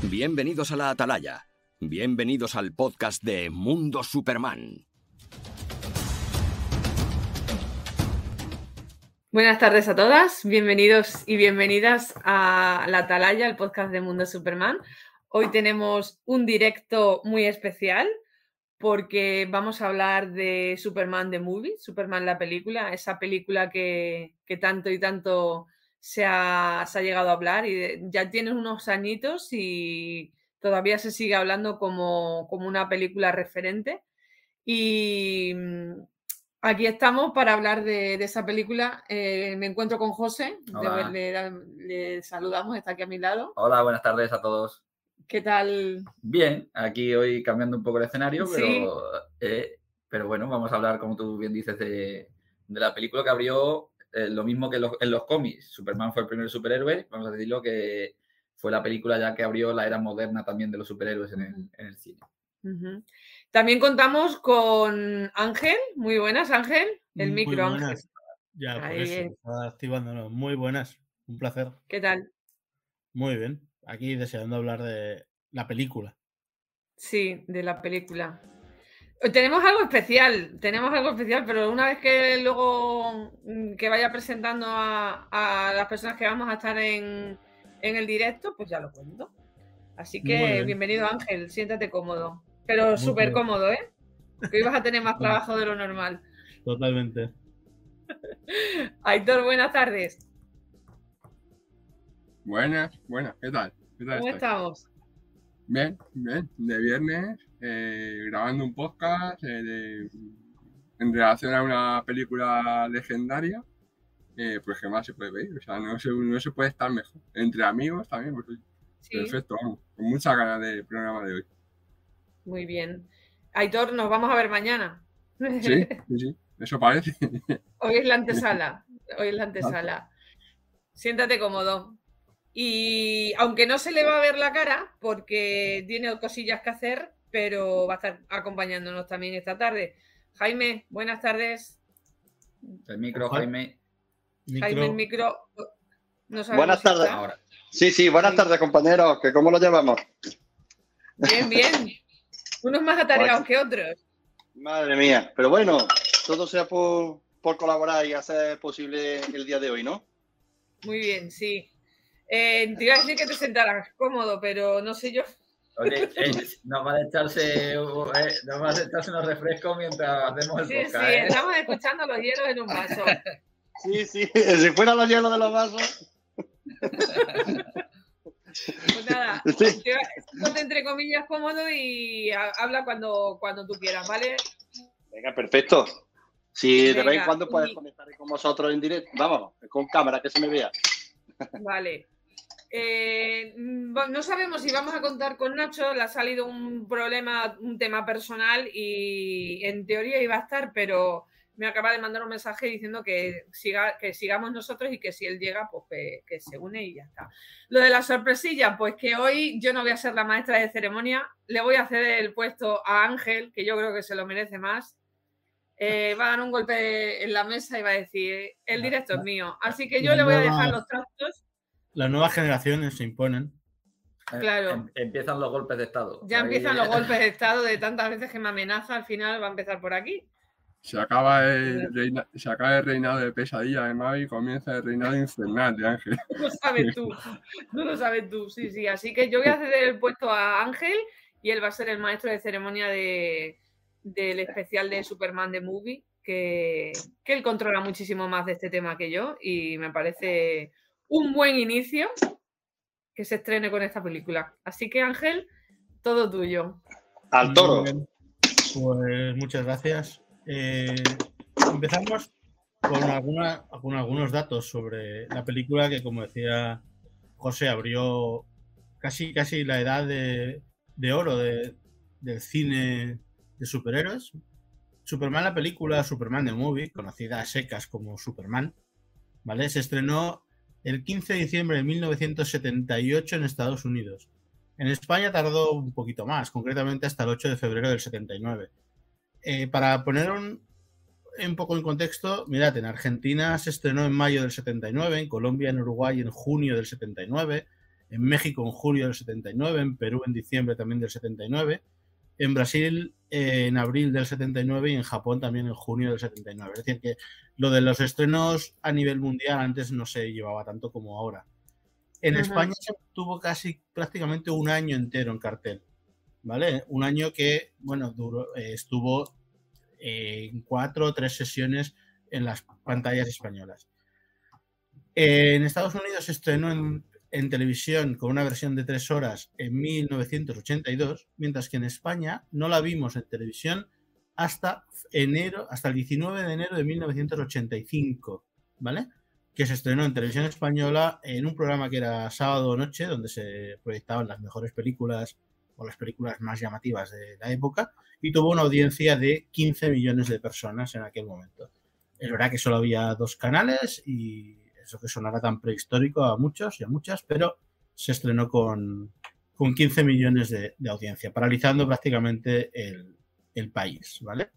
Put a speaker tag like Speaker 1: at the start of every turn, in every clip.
Speaker 1: Bienvenidos a la Atalaya. Bienvenidos al podcast de Mundo Superman.
Speaker 2: Buenas tardes a todas, bienvenidos y bienvenidas a la Atalaya, el podcast de Mundo Superman. Hoy tenemos un directo muy especial porque vamos a hablar de Superman The Movie, Superman la película, esa película que tanto y tanto se ha llegado a hablar y ya tiene unos añitos y todavía se sigue hablando como una película referente. Y aquí estamos para hablar de esa película. Me encuentro con José, le saludamos, está aquí a mi lado.
Speaker 3: Hola, buenas tardes a todos.
Speaker 2: ¿Qué tal?
Speaker 3: Bien, aquí hoy cambiando un poco el escenario,
Speaker 2: Sí.
Speaker 3: pero bueno, vamos a hablar, como tú bien dices, de la película que abrió lo mismo que en los cómics. Superman fue el primer superhéroe, vamos a decirlo, que fue la película ya que abrió la era moderna también de los superhéroes en el cine.
Speaker 2: Uh-huh. También contamos con Ángel. Muy buenas, Ángel. El
Speaker 4: Muy
Speaker 2: micro,
Speaker 4: buenas.
Speaker 2: Ángel.
Speaker 4: Ya, por
Speaker 2: Ahí
Speaker 4: eso,
Speaker 2: bien.
Speaker 4: estaba activándonos. Muy buenas, un placer.
Speaker 2: ¿Qué tal?
Speaker 4: Muy bien, aquí deseando hablar de la película.
Speaker 2: Sí, de la película. Tenemos algo especial, pero una vez que luego que vaya presentando a las personas que vamos a estar en el directo, pues ya lo cuento. Así que bienvenido, Ángel, siéntate cómodo. Pero súper cómodo, ¿eh? Que hoy vas a tener más trabajo de lo normal.
Speaker 4: Totalmente.
Speaker 2: Aitor, buenas tardes.
Speaker 5: Buenas, ¿qué tal?
Speaker 2: ¿Cómo estamos?
Speaker 5: Bien, de viernes, grabando un podcast en relación a una película legendaria, pues que más se puede ver, o sea, no se puede estar mejor. Entre amigos también, pues sí. Perfecto, vamos, con muchas ganas del programa de hoy.
Speaker 2: Muy bien. Aitor, nos vamos a ver mañana.
Speaker 5: Sí, eso parece.
Speaker 2: Hoy es la antesala. Siéntate cómodo. Y aunque no se le va a ver la cara, porque tiene cosillas que hacer, pero va a estar acompañándonos también esta tarde. Jaime, buenas tardes.
Speaker 3: El micro, Jaime.
Speaker 2: Jaime, el micro. No
Speaker 6: buenas tardes.
Speaker 3: Ahora.
Speaker 6: Sí, buenas tardes, compañeros. ¿Cómo lo llevamos?
Speaker 2: Bien. Unos más atareados que otros.
Speaker 6: Madre mía. Pero bueno, todo sea por colaborar y hacer posible el día de hoy, ¿no?
Speaker 2: Muy bien, sí. Te iba a decir que te sentaras cómodo, pero no sé yo.
Speaker 3: Oye, nos va a echarse unos refrescos mientras hacemos el podcast.
Speaker 2: Sí, estamos escuchando los hielos en un vaso.
Speaker 6: Sí, si fueran los hielos de los vasos.
Speaker 2: Pues nada, ponte entre comillas cómodo y habla cuando tú quieras, ¿vale?
Speaker 6: Venga, perfecto. Si de vez en cuando puedes conectar con vosotros en directo, vamos, con cámara, que se me vea.
Speaker 2: Vale. No sabemos si vamos a contar con Nacho, le ha salido un problema, un tema personal y en teoría iba a estar, pero me acaba de mandar un mensaje diciendo que sigamos nosotros y que si él llega, pues que se une y ya está. Lo de la sorpresilla, pues que hoy yo no voy a ser la maestra de ceremonia, le voy a ceder el puesto a Ángel, que yo creo que se lo merece más. Va a dar un golpe en la mesa y va a decir, el directo es mío. Así que yo le voy a dejar los trastos.
Speaker 4: Las nuevas generaciones se imponen.
Speaker 2: Claro.
Speaker 3: Empiezan los golpes de Estado.
Speaker 2: Ya empiezan los golpes de Estado de tantas veces que me amenaza, al final va a empezar por aquí.
Speaker 5: Se acaba el reinado de pesadilla de Mavi y comienza el reinado infernal de Ángel.
Speaker 2: No lo sabes tú, sí. Así que yo voy a ceder el puesto a Ángel y él va a ser el maestro de ceremonia del especial de Superman The Movie, que él controla muchísimo más de este tema que yo y me parece un buen inicio que se estrene con esta película. Así que, Ángel, todo tuyo.
Speaker 6: Al toro.
Speaker 4: Pues muchas gracias. Empezamos con algunos datos sobre la película que, como decía José, abrió casi la edad de oro del cine de superhéroes. Superman, la película Superman The Movie, conocida a secas como Superman, ¿vale? Se estrenó el 15 de diciembre de 1978 en Estados Unidos. En España tardó un poquito más, concretamente hasta el 8 de febrero del 79. Para poner un poco en contexto, mirad, en Argentina se estrenó en mayo del 79, en Colombia, en Uruguay en junio del 79, en México en julio del 79, en Perú en diciembre también del 79, en Brasil en abril del 79 y en Japón también en junio del 79. Es decir, que lo de los estrenos a nivel mundial antes no se llevaba tanto como ahora. En España se tuvo casi prácticamente un año entero en cartel, ¿vale? Un año que, bueno, estuvo en 4 o 3 sesiones en las pantallas españolas. En Estados Unidos se estrenó en televisión con una versión de 3 horas en 1982, mientras que en España no la vimos en televisión hasta el 19 de enero de 1985, ¿vale? Que se estrenó en televisión española en un programa que era Sábado Noche, donde se proyectaban las mejores películas o las películas más llamativas de la época, y tuvo una audiencia de 15 millones de personas en aquel momento. Es verdad que solo había 2 canales y eso que sonará tan prehistórico a muchos y a muchas, pero se estrenó con 15 millones de audiencia, paralizando prácticamente el país, ¿vale?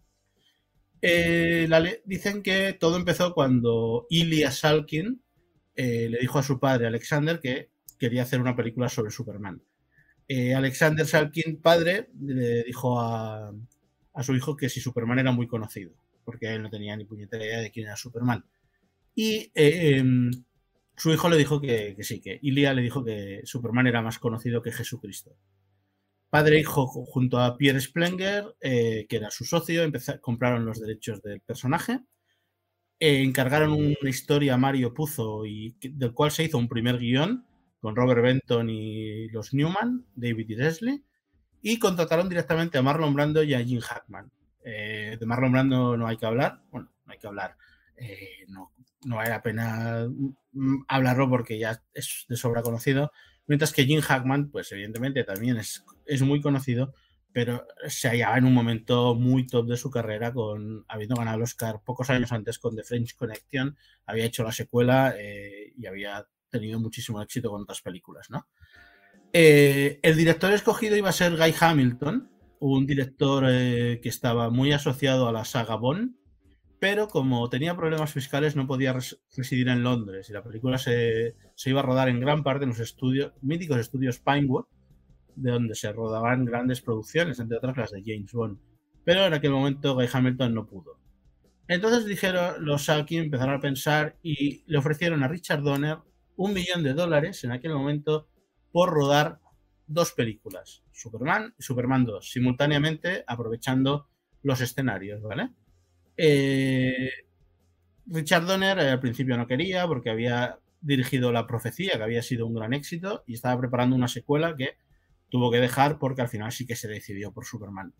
Speaker 4: Dicen que todo empezó cuando Ilya Salkind le dijo a su padre Alexander que quería hacer una película sobre Superman. Alexander Salkind, padre, le dijo a su hijo que si Superman era muy conocido, porque él no tenía ni puñetera idea de quién era Superman. Y su hijo le dijo que sí, que Ilya le dijo que Superman era más conocido que Jesucristo. Padre e hijo, junto a Pierre Splenger, que era su socio, compraron los derechos del personaje, encargaron una historia a Mario Puzo, del cual se hizo un primer guión con Robert Benton y los Newman, David y Leslie, y contrataron directamente a Marlon Brando y a Gene Hackman. De Marlon Brando no hay que hablar, bueno, no hay que hablar, no vale la pena hablarlo porque ya es de sobra conocido, mientras que Gene Hackman, pues evidentemente también es muy conocido, pero se hallaba en un momento muy top de su carrera, habiendo ganado el Oscar pocos años antes con The French Connection, había hecho la secuela y había tenido muchísimo éxito con otras películas, ¿no? El director escogido iba a ser Guy Hamilton, un director que estaba muy asociado a la saga Bond, pero como tenía problemas fiscales no podía residir en Londres y la película se iba a rodar en gran parte en los míticos estudios Pinewood, de donde se rodaban grandes producciones, entre otras las de James Bond. Pero en aquel momento Guy Hamilton no pudo. Entonces dijeron, los Salkind empezaron a pensar y le ofrecieron a Richard Donner $1 millón en aquel momento por rodar 2 películas, Superman y Superman 2, simultáneamente aprovechando los escenarios, ¿vale? Richard Donner al principio no quería porque había dirigido La Profecía, que había sido un gran éxito, y estaba preparando una secuela que tuvo que dejar porque al final sí que se decidió por Superman.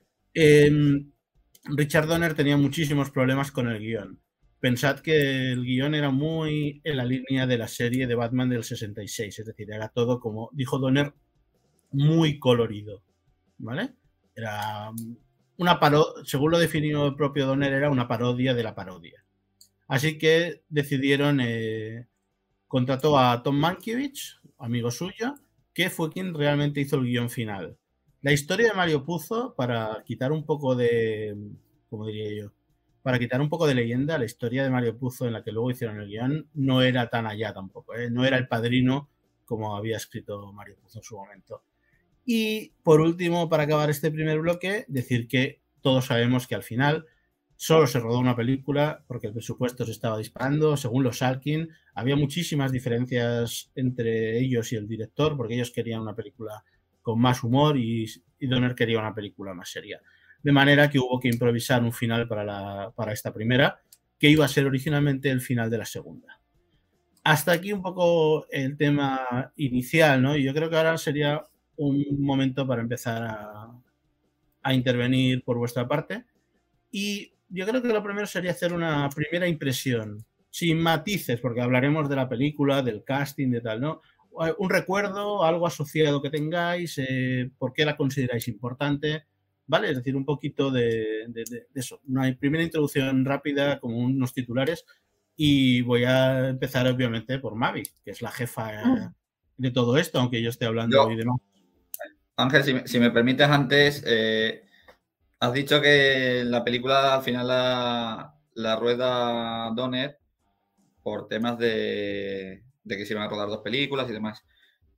Speaker 4: Richard Donner tenía muchísimos problemas con el guión. Pensad que el guión era muy en la línea de la serie de Batman del 66, es decir, era todo, como dijo Donner, muy colorido, ¿vale? Era una parodia, según lo definió el propio Donner, era una parodia de la parodia. Así que decidieron, contrató a Tom Mankiewicz, amigo suyo, que fue quien realmente hizo el guión final. La historia de Mario Puzo, para quitar un poco de, ¿cómo diría yo? Para quitar un poco de leyenda, la historia de Mario Puzo en la que luego hicieron el guión no era tan allá tampoco, ¿eh? No era El Padrino como había escrito Mario Puzo en su momento. Y por último, para acabar este primer bloque, decir que todos sabemos que al final solo se rodó una película porque el presupuesto se estaba disparando. Según los Salkind, había muchísimas diferencias entre ellos y el director, porque ellos querían una película con más humor y Donner quería una película más seria. De manera que hubo que improvisar un final para esta primera, que iba a ser originalmente el final de la segunda. Hasta aquí un poco el tema inicial, ¿no? Y yo creo que ahora sería un momento para empezar a intervenir por vuestra parte. Y yo creo que lo primero sería hacer una primera impresión, sin matices, porque hablaremos de la película, del casting, de tal, ¿no? Un recuerdo, algo asociado que tengáis, por qué la consideráis importante, ¿vale? Es decir, un poquito de eso, una primera introducción rápida, como unos titulares, y voy a empezar obviamente por Mavi, que es la jefa de todo esto, aunque yo esté hablando y demás.
Speaker 3: Ángel, si me permites antes, has dicho que la película al final la rueda Donner por temas de que se iban a rodar 2 películas y demás.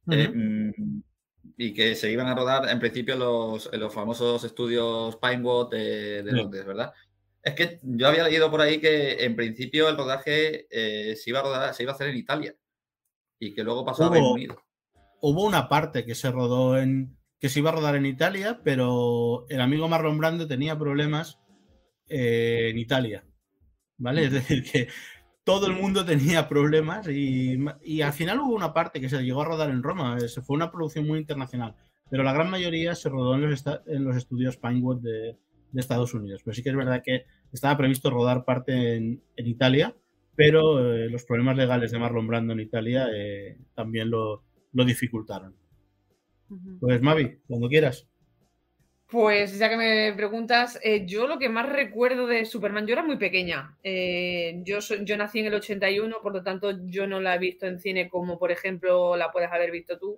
Speaker 3: y que se iban a rodar en principio en los famosos estudios Pinewood de Londres, ¿verdad? Es que yo había leído por ahí que en principio el rodaje se iba a hacer en Italia y que luego pasó a Reino Unido.
Speaker 4: Hubo una parte que se rodó que se iba a rodar en Italia, pero el amigo Marlon Brando tenía problemas en Italia, ¿vale? Es decir, que todo el mundo tenía problemas y al final hubo una parte que se llegó a rodar en Roma. Fue una producción muy internacional, pero la gran mayoría se rodó en los estudios Pinewood de Estados Unidos. Pero sí que es verdad que estaba previsto rodar parte en Italia, pero los problemas legales de Marlon Brando en Italia también lo dificultaron. Pues Mavi, cuando quieras.
Speaker 2: Pues ya que me preguntas, yo lo que más recuerdo de Superman, yo era muy pequeña. Yo nací en el 81, por lo tanto yo no la he visto en cine como por ejemplo la puedes haber visto tú.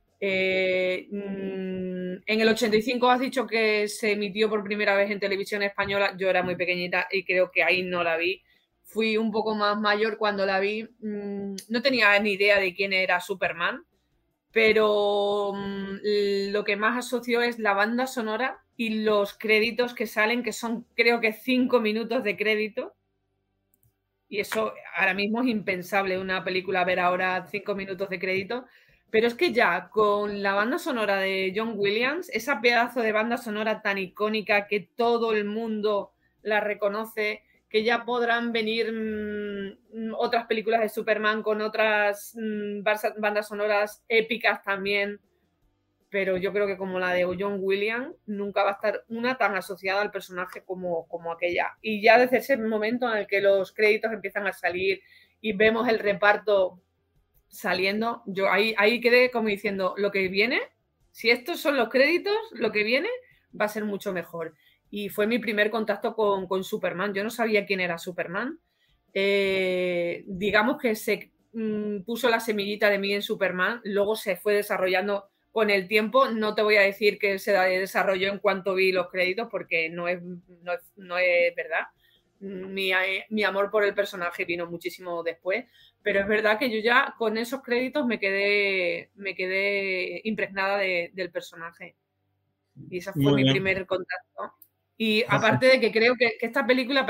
Speaker 2: En el 85 has dicho que se emitió por primera vez en televisión española. Yo era muy pequeñita y creo que ahí no la vi. Fui un poco más mayor cuando la vi. No tenía ni idea de quién era Superman, pero lo que más asocio es la banda sonora y los créditos que salen, que son creo que 5 minutos de crédito. Y eso ahora mismo es impensable, una película ver ahora 5 minutos de crédito. Pero es que ya con la banda sonora de John Williams, esa pedazo de banda sonora tan icónica que todo el mundo la reconoce, que ya podrán venir otras películas de Superman con otras bandas sonoras épicas también, pero yo creo que como la de John Williams nunca va a estar una tan asociada al personaje como aquella. Y ya desde ese momento en el que los créditos empiezan a salir y vemos el reparto saliendo, yo ahí quedé como diciendo, lo que viene, si estos son los créditos, lo que viene va a ser mucho mejor. Y fue mi primer contacto con Superman. Yo no sabía quién era Superman. Digamos que se puso la semillita de mí en Superman, luego se fue desarrollando con el tiempo. No te voy a decir que se desarrolló en cuanto vi los créditos, porque no es verdad. Mi amor por el personaje vino muchísimo después, pero es verdad que yo ya con esos créditos me quedé impregnada del personaje. Y ese fue mi primer contacto. Y aparte de que creo que esta película,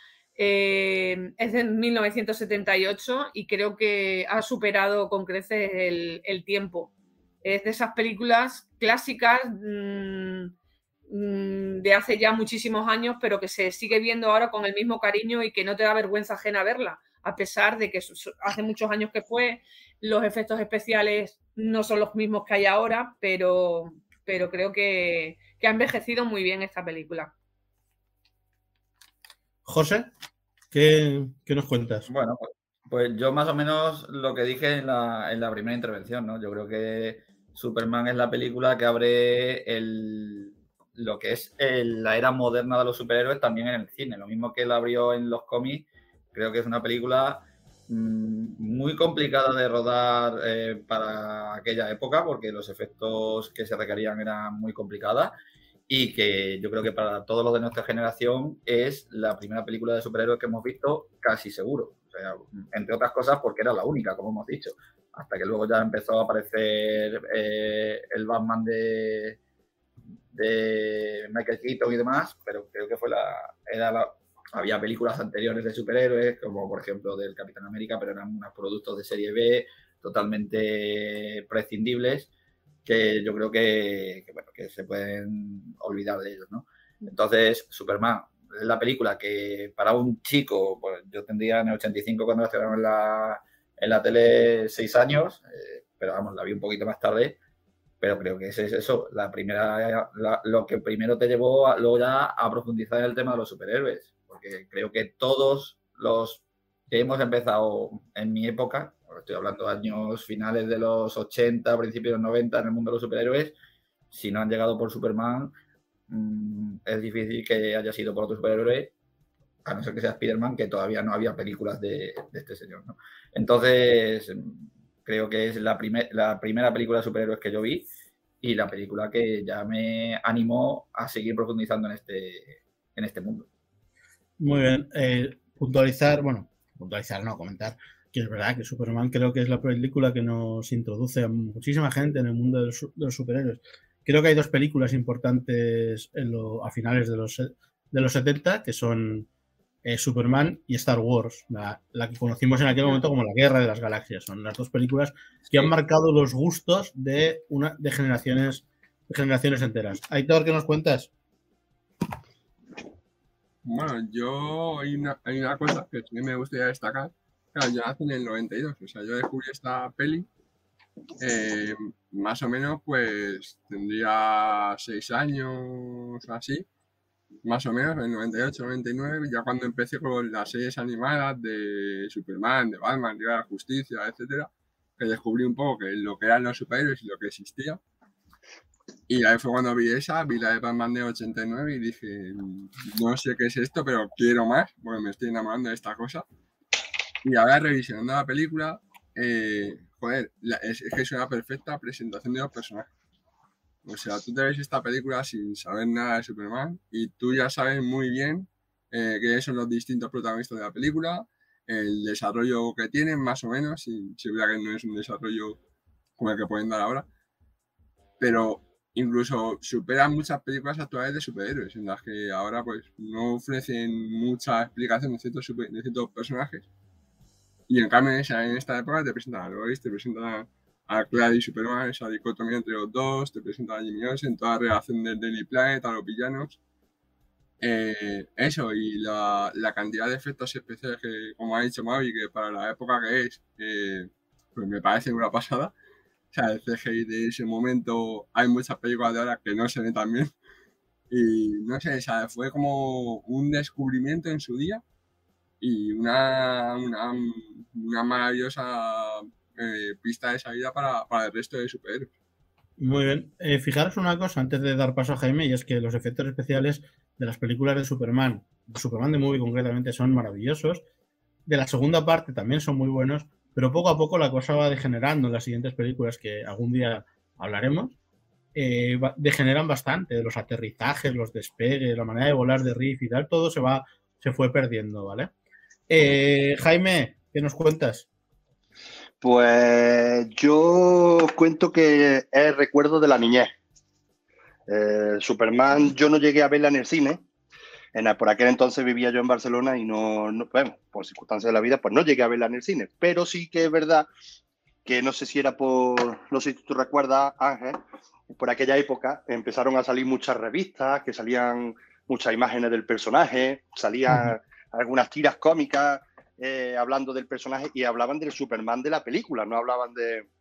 Speaker 2: es de 1978 y creo que ha superado con creces el tiempo. Es de esas películas clásicas de hace ya muchísimos años, pero que se sigue viendo ahora con el mismo cariño y que no te da vergüenza ajena verla, a pesar de que hace muchos años que fue, los efectos especiales no son los mismos que hay ahora, pero creo que ha envejecido muy bien esta película.
Speaker 4: José, ¿qué nos cuentas?
Speaker 3: Bueno, pues yo más o menos lo que dije en la primera intervención, ¿no? Yo creo que Superman es la película que abre lo que es la era moderna de los superhéroes también en el cine. Lo mismo que la abrió en los cómics, creo que es una película muy complicada de rodar para aquella época, porque los efectos que se requerían eran muy complicados. Y que yo creo que para todos los de nuestra generación es la primera película de superhéroes que hemos visto casi seguro. O sea, entre otras cosas porque era la única, como hemos dicho. Hasta que luego ya empezó a aparecer el Batman de Michael Keaton y demás, pero creo que había películas anteriores de superhéroes, como por ejemplo del Capitán América, pero eran unos productos de serie B totalmente prescindibles, que yo creo que se pueden olvidar de ellos, ¿no? Entonces, Superman es la película que para un chico, pues yo tendría en el 85 cuando la estrenaron en la tele 6 años, pero vamos, la vi un poquito más tarde, pero creo que es eso, lo que primero te llevó luego ya a profundizar en el tema de los superhéroes, porque creo que todos los que hemos empezado en mi época, estoy hablando de años finales de los 80, principios de los 90 en el mundo de los superhéroes, si no han llegado por Superman, es difícil que haya sido por otro superhéroe, a no ser que sea Spider-Man, que todavía no había películas de este señor, ¿no? Entonces, creo que es la primera película de superhéroes que yo vi y la película que ya me animó a seguir profundizando en este mundo.
Speaker 4: Muy bien. Comentar. que es verdad que Superman creo que es la película que nos introduce a muchísima gente en el mundo de los superhéroes. Creo que hay dos películas importantes a finales de los 70, que son Superman y Star Wars, la que conocimos en aquel momento como la Guerra de las Galaxias. Son las dos películas que han marcado los gustos de generaciones enteras. Aitor, ¿qué nos cuentas?
Speaker 5: Bueno, hay una cosa que sí me gustaría destacar. Claro, yo nací en el 92, o sea, yo descubrí esta peli, más o menos, pues tendría 6 años o así, más o menos, en el 98, 99, ya cuando empecé con las series animadas de Superman, de Batman, Liga de la Justicia, etcétera, que descubrí un poco lo que eran los superhéroes y lo que existía. Y ahí fue cuando vi la de Batman de 89 y dije, no sé qué es esto, pero quiero más, porque me estoy enamorando de esta cosa. Y ahora revisionando la película, joder, es que es una perfecta presentación de los personajes. O sea, tú te ves esta película sin saber nada de Superman y tú ya sabes muy bien qué son los distintos protagonistas de la película, el desarrollo que tienen, más o menos, si vea que no es un desarrollo como el que pueden dar ahora, pero incluso superan muchas películas actuales de superhéroes, en las que ahora pues no ofrecen mucha explicación de ciertos personajes. Y en cambio, en esta época te presentan a Lois, te presentan a Clary y Superman, esa dicotomía entre los dos, te presentan a Jimmy Olsen, toda la relación del Daily Planet, a los villanos. Eso, y la cantidad de efectos especiales que, como ha dicho Mavi, que para la época que es, pues me parece una pasada. O sea, el CGI de ese momento, hay muchas películas de ahora que no se ven tan bien. Y no sé, o sea, fue como un descubrimiento en su día y una maravillosa pista de salida para el resto de superhéroes.
Speaker 4: Muy bien. Fijaros una cosa antes de dar paso a Jaime, y es que los efectos especiales de las películas de Superman de Movie concretamente, son maravillosos. De la segunda parte también son muy buenos, pero poco a poco la cosa va degenerando en las siguientes películas que algún día hablaremos. Degeneran bastante, los aterrizajes, los despegues, la manera de volar de Riff y tal, todo se fue perdiendo, ¿vale? Jaime, ¿qué nos cuentas?
Speaker 6: Pues yo cuento que es recuerdo de la niñez. Superman, yo no llegué a verla en el cine. Por aquel entonces vivía yo en Barcelona y bueno, por circunstancias de la vida, pues no llegué a verla en el cine. Pero sí que es verdad que no sé si tú recuerdas, Ángel, por aquella época empezaron a salir muchas revistas, que salían muchas imágenes del personaje, salían algunas tiras cómicas hablando del personaje y hablaban del Superman de la película, no hablaban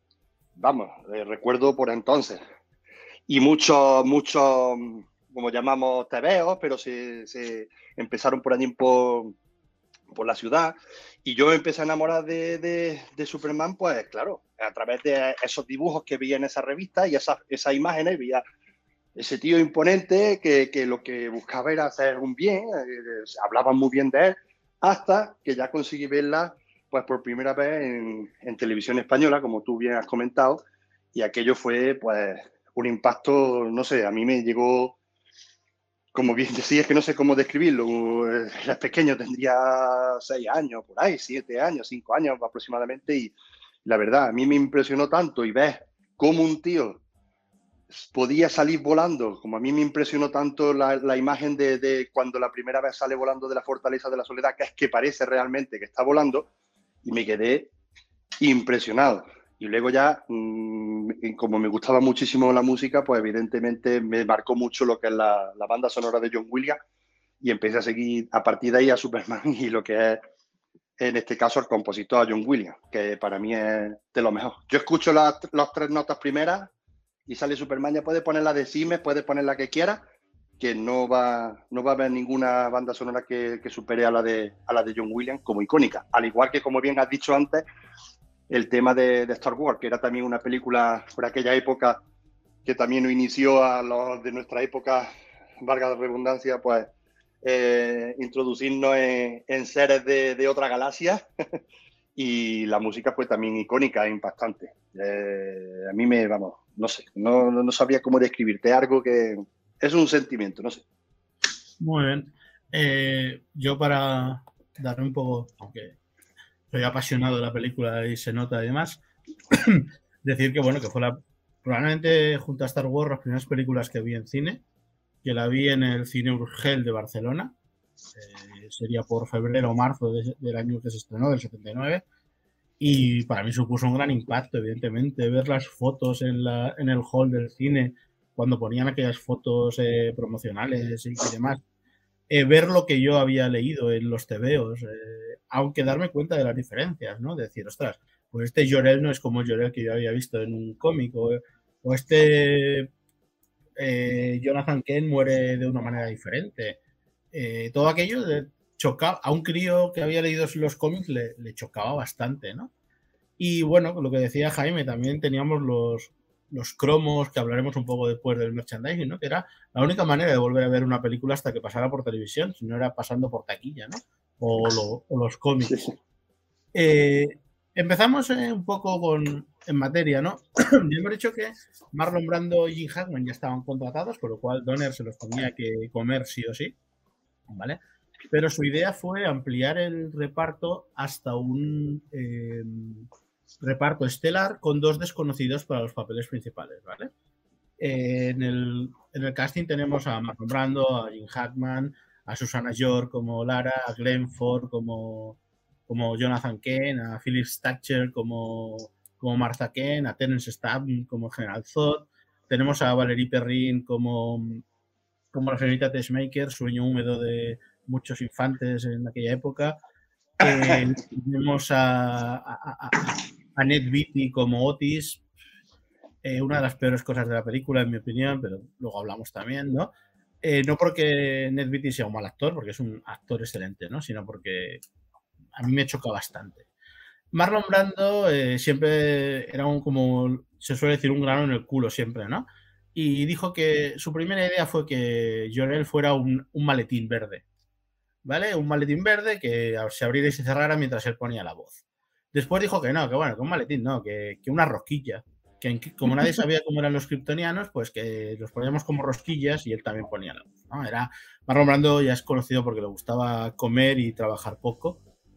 Speaker 6: recuerdo por entonces. Y muchos, como llamamos, tebeos, pero se empezaron por allí por la ciudad. Y yo me empecé a enamorar de Superman, pues claro, a través de esos dibujos que veía en esa revista y esas imágenes, veía ese tío imponente que lo que buscaba era hacer un bien, hablaban muy bien de él, hasta que ya conseguí verla pues por primera vez en televisión española, como tú bien has comentado, y aquello fue pues un impacto, no sé, a mí me llegó, como bien decías, que no sé cómo describirlo. Era pequeño, tendría 6 años, por ahí, 7 años, 5 años aproximadamente, y la verdad, a mí me impresionó tanto y ves cómo un tío podía salir volando, como a mí me impresionó tanto la imagen de cuando la primera vez sale volando de la Fortaleza de la Soledad, que es que parece realmente que está volando, y me quedé impresionado. Y luego ya, como me gustaba muchísimo la música, pues evidentemente me marcó mucho lo que es la banda sonora de John Williams, y empecé a seguir a partir de ahí a Superman y lo que es, en este caso, el compositor John Williams, que para mí es de lo mejor. Yo escucho las 3 notas primeras y sale Superman, ya puedes poner la de Siemens, puedes poner la que quieras, que no va a haber ninguna banda sonora que supere a la de John Williams como icónica. Al igual que, como bien has dicho antes, el tema de Star Wars, que era también una película por aquella época que también nos inició a los de nuestra época, valga la redundancia, pues introducirnos en seres de otra galaxia. Y la música fue también icónica e impactante. A mí no sé, no sabría cómo describirte algo que es un sentimiento, no sé.
Speaker 4: Muy bien. Yo para darle un poco, aunque soy apasionado de la película y se nota además. Decir que, bueno, que fue probablemente junto a Star Wars las primeras películas que vi en cine, que la vi en el Cine Urgell de Barcelona, sería por febrero o marzo del año que se estrenó, del 79, y para mí supuso un gran impacto, evidentemente, ver las fotos en el hall del cine, cuando ponían aquellas fotos promocionales y demás, ver lo que yo había leído en los tebeos, aunque darme cuenta de las diferencias, ¿no? De decir, ostras, pues este Jor-El no es como el Jor-El que yo había visto en un cómic, o este Jonathan Kent muere de una manera diferente. Todo aquello chocaba, a un crío que había leído los cómics le chocaba bastante, ¿no? Y bueno, lo que decía Jaime, también teníamos los cromos, que hablaremos un poco después del merchandising, ¿no? Que era la única manera de volver a ver una película hasta que pasara por televisión, si no era pasando por taquilla, ¿no? O los cómics. Empezamos un poco en materia, ¿no? Ya hemos dicho que Marlon Brando y Jim Hackman ya estaban contratados, con lo cual Donner se los tenía que comer sí o sí, ¿vale? Pero su idea fue ampliar el reparto hasta un reparto estelar con 2 desconocidos para los papeles principales, ¿vale? En el casting tenemos a Marlon Brando, a Jim Hackman, a Susanna York como Lara, a Glenn Ford como Jonathan Kent, a Philip Stacher como Martha Kent, a Terence Stamp como General Zod. Tenemos a Valerie Perrin como la señorita Tessmaker, sueño húmedo de muchos infantes en aquella época. Tenemos a Ned Beatty como Otis, una de las peores cosas de la película, en mi opinión, pero luego hablamos también, ¿no? No porque Ned Beatty sea un mal actor, porque es un actor excelente, ¿no? Sino porque a mí me choca bastante. Marlon Brando siempre era como se suele decir, un grano en el culo siempre, ¿no? Y dijo que su primera idea fue que Jor-El fuera un maletín verde, ¿vale? Un maletín verde que se abriera y se cerrara mientras él ponía la voz. Después dijo que no, que bueno, que un maletín no, que una rosquilla. Que como nadie sabía cómo eran los kryptonianos, pues que los poníamos como rosquillas y él también ponía la voz, ¿no? Marlon Brando ya es conocido porque le gustaba comer y trabajar poco.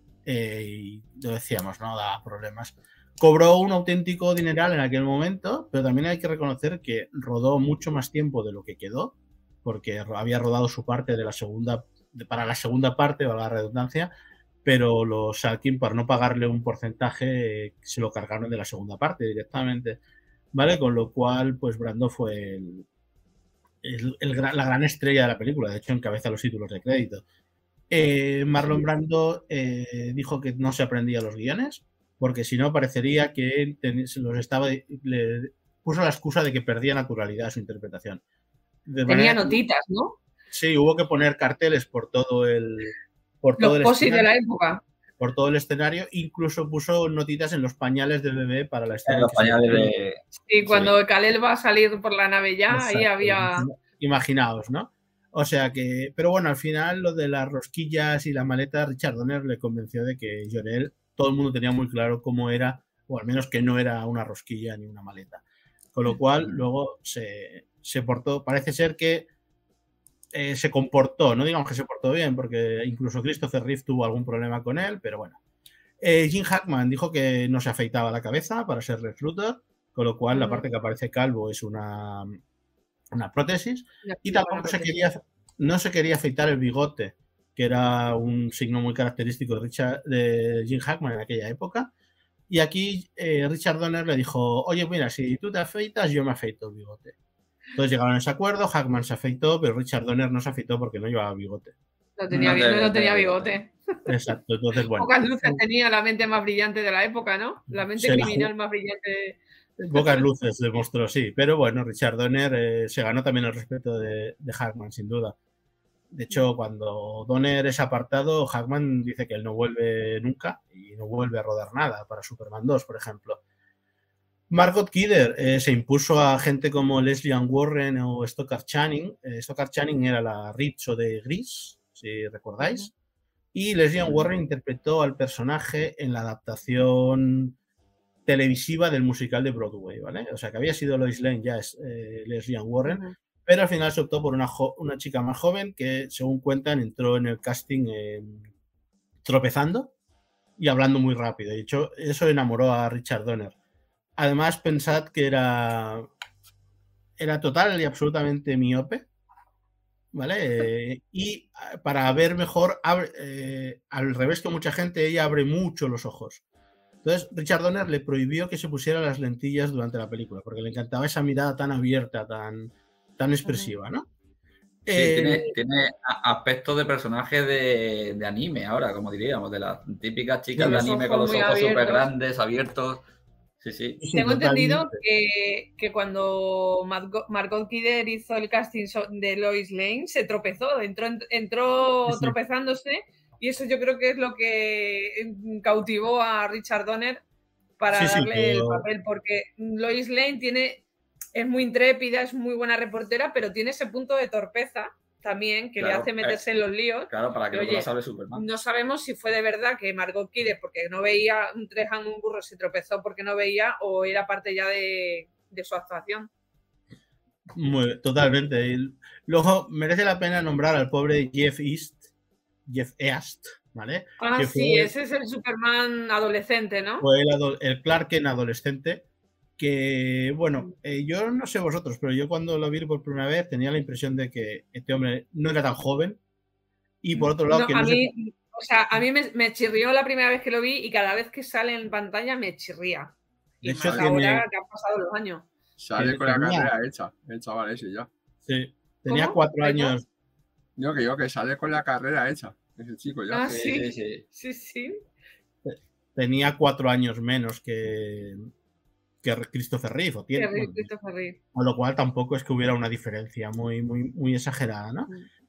Speaker 4: Y lo decíamos, no daba problemas. Cobró un auténtico dineral en aquel momento, pero también hay que reconocer que rodó mucho más tiempo de lo que quedó, porque había rodado su parte de la segunda, para la segunda parte, valga la redundancia, pero los Salkin, para no pagarle un porcentaje, se lo cargaron de la segunda parte directamente, ¿vale? Con lo cual, pues Brando fue la gran estrella de la película, de hecho encabeza los títulos de crédito. Marlon Brando dijo que no se aprendía los guiones, porque si no parecería que le puso la excusa de que perdía naturalidad su interpretación.
Speaker 2: Tenía notitas, ¿no?
Speaker 4: Sí, hubo que poner carteles por todo
Speaker 2: los posis de la época.
Speaker 4: Por todo el escenario, incluso puso notitas en los pañales del bebé para la escena.
Speaker 3: En los pañales de...
Speaker 2: Sí, cuando Kal-El va a salir por la nave ya, exacto, ahí había...
Speaker 4: Imaginaos, ¿no? O sea que, pero bueno, al final lo de las rosquillas y la maleta, Richard Donner le convenció de que Jor-El, todo el mundo tenía muy claro cómo era, o al menos que no era una rosquilla ni una maleta. Con lo cual, luego se portó, parece ser que se comportó, no digamos que se portó bien, porque incluso Christopher Reeve tuvo algún problema con él, pero bueno. Jim Hackman dijo que no se afeitaba la cabeza para ser Lex Luthor, con lo cual la parte que aparece calvo es una prótesis, y tampoco no se quería afeitar el bigote, que era un signo muy característico de Jim Hackman en aquella época. Y aquí Richard Donner le dijo, oye, mira, si tú te afeitas, yo me afeito el bigote. Entonces llegaron a ese acuerdo, Hackman se afeitó, pero Richard Donner no se afeitó porque no llevaba bigote.
Speaker 2: No tenía bigote.
Speaker 4: Exacto, entonces bueno.
Speaker 2: Pocas luces tenía la mente más brillante de la época, ¿no? La mente criminal más brillante.
Speaker 4: Pocas luces demostró, sí. Pero bueno, Richard Donner se ganó también el respeto de Hackman, sin duda. De hecho, cuando Donner es apartado, Hackman dice que él no vuelve nunca y no vuelve a rodar nada para Superman 2, por ejemplo. Margot Kidder se impuso a gente como Leslie Ann Warren o Stockard Channing. Stockard Channing era la Rizzo de Gris, si recordáis. Y Leslie Ann Warren interpretó al personaje en la adaptación televisiva del musical de Broadway, ¿vale? O sea, que había sido Lois Lane, ya es Leslie Ann Warren, pero al final se optó por una chica más joven que, según cuentan, entró en el casting tropezando y hablando muy rápido. De hecho, eso enamoró a Richard Donner. Además, pensad que era total y absolutamente miope, ¿vale? Y para ver mejor, al revés que mucha gente, ella abre mucho los ojos. Entonces, Richard Donner le prohibió que se pusiera las lentillas durante la película, porque le encantaba esa mirada tan abierta, tan expresiva, ¿no?
Speaker 3: Sí, tiene aspectos de personaje de anime ahora, como diríamos, de las típicas chicas de anime con los ojos súper grandes, abiertos. Sí, sí.
Speaker 2: Tengo entendido que cuando Margot Kidder hizo el casting de Lois Lane, se tropezó, entró tropezándose, y eso yo creo que es lo que cautivó a Richard Donner para darle el papel, porque Lois Lane es muy intrépida, es muy buena reportera, pero tiene ese punto de torpeza también que le hace meterse en los líos.
Speaker 3: Claro, para que no lo sabe Superman.
Speaker 2: No sabemos si fue de verdad que Margot Kidder, porque no veía un Trejan, un burro, se tropezó porque no veía, o era parte ya de su actuación.
Speaker 4: Totalmente. Y luego merece la pena nombrar al pobre Jeff East, ¿vale?
Speaker 2: Que sí, ese es el Superman adolescente, ¿no?
Speaker 4: Fue el Clark Kent adolescente. Que, bueno, yo no sé vosotros, pero yo cuando lo vi por primera vez tenía la impresión de que este hombre no era tan joven, y por otro lado...
Speaker 2: No, a mí me chirrió la primera vez que lo vi, y cada vez que sale en pantalla me chirría. Y de hecho, ahora que han pasado los años.
Speaker 5: Sale con la carrera hecha, el chaval ese ya.
Speaker 4: Sí, tenía 4 años.
Speaker 5: Yo que sale con la carrera hecha, ese chico ya.
Speaker 2: Ah, sí.
Speaker 4: Tenía 4 años menos que Christopher Reeve, o tiene, con lo cual tampoco es que hubiera una diferencia muy exagerada, ¿no?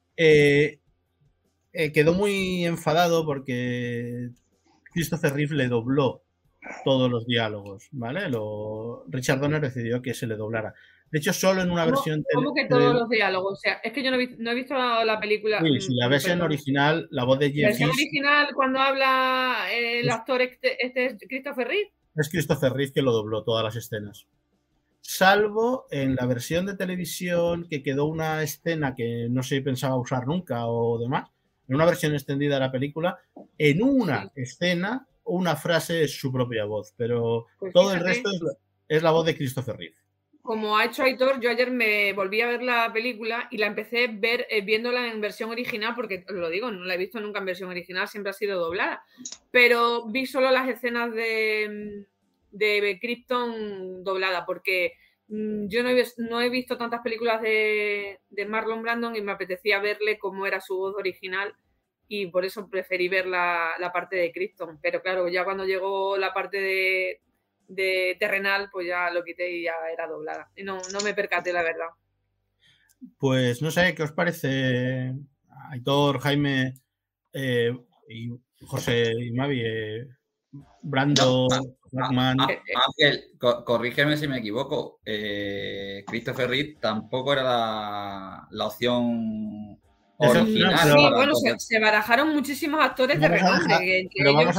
Speaker 4: Quedó muy enfadado porque Christopher Reeve le dobló todos los diálogos, ¿vale? Richard Donner decidió que se le doblara. De hecho, solo en una versión...
Speaker 2: ¿Cómo que todos los diálogos? O sea, es que yo no he visto la película...
Speaker 4: Sí, si la ves en original, la voz de Jeff
Speaker 2: East... ¿La versión original cuando habla el actor este es Christopher Reeve?
Speaker 4: Es Christopher Reeve que lo dobló todas las escenas. Salvo en la versión de televisión, que quedó una escena que no se pensaba usar nunca o demás, en una versión extendida de la película, en una escena, una frase es su propia voz, pero pues todo el resto es la voz de Christopher Reeve.
Speaker 2: Como ha hecho Aitor, yo ayer me volví a ver la película y la empecé viéndola en versión original, porque os lo digo, no la he visto nunca en versión original, siempre ha sido doblada. Pero vi solo las escenas de Krypton doblada, porque yo no he visto tantas películas de Marlon Brando y me apetecía verle cómo era su voz original, y por eso preferí ver la parte de Krypton. Pero claro, ya cuando llegó la parte de terrenal, pues ya lo quité y ya era doblada. Y no me percaté, la verdad.
Speaker 4: Pues no sé, ¿qué os parece, Aitor, Jaime y José y Mavi? Brando, Blackman...
Speaker 3: Ángel, corrígeme si me equivoco. Christopher Reeve tampoco era la opción original.
Speaker 2: Sí, bueno, se barajaron muchísimos actores de renombre.
Speaker 4: Vamos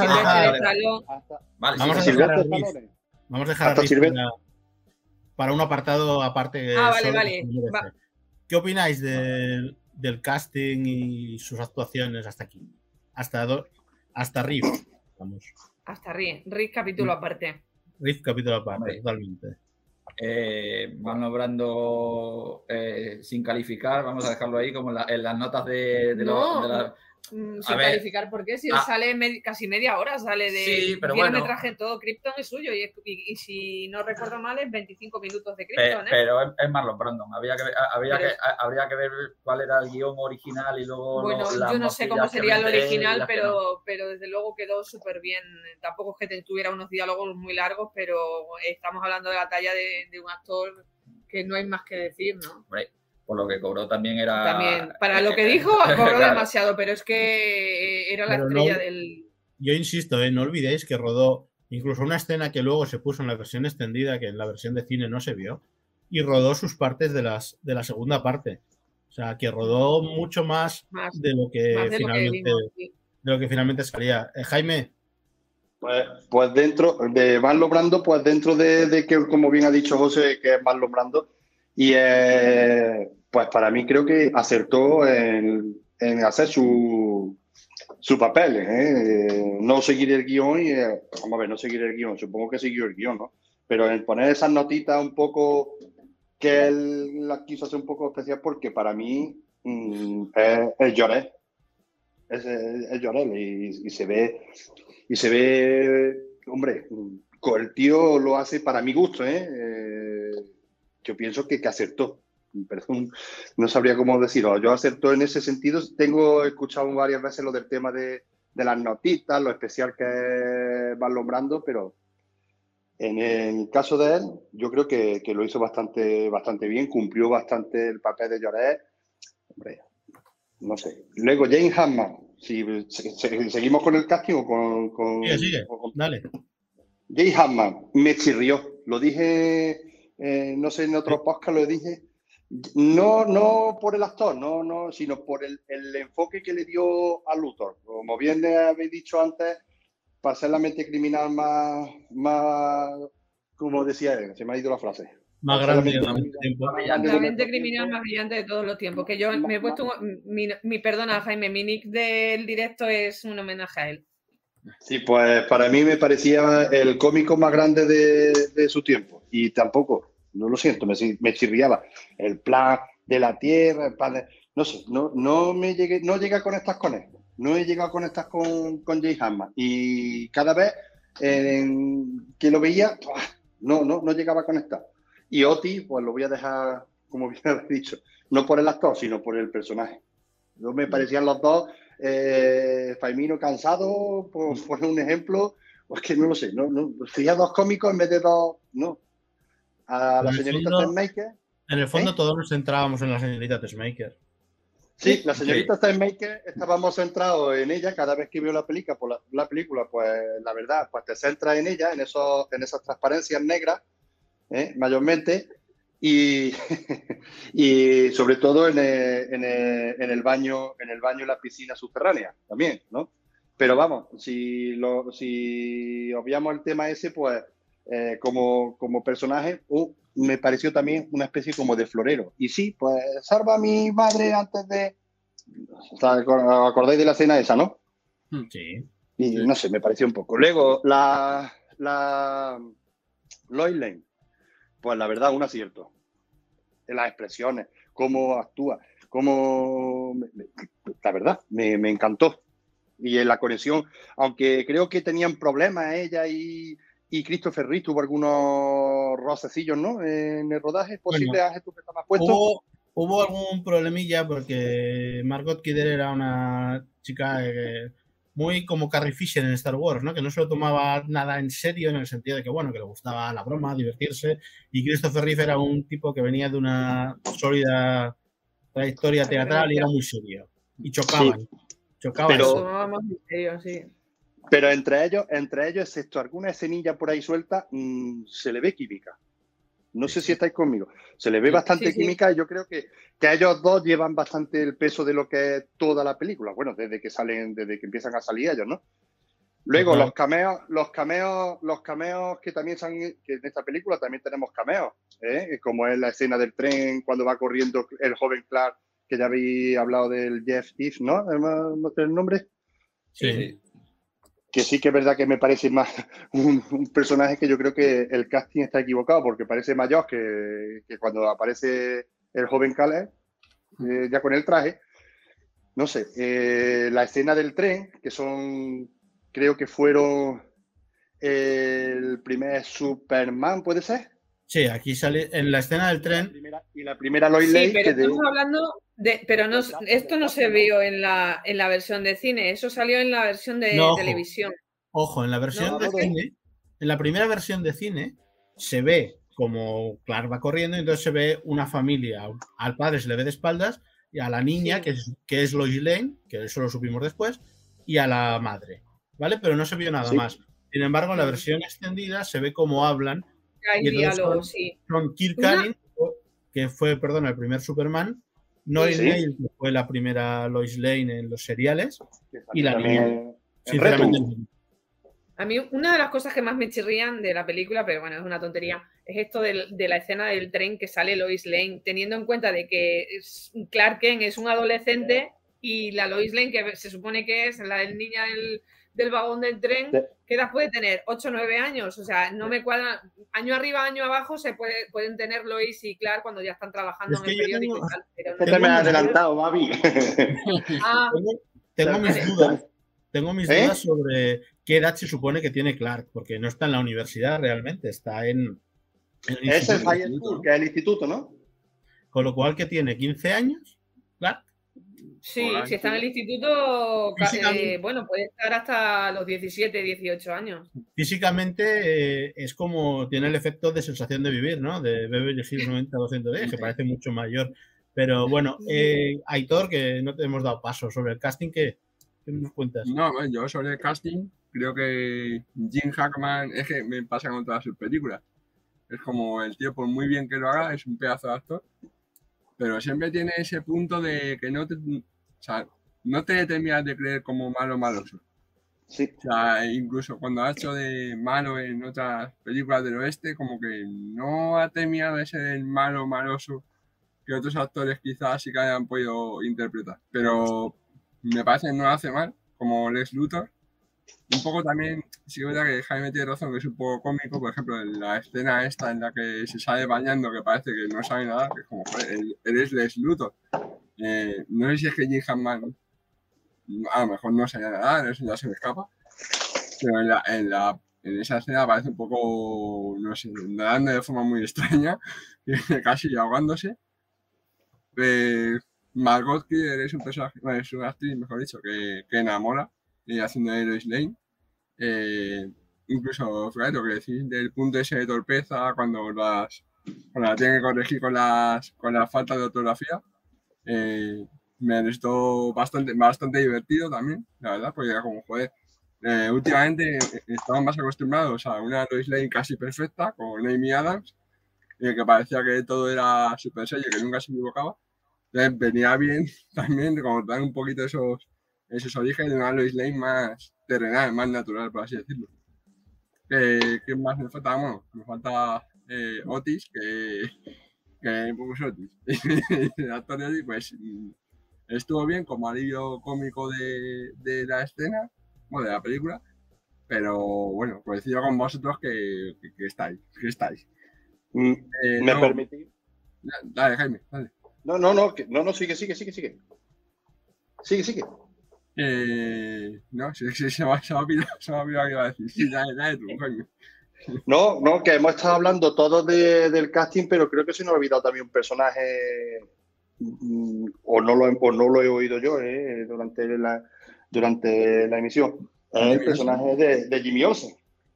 Speaker 4: a dejar a para un apartado aparte.
Speaker 2: Vale.
Speaker 4: ¿Qué opináis del casting y sus actuaciones hasta aquí? Hasta Reeve. Vamos.
Speaker 2: Hasta Reeve capítulo aparte.
Speaker 4: Reeve capítulo aparte, totalmente.
Speaker 3: Marlon Brando sin calificar, vamos a dejarlo ahí como en las notas de la...
Speaker 2: Sin calificar, ¿por qué? Si sale casi media hora, sale de...
Speaker 3: Sí, pero
Speaker 2: bueno.
Speaker 3: Me
Speaker 2: traje todo, Krypton es suyo, y si no recuerdo mal es 25 minutos de Krypton,
Speaker 3: Pero es Marlon Brando, habría que ver cuál era el guión original y luego...
Speaker 2: Bueno, yo no sé cómo sería el original, pero desde luego quedó súper bien. Tampoco es que tuviera unos diálogos muy largos, pero estamos hablando de la talla de un actor que no hay más que decir, ¿no?
Speaker 3: Por lo que cobró también era...
Speaker 2: También, para lo que dijo, cobró demasiado, pero es que era la estrella del...
Speaker 4: Yo insisto, no olvidéis que rodó incluso una escena que luego se puso en la versión extendida, que en la versión de cine no se vio, y rodó sus partes de la segunda parte. O sea, que rodó mucho más de lo que finalmente salía. Jaime.
Speaker 6: Pues dentro de Marlon Brando, pues dentro de que, como bien ha dicho José, que es Marlon Brando, y pues para mí creo que acertó en hacer su su papel, no seguir el guión y, vamos a ver, no seguir el guión, supongo que siguió el guión, ¿no? Pero en poner esas notitas un poco que él las quiso hacer un poco especial porque para mí es Lloret. Es Lloret y se ve, hombre, el tío lo hace para mi gusto, yo pienso que acertó. Pero no sabría cómo decirlo. Yo acertó en ese sentido. Tengo escuchado varias veces lo del tema de las notitas, lo especial que van nombrando, pero en el caso de él, yo creo que lo hizo bastante bien, cumplió bastante el papel de Lloret. Hombre, no sé. Luego, James Hammond. Si seguimos con el casting o con
Speaker 4: Sigue. Dale.
Speaker 6: James Hammond me chirrió. Lo dije, no sé, en otro podcast lo dije. No por el actor, no, sino por el enfoque que le dio a Luthor. Como bien habéis dicho antes, para ser la mente criminal más, como decía él, se me ha ido la frase.
Speaker 4: Más grande
Speaker 2: La mente criminal más brillante de todos los tiempos. Que yo me he puesto mi perdona, Jaime, mi nick del directo es un homenaje a él.
Speaker 6: Sí, pues para mí me parecía el cómico más grande de su tiempo. Y tampoco, no lo siento, me chirriaba. El plan de la Tierra, el plan de, no sé, no llegué a conectar con él. No he llegado a conectar con James Hammond. Y cada vez que lo veía, no llegaba a conectar. Y Otis, pues lo voy a dejar, como bien habéis dicho, no por el actor, sino por el personaje. No me parecían los dos, Faimino cansado, por poner un ejemplo, pues que no lo sé, no sería dos cómicos en vez de dos, no. A la señorita Tessmaker.
Speaker 4: En el fondo todos nos centrábamos en la señorita Tessmaker.
Speaker 6: Sí, la señorita Tessmaker, estábamos centrados en ella. Cada vez que veo la película, pues la verdad, pues te centras en ella, en esas transparencias negras, mayormente, y sobre todo en el baño, en la piscina subterránea también, ¿no? Pero vamos, si obviamos el tema ese, pues como personaje, me pareció también una especie como de florero. Y sí, pues salva a mi madre antes de... ¿Acordáis de la escena esa, no?
Speaker 4: Sí.
Speaker 6: Y no sé, me pareció un poco. Luego, la Lois Lane, pues la verdad, un acierto. En las expresiones, cómo actúa, la verdad, me encantó. Y en la conexión, aunque creo que tenían problemas ella y Christopher Reeve tuvo algunos rocecillos, ¿no? En el rodaje, posible, Ángel, tú que estabas puesto.
Speaker 4: Hubo algún problemilla porque Margot Kidder era una chica muy como Carrie Fisher en Star Wars, ¿no? Que no se lo tomaba nada en serio en el sentido de que, bueno, que le gustaba la broma, divertirse. Y Christopher Reeve era un tipo que venía de una sólida trayectoria teatral y era muy serio. Y chocaban.
Speaker 6: Sí.
Speaker 4: Chocaban.
Speaker 6: Pero entre ellos, excepto alguna escenilla por ahí suelta, se le ve química. No sé si estáis conmigo. Se le ve bastante química y yo creo que ellos dos llevan bastante el peso de lo que es toda la película. Bueno, desde que empiezan a salir ellos, ¿no? Luego, los cameos que también son, que en esta película también tenemos cameos, como es la escena del tren cuando va corriendo el joven Clark, que ya habéis hablado del Jeff Eves, ¿no? ¿No tiene el nombre?
Speaker 4: Sí.
Speaker 6: Que sí que es verdad que me parece más un personaje que yo creo que el casting está equivocado porque parece mayor que cuando aparece el joven Caleb, ya con el traje. No sé, la escena del tren, que creo que fueron el primer Superman, ¿puede ser?
Speaker 4: Sí, aquí sale en la escena del tren.
Speaker 6: Y la primera Lois Lane.
Speaker 2: Sí, pero estamos hablando de... Pero esto no se vio en la versión de cine, eso salió en la versión de televisión.
Speaker 4: Ojo, en la versión de cine, en la primera versión de cine, se ve como Clark va corriendo y entonces se ve una familia. Al padre se le ve de espaldas y a la niña, que es Lois Lane, que eso lo supimos después, y a la madre, ¿vale? Pero no se vio nada más. Sin embargo, en la versión extendida se ve cómo hablan.
Speaker 2: Hay diálogos,
Speaker 4: son Kirk Allen, que fue, el primer Superman, Lois Lane, que fue la primera Lois Lane en los seriales, y la niña. Sinceramente,
Speaker 2: a mí una de las cosas que más me chirrían de la película, pero bueno, es una tontería, es esto de la escena del tren que sale Lois Lane, teniendo en cuenta de que Clark Kent es un adolescente Y la Lois Lane, que se supone que es la niña del vagón del tren, ¿qué edad puede tener? 8 o 9 años. O sea, no me cuadra. Año arriba, año abajo pueden tener Lois y Clark cuando ya están trabajando en el periódico y tal. Pero
Speaker 6: no te me has adelantado, Babi.
Speaker 4: Tengo mis dudas. Tengo mis dudas sobre qué edad se supone que tiene Clark, porque no está en la universidad realmente, está en el
Speaker 6: es el high school, que es el instituto, ¿no?
Speaker 4: Con lo cual, ¿qué tiene? ¿15 años? ¿Clark?
Speaker 2: Sí, si está en el instituto, bueno, puede estar hasta los 17, 18 años.
Speaker 4: Físicamente es como tiene el efecto de sensación de vivir, ¿no? De Beverly Hills 90210, que parece mucho mayor. Pero bueno, Aitor, que no te hemos dado paso sobre el casting, ¿qué nos cuentas?
Speaker 5: No, yo sobre el casting creo que Jim Hackman es que me pasa con todas sus películas. Es como el tío, por muy bien que lo haga, es un pedazo de actor, pero siempre tiene ese punto de que no te terminas de creer como maloso.
Speaker 6: Sí.
Speaker 5: O sea, incluso cuando ha hecho de malo en otras películas del oeste, como que no ha terminado de ser el maloso que otros actores quizás sí que hayan podido interpretar. Pero me parece que no lo hace mal, como Lex Luthor. Un poco también, sí que es verdad que Jaime tiene razón, que es un poco cómico, por ejemplo, en la escena esta en la que se sale bañando, que parece que no sabe nada, que es como, joder, eres Lex Luthor. No sé si es que Jim Hackman a lo mejor no sabía nadar, eso ya se me escapa, pero en esa escena parece un poco, no sé, nadando de forma muy extraña, casi ahogándose. Margot Kidder es un personaje, bueno, es una actriz, mejor dicho, que enamora, haciendo de Lois Lane. Incluso, fíjate lo que decís del punto ese de torpeza cuando la tienen que corregir con la falta de ortografía. Me resultó bastante divertido también, la verdad, porque era como, joder, últimamente estaban más acostumbrados a una Lois Lane casi perfecta con Amy Adams, que parecía que todo era súper serio, que nunca se equivocaba. Entonces venía bien también como dar un poquito esos orígenes de una Lois Lane más terrenal, más natural, por así decirlo. ¿Qué más me falta? Bueno, me falta Otis, que pues Otis. El actor de Otis, pues estuvo bien como alivio cómico de la escena, bueno, de la película, pero bueno, coincido con vosotros que estáis.
Speaker 6: ¿Me permitís?
Speaker 5: Dale, Jaime, dale.
Speaker 6: No, sigue. Sigue.
Speaker 5: No, se me ha olvidado que iba a decir. Sí, dale tú, Jaime.
Speaker 6: No, que hemos estado hablando todos del casting, pero creo que se nos ha olvidado también un personaje, o no lo he oído yo durante la emisión. Es el personaje de Jimmy Olsen.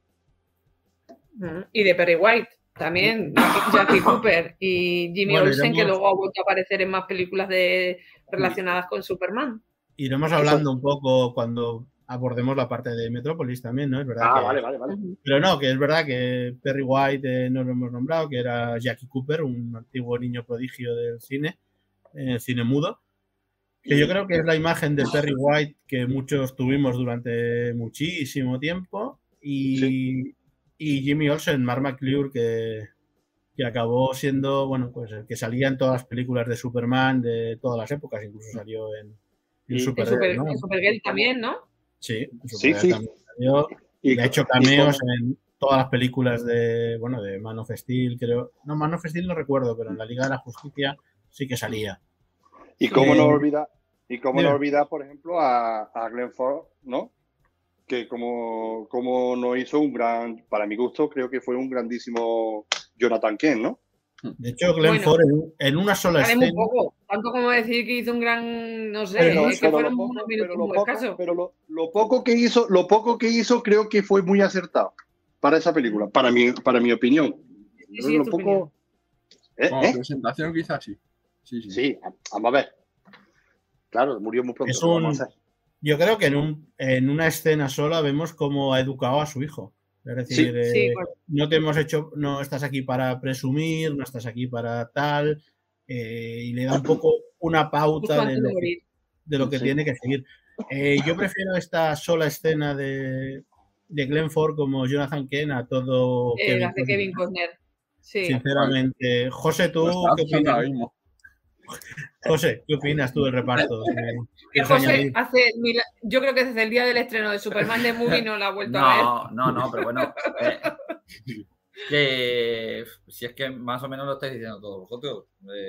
Speaker 2: Y de Perry White. También Jackie Cooper y Jimmy Olsen, que luego ha vuelto a aparecer en más películas relacionadas con Superman.
Speaker 4: Iremos hablando un poco cuando abordemos la parte de Metrópolis también, ¿no? Es verdad
Speaker 6: vale.
Speaker 4: Pero no, que es verdad que Perry White no lo hemos nombrado, que era Jackie Cooper, un antiguo niño prodigio del cine mudo, que yo creo que es la imagen de Perry White que muchos tuvimos durante muchísimo tiempo, y Jimmy Olsen, Mark McClure, que acabó siendo, bueno, pues el que salía en todas las películas de Superman de todas las épocas, incluso salió en Supergirl, ¿no?
Speaker 2: En Supergirl también, ¿no?
Speaker 4: Sí, también salió, y ha hecho cameos en todas las películas de Man of Steel, creo. No, Man of Steel no recuerdo, pero en la Liga de la Justicia sí que salía.
Speaker 6: Y cómo no olvidar, por ejemplo, a Glenn Ford, ¿no? Que como nos hizo para mi gusto, creo que fue un grandísimo Jonathan Kent, ¿no?
Speaker 4: De hecho, Glenn Ford en una sola escena...
Speaker 2: Un poco, tanto como decir que hizo un gran, no sé,
Speaker 6: pero lo poco que hizo creo que fue muy acertado para esa película, para mi opinión.
Speaker 2: Sí, lo poco...
Speaker 5: Como presentación quizás sí.
Speaker 6: Sí, vamos a ver. Claro, murió muy pronto.
Speaker 4: Yo creo que en una escena sola vemos cómo ha educado a su hijo. Es decir, no te hemos hecho, no estás aquí para presumir, no estás aquí para tal, y le da un poco una pauta de lo que tiene que seguir. Yo prefiero esta sola escena de Glenn Ford como Jonathan Kent a todo
Speaker 2: Kevin Costner. Sí.
Speaker 4: Sinceramente. José, ¿tú qué opinas? José, ¿qué opinas tú del reparto?
Speaker 2: Que José yo creo que desde el día del estreno de Superman The Movie no la ha vuelto a ver.
Speaker 3: No, pero bueno. Que si es que más o menos lo estáis diciendo todos vosotros.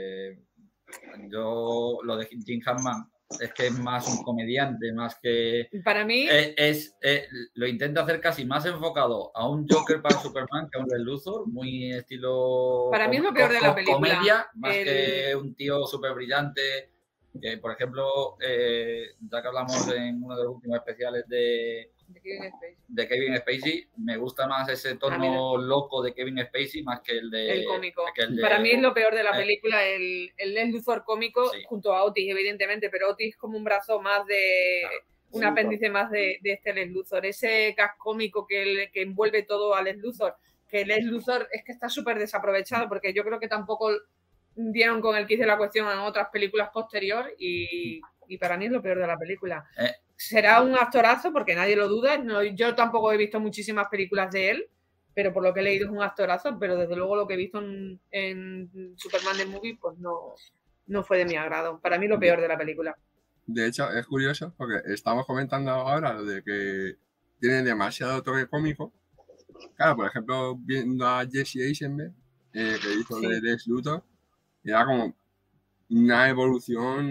Speaker 3: Yo lo de Jim Hammond es que es más un comediante, más que...
Speaker 2: Para mí...
Speaker 3: lo intenta hacer casi más enfocado a un Joker para Superman que a un Lex Luthor, muy estilo...
Speaker 2: Para mí es lo peor de la película.
Speaker 3: Comedia, más que un tío súper brillante. Por ejemplo, ya que hablamos en uno de los últimos especiales de Kevin Spacey, me gusta más ese tono loco de Kevin Spacey más que el de...
Speaker 2: El cómico. Para mí es lo peor de la película, el Lex Luthor cómico, sí, junto a Otis, evidentemente, pero Otis como un brazo más de... Claro, un apéndice más de este Lex Luthor. Ese cast cómico que envuelve todo a Lex Luthor, que Lex Luthor es que está súper desaprovechado, porque yo creo que tampoco dieron con el quid de la cuestión en otras películas posteriores y para mí es lo peor de la película. Será un actorazo, porque nadie lo duda. No, yo tampoco he visto muchísimas películas de él, pero por lo que he leído es un actorazo, pero desde luego lo que he visto en Superman The Movie pues no fue de mi agrado. Para mí lo peor de la película.
Speaker 5: De hecho, es curioso porque estamos comentando ahora lo de que tiene demasiado toque cómico. Claro, por ejemplo, viendo a Jesse Eisenberg, que hizo de Lex Luthor, era como una evolución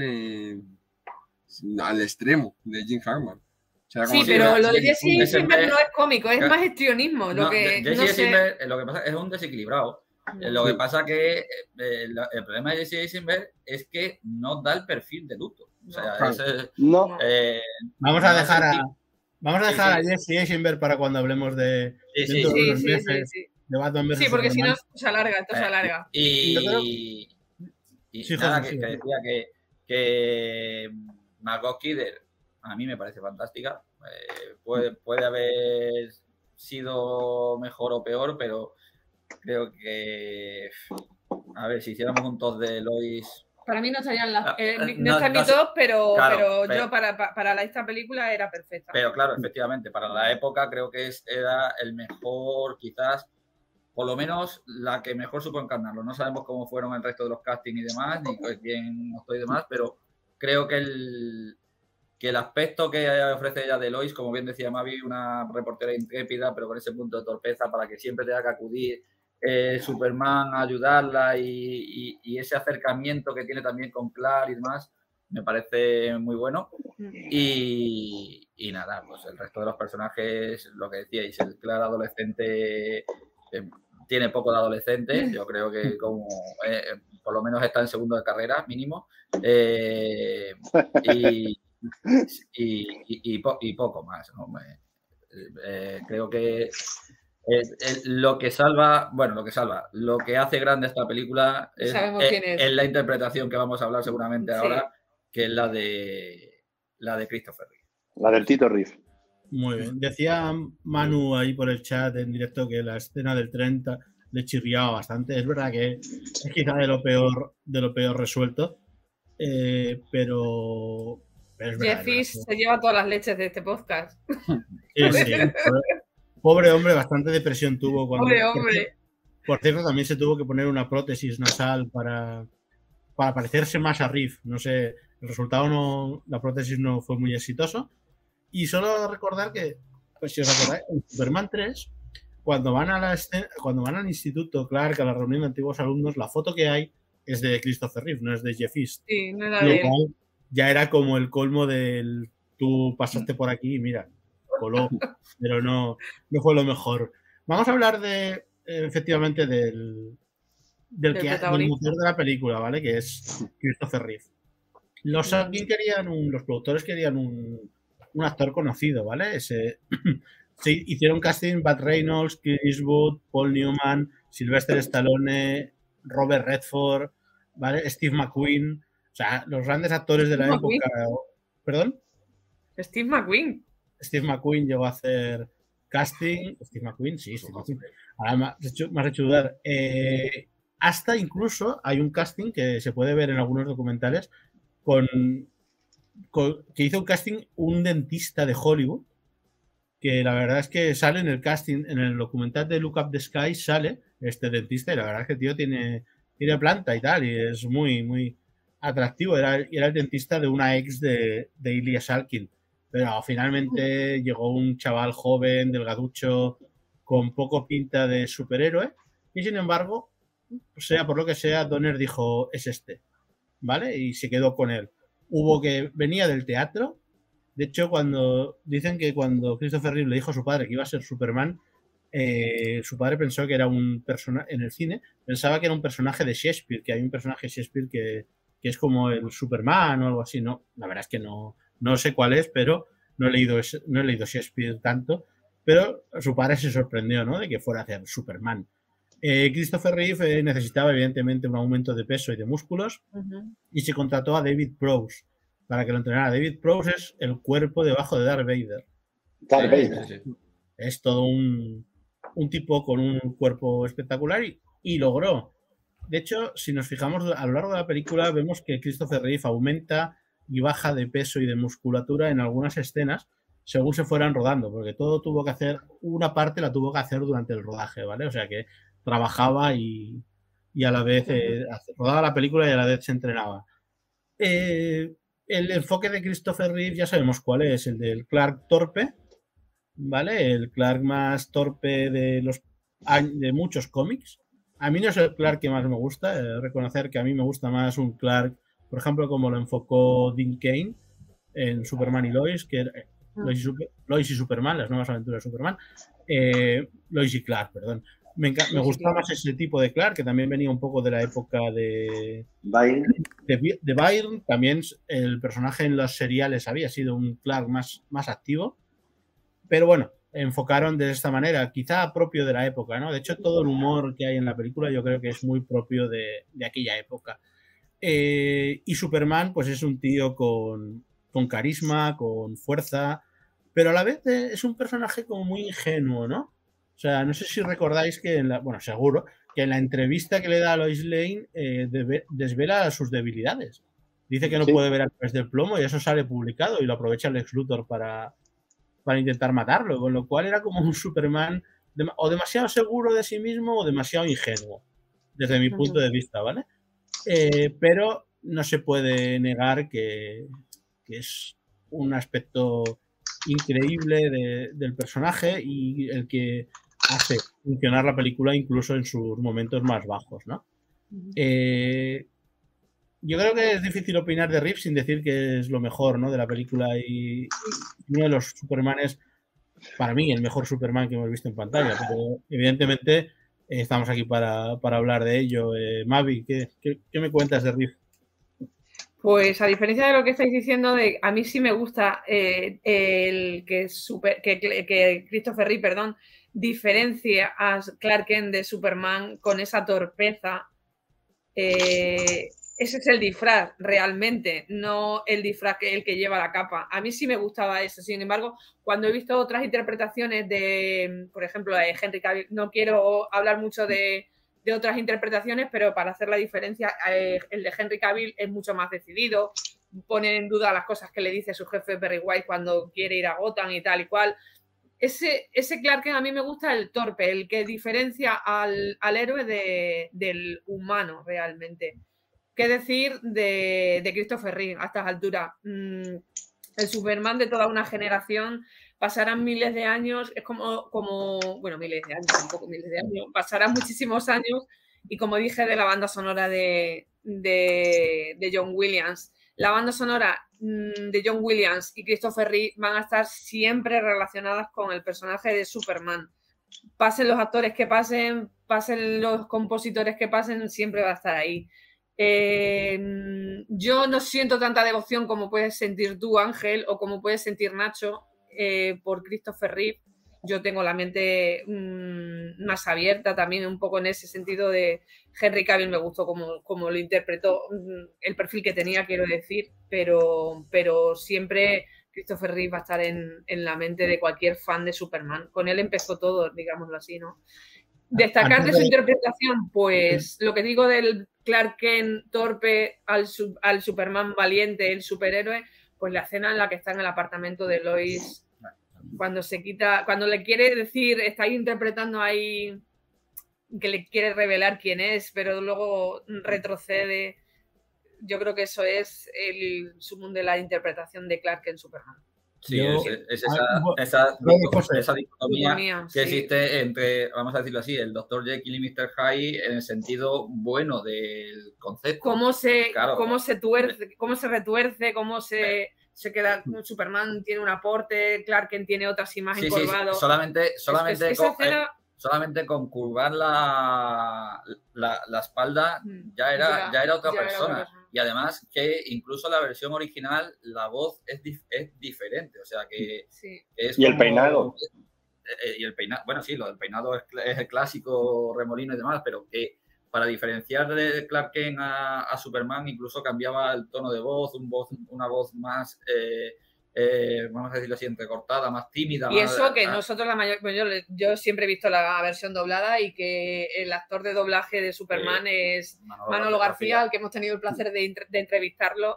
Speaker 5: al extremo de Jim Hammond. O sea,
Speaker 2: sí, pero lo de Jesse Eisenberg no es cómico, es más histrionismo.
Speaker 3: Jesse Eisenberg, lo que pasa es un desequilibrado. Lo que pasa que el problema de Jesse Eisenberg es que no da el perfil de Luthor. O sea,
Speaker 4: vamos a dejar a Jesse Eisenberg para cuando hablemos de Batman vs.
Speaker 2: Sí, porque si no se alarga, esto se alarga.
Speaker 3: Y nada, que decía que Margot Kidder a mí me parece fantástica. Puede haber sido mejor o peor, pero creo que, a ver, si hiciéramos un top de Lois...
Speaker 2: Para mí no estaría no está en mi top, pero yo para esta película era perfecta.
Speaker 3: Pero claro, efectivamente, para la época creo que era el mejor, quizás, por lo menos la que mejor supo encarnarlo. No sabemos cómo fueron el resto de los castings y demás, ni quién estoy y demás, pero creo que el aspecto que ofrece ella de Lois, como bien decía Mavi, una reportera intrépida, pero con ese punto de torpeza para que siempre tenga que acudir Superman a ayudarla y ese acercamiento que tiene también con Clark y demás, me parece muy bueno. Y nada, pues el resto de los personajes, lo que decíais, el Clark adolescente tiene poco de adolescente, yo creo que como por lo menos está en segundo de carrera mínimo, y poco más, ¿no? Creo que lo que hace grande esta película es la interpretación que vamos a hablar seguramente ahora, que es la de Christopher Reeve.
Speaker 6: La del Tito Reeve.
Speaker 4: Muy bien. Decía Manu ahí por el chat en directo que la escena del 30 le chirriaba bastante. Es verdad que es quizá de lo peor resuelto, pero es verdad.
Speaker 2: Jeffy se lleva todas las leches de este podcast.
Speaker 4: Sí. Pobre hombre, bastante depresión tuvo cuando...
Speaker 2: Pobre hombre.
Speaker 4: Por cierto, también se tuvo que poner una prótesis nasal para parecerse más a Reeve. No sé, el resultado la prótesis no fue muy exitoso. Y solo recordar que, pues si os acordáis, en Superman 3, cuando van al instituto Clark, a la reunión de antiguos alumnos, la foto que hay es de Christopher Reeve, no es de Jeff East.
Speaker 2: Sí, no era de él.
Speaker 4: Ya era como el colmo del tú pasaste por aquí y mira, coló, pero no fue lo mejor. Vamos a hablar efectivamente del motor de la película, ¿vale? Que es Christopher Reeve. Los productores querían un actor conocido, ¿vale? Se hicieron casting Burt Reynolds, Clint Eastwood, Paul Newman, Sylvester Stallone, Robert Redford, ¿vale? Steve McQueen, o sea, los grandes actores de la época. ¿Perdón?
Speaker 2: Steve McQueen.
Speaker 4: Steve McQueen llegó a hacer casting. Steve McQueen, sí, Steve McQueen. Ahora me has hecho dudar. Hasta incluso hay un casting que se puede ver en algunos documentales que hizo un casting un dentista de Hollywood, que la verdad es que sale en el casting, en el documental de Look Up the Sky sale este dentista y la verdad es que el tío tiene planta y tal y es muy, muy... atractivo, era el dentista de una ex de Ilya Salkind. Pero finalmente llegó un chaval joven, delgaducho, con poco pinta de superhéroe, y sin embargo, sea por lo que sea, Donner dijo, es este, ¿vale? Y se quedó con él. Venía del teatro. De hecho, dicen que cuando Christopher Reeve le dijo a su padre que iba a ser Superman, su padre pensó que era un personaje, en el cine, pensaba que era un personaje de Shakespeare, que hay un personaje de Shakespeare que es como el Superman o algo así. No, la verdad es que no sé cuál es, pero no he leído Shakespeare tanto, pero su padre se sorprendió, ¿no?, de que fuera a hacer Superman. Christopher Reeve necesitaba evidentemente un aumento de peso y de músculos, y se contrató a David Prowse para que lo entrenara. David Prowse es el cuerpo debajo de Darth Vader.
Speaker 6: Darth Vader.
Speaker 3: Sí.
Speaker 4: Es todo un tipo con un cuerpo espectacular y logró. De hecho, si nos fijamos a lo largo de la película, vemos que Christopher Reeve aumenta y baja de peso y de musculatura en algunas escenas según se fueran rodando, porque todo tuvo que hacer, una parte la tuvo que hacer durante el rodaje, ¿vale? O sea que trabajaba y a la vez rodaba la película y a la vez se entrenaba. El enfoque de Christopher Reeve ya sabemos cuál es, el del Clark torpe, ¿vale? El Clark más torpe de muchos cómics. A mí no es el Clark que más me gusta, reconocer que a mí me gusta más un Clark, por ejemplo, como lo enfocó Dean Cain en Superman y Lois, que era Lois y Superman, las nuevas aventuras de Superman. Lois y Clark, perdón. Me gustaba más ese tipo de Clark, que también venía un poco de la época de Byrne. También el personaje en los seriales había sido un Clark más activo. Pero bueno, enfocaron de esta manera, quizá propio de la época, ¿no? De hecho, todo el humor que hay en la película yo creo que es muy propio de aquella época. Y Superman, pues es un tío con carisma, con fuerza, pero a la vez es un personaje como muy ingenuo, ¿no? O sea, no sé si recordáis que, seguro, que en la entrevista que le da a Lois Lane desvela sus debilidades. Dice que no puede ver a través del plomo y eso sale publicado y lo aprovecha Lex Luthor para intentar matarlo, con lo cual era como un Superman o demasiado seguro de sí mismo o demasiado ingenuo, desde mi punto de vista, ¿vale? Pero no se puede negar que es un aspecto increíble del personaje y el que hace funcionar la película incluso en sus momentos más bajos, ¿no? Yo creo que es difícil opinar de Reeve sin decir que es lo mejor, ¿no?, de la película y uno de los Supermanes, para mí, el mejor Superman que hemos visto en pantalla. Pero evidentemente estamos aquí para hablar de ello. Mavi, ¿qué me cuentas de Reeve?
Speaker 2: Pues a diferencia de lo que estáis diciendo, a mí sí me gusta el que Christopher Reeve, diferencia a Clark Kent de Superman con esa torpeza. Ese es el disfraz realmente, no el disfraz el que lleva la capa. A mí sí me gustaba eso. Sin embargo, cuando he visto otras interpretaciones de, por ejemplo, de Henry Cavill, no quiero hablar mucho de otras interpretaciones, pero para hacer la diferencia, el de Henry Cavill es mucho más decidido, pone en duda las cosas que le dice su jefe Perry White cuando quiere ir a Gotham y tal y cual. Ese Clark Kent a mí me gusta el torpe, el que diferencia al héroe del humano realmente. ¿Qué decir de Christopher Reeve a estas alturas? El Superman de toda una generación, pasarán miles de años, es como bueno, miles de años, tampoco miles de años, pasarán muchísimos años y como dije de la banda sonora de John Williams, la banda sonora de John Williams y Christopher Reeve van a estar siempre relacionadas con el personaje de Superman. Pasen los actores que pasen los compositores que pasen, siempre va a estar ahí. Yo no siento tanta devoción como puedes sentir tú, Ángel, o como puedes sentir Nacho por Christopher Reeve. Yo tengo la mente más abierta también un poco en ese sentido de Henry Cavill. Me gustó como lo interpretó, el perfil que tenía, quiero decir, pero siempre Christopher Reeve va a estar en la mente de cualquier fan de Superman. Con él empezó todo, digámoslo así, ¿no? Destacar de su interpretación, pues lo que digo del Clark Kent torpe al Superman valiente, el superhéroe, pues la escena en la que está en el apartamento de Lois, cuando le quiere decir, está interpretando ahí que le quiere revelar quién es, pero luego retrocede. yo creo que eso es el sumum de la interpretación de Clark en Superman.
Speaker 3: Sí,
Speaker 4: Yo-
Speaker 3: es
Speaker 4: José.
Speaker 3: esa dicotomía
Speaker 2: Dicotomía,
Speaker 3: que
Speaker 2: sí.
Speaker 3: existe entre, vamos a decirlo así, el Dr. Jekyll y Mr. Hyde en el sentido bueno del concepto.
Speaker 2: Cómo se retuerce, cómo se queda. Superman tiene un aporte, Clark Kent tiene otra así más encorvado.
Speaker 3: Solamente
Speaker 2: esa escena,
Speaker 3: solamente con curvar la espalda ya era otra persona. Y además que incluso la versión original, la voz es diferente. O sea que
Speaker 2: sí.
Speaker 3: es
Speaker 6: Y el
Speaker 3: como-
Speaker 6: peinado.
Speaker 3: Y el peinado, bueno, sí, lo del peinado es el clásico remolino y demás, pero que para diferenciar de Clark Kent a Superman incluso cambiaba el tono de voz, una voz más, vamos a decirlo así, entrecortada, más tímida.
Speaker 2: Y eso que nosotros yo siempre he visto la versión doblada y que el actor de doblaje de Superman es Manolo García, al que hemos tenido el placer de entrevistarlo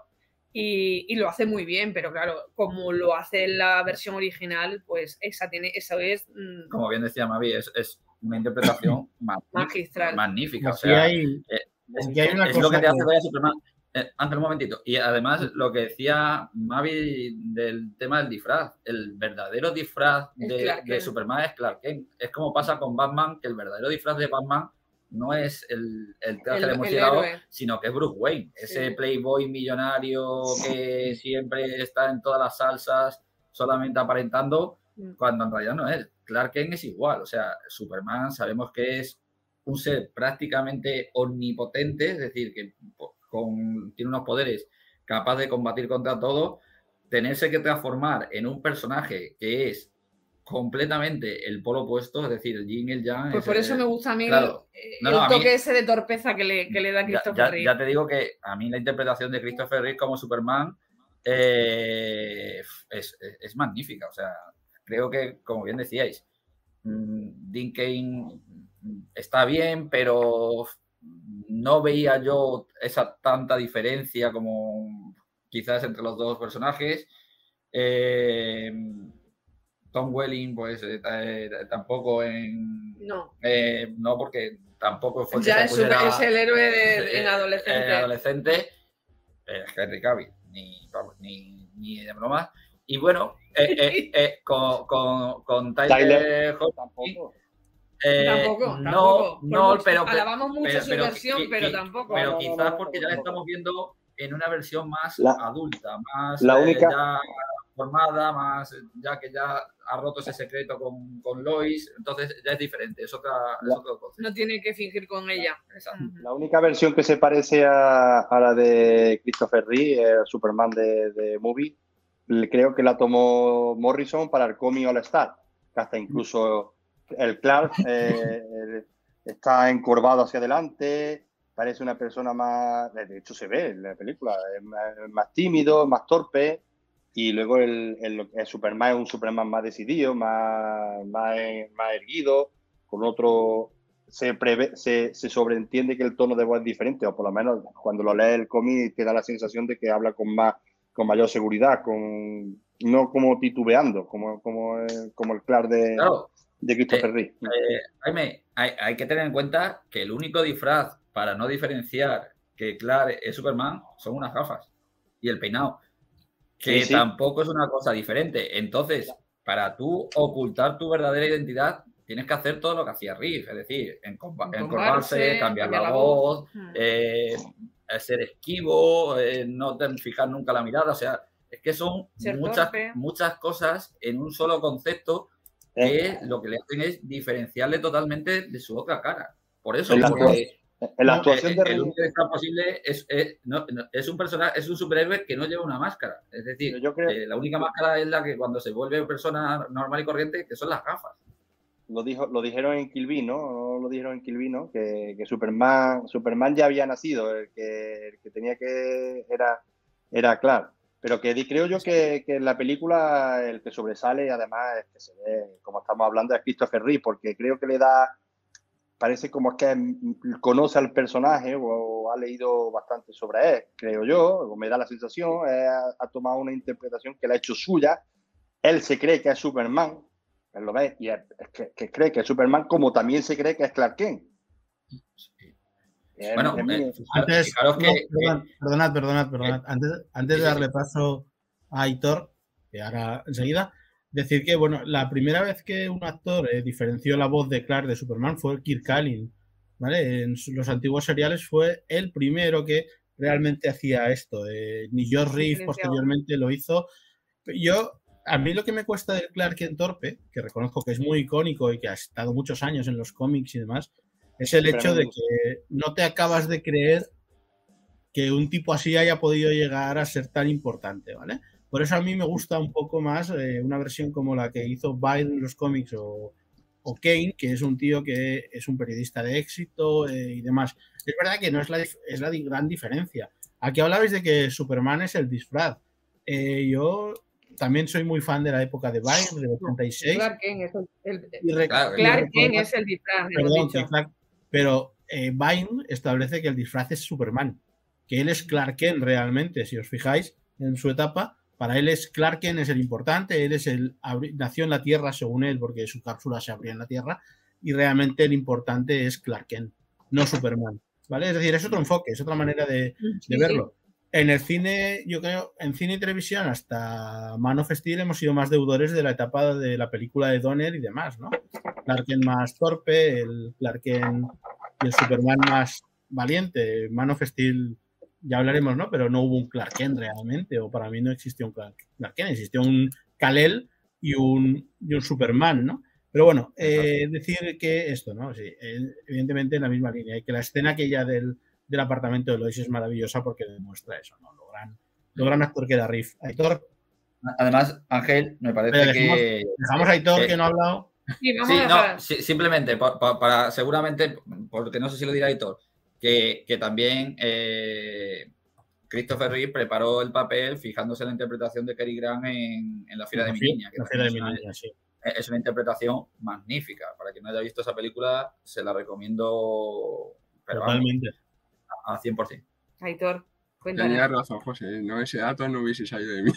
Speaker 2: y lo hace muy bien, pero claro, como lo hace en la versión original, pues eso es
Speaker 3: como bien decía Mavi, es una interpretación
Speaker 2: magistral.
Speaker 3: Magnífica. O
Speaker 4: Aquí
Speaker 3: sea,
Speaker 4: hay una
Speaker 3: es lo
Speaker 4: cosa
Speaker 3: que te hace ver a Superman. Ángel, un momentito. Y además, lo que decía Mavi del tema del disfraz, el verdadero disfraz de Superman es Clark Kent. Es como pasa con Batman, que el verdadero disfraz de Batman no es el traje de murciélago, sino que es Bruce Wayne, ese playboy millonario que siempre está en todas las salsas, solamente aparentando, cuando en realidad no es. Clark Kent es igual. O sea, Superman sabemos que es un ser prácticamente omnipotente, es decir, que tiene unos poderes capaz de combatir contra todo, tenerse que transformar en un personaje que es completamente el polo opuesto, es decir, el yin y el yang.
Speaker 2: Pues por eso me gusta a mí
Speaker 3: claro,
Speaker 2: el toque ese de torpeza que le da Christopher Reeve.
Speaker 3: Ya te digo que a mí la interpretación de Christopher Reeve como Superman es magnífica. O sea, creo que, como bien decíais, Dean Cain está bien, pero no veía yo esa tanta diferencia como quizás entre los dos personajes. Tom Welling, pues tampoco no, porque tampoco fue
Speaker 2: ya es el héroe en adolescente.
Speaker 3: Henry Cavill, ni de broma. Y bueno, con Tyler Hoechlin,
Speaker 2: tampoco.
Speaker 3: No, pero
Speaker 2: alabamos mucho su versión, pero tampoco.
Speaker 3: Pero quizás porque ya la estamos viendo en una versión más adulta, más ya formada, más ya que ya ha roto ese secreto con Lois, entonces ya es diferente, es otro concepto.
Speaker 2: No tiene que fingir con ella.
Speaker 3: Exacto.
Speaker 6: La única versión que se parece a la de Christopher Reeve, Superman de Movie, creo que la tomó Morrison para el cómic All Star, que hasta incluso el Clark está encorvado hacia adelante, parece una persona más, de hecho se ve en la película, es más tímido, más torpe, y luego el Superman es un Superman más decidido, más erguido, con otro, se sobreentiende que el tono de voz es diferente, o por lo menos cuando lo lees el cómic te da la sensación de que habla con mayor seguridad, no como titubeando, como el Clark de Christopher Reeve.
Speaker 3: Jaime, hay que tener en cuenta que el único disfraz para no diferenciar que Clark es Superman son unas gafas y el peinado, que tampoco es una cosa diferente. Entonces, para tú ocultar tu verdadera identidad, tienes que hacer todo lo que hacía Reeve, es decir, encorvarse, cambiar la voz, ser esquivo, no fijar nunca la mirada. O sea, es que son muchas cosas en un solo concepto que lo que le hacen es diferenciarle totalmente de su otra cara. Por eso, porque
Speaker 6: la actuación
Speaker 3: el único que está posible es un personaje, es un superhéroe que no lleva una máscara. Es decir, la única máscara es la que cuando se vuelve persona normal y corriente, que son las gafas.
Speaker 6: Lo dijeron en Kill Bill, ¿no? Lo dijeron en Kill Bill, ¿no? Que Superman ya había nacido, el que tenía que era Clark. Pero que creo yo que en la película el que sobresale, además, es que se ve, como estamos hablando, es Christopher Reeve, porque creo que le da, parece como es que conoce al personaje o ha leído bastante sobre él, creo yo, o me da la sensación, ha tomado una interpretación que la ha hecho suya, él se cree que es Superman, él lo ve, y es que cree que es Superman, como también se cree que es Clark Kent.
Speaker 3: Bueno,
Speaker 4: Antes,
Speaker 3: fijaros que...
Speaker 4: perdonad. Antes de darle paso a Aitor, que ahora enseguida, decir que, bueno, la primera vez que un actor diferenció la voz de Clark de Superman fue Kirk Alyn, ¿vale? En los antiguos seriales fue el primero que realmente hacía esto. Ni George Reeves posteriormente lo hizo. A mí lo que me cuesta del Clark Kent torpe, que reconozco que es muy icónico y que ha estado muchos años en los cómics y demás, es el hecho de que no te acabas de creer que un tipo así haya podido llegar a ser tan importante, ¿vale? Por eso a mí me gusta un poco más una versión como la que hizo Byrne en los cómics o Kane, que es un tío que es un periodista de éxito y demás. Es verdad que no es la gran diferencia. Aquí hablabais de que Superman es el disfraz. Yo también soy muy fan de la época de Byrne, del 86.
Speaker 2: Clark Kent es el disfraz.
Speaker 4: Perdón, pero Byrne establece que el disfraz es Superman, que él es Clark Kent realmente, si os fijáis en su etapa. Para él es Clark Kent es el importante, nació en la Tierra según él, porque su cápsula se abría en la Tierra, y realmente el importante es Clark Kent, no Superman, ¿vale? Es decir, es otro enfoque, es otra manera de verlo. En el cine, yo creo, en cine y televisión, hasta Man of Steel hemos sido más deudores de la etapa de la película de Donner y demás, ¿no? Clark Kent más torpe, el Clark Kent y el Superman más valiente. Man of Steel, ya hablaremos, ¿no? Pero no hubo un Clark Kent realmente, o para mí no existió un Clark Kent, existió un Kal-El y un Superman, ¿no? Pero bueno, decir que esto, ¿no? Sí, evidentemente en la misma línea, y que la escena aquella del apartamento de Lois es maravillosa porque demuestra eso, ¿no? Lo gran actor que era Riff. Aitor.
Speaker 3: Además, Ángel, me parece que...
Speaker 4: Dejamos a Aitor, que no ha hablado.
Speaker 3: Simplemente, para seguramente, porque no sé si lo dirá Aitor, que también Christopher Reeve preparó el papel fijándose en la interpretación de Cary Grant en La Fiera de mi niña. Que
Speaker 4: La Fiera de mi niña, sí.
Speaker 3: Es una interpretación magnífica. Para quien no haya visto esa película, se la recomiendo. Pero
Speaker 4: totalmente.
Speaker 3: A 100%.
Speaker 2: Aitor, cuéntanos.
Speaker 5: Tenías razón, José. No, ese dato no hubiese salido de mí.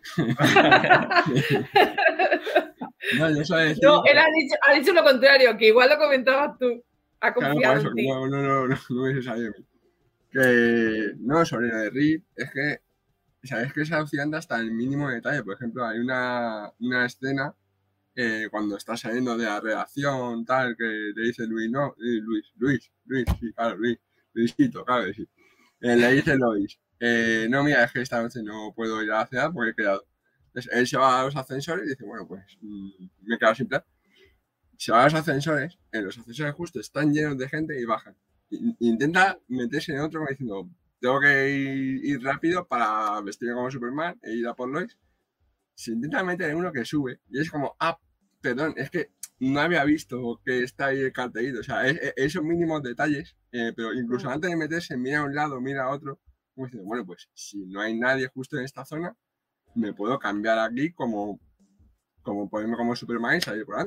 Speaker 2: No, él ha dicho lo contrario, que igual lo comentabas tú. Ha confiado en ti.
Speaker 5: No hubiese salido de mí. Que no, sobre lo de Reeve, es que sabes que se alucinante hasta el mínimo detalle. Por ejemplo, hay una escena cuando está saliendo de la redacción, tal, que le dice Luis, sí, claro, Luisito, claro que sí. Le dice Lois, no, mira, es que esta noche no puedo ir a la ciudad porque he quedado. Entonces él se va a los ascensores y dice, bueno, pues me he quedado sin plan. Se va a los ascensores justo están llenos de gente y bajan. Intenta meterse en otro como diciendo, tengo que ir rápido para vestirme como Superman e ir a por Lois. Se intenta meter en uno que sube y es como, perdón, es que no había visto que está ahí el cartelito. O sea, esos mínimos detalles, pero incluso antes de meterse, mira a un lado, mira a otro, como diciendo, bueno, pues si no hay nadie justo en esta zona, me puedo cambiar aquí como ponerme como Superman y salir por ahí.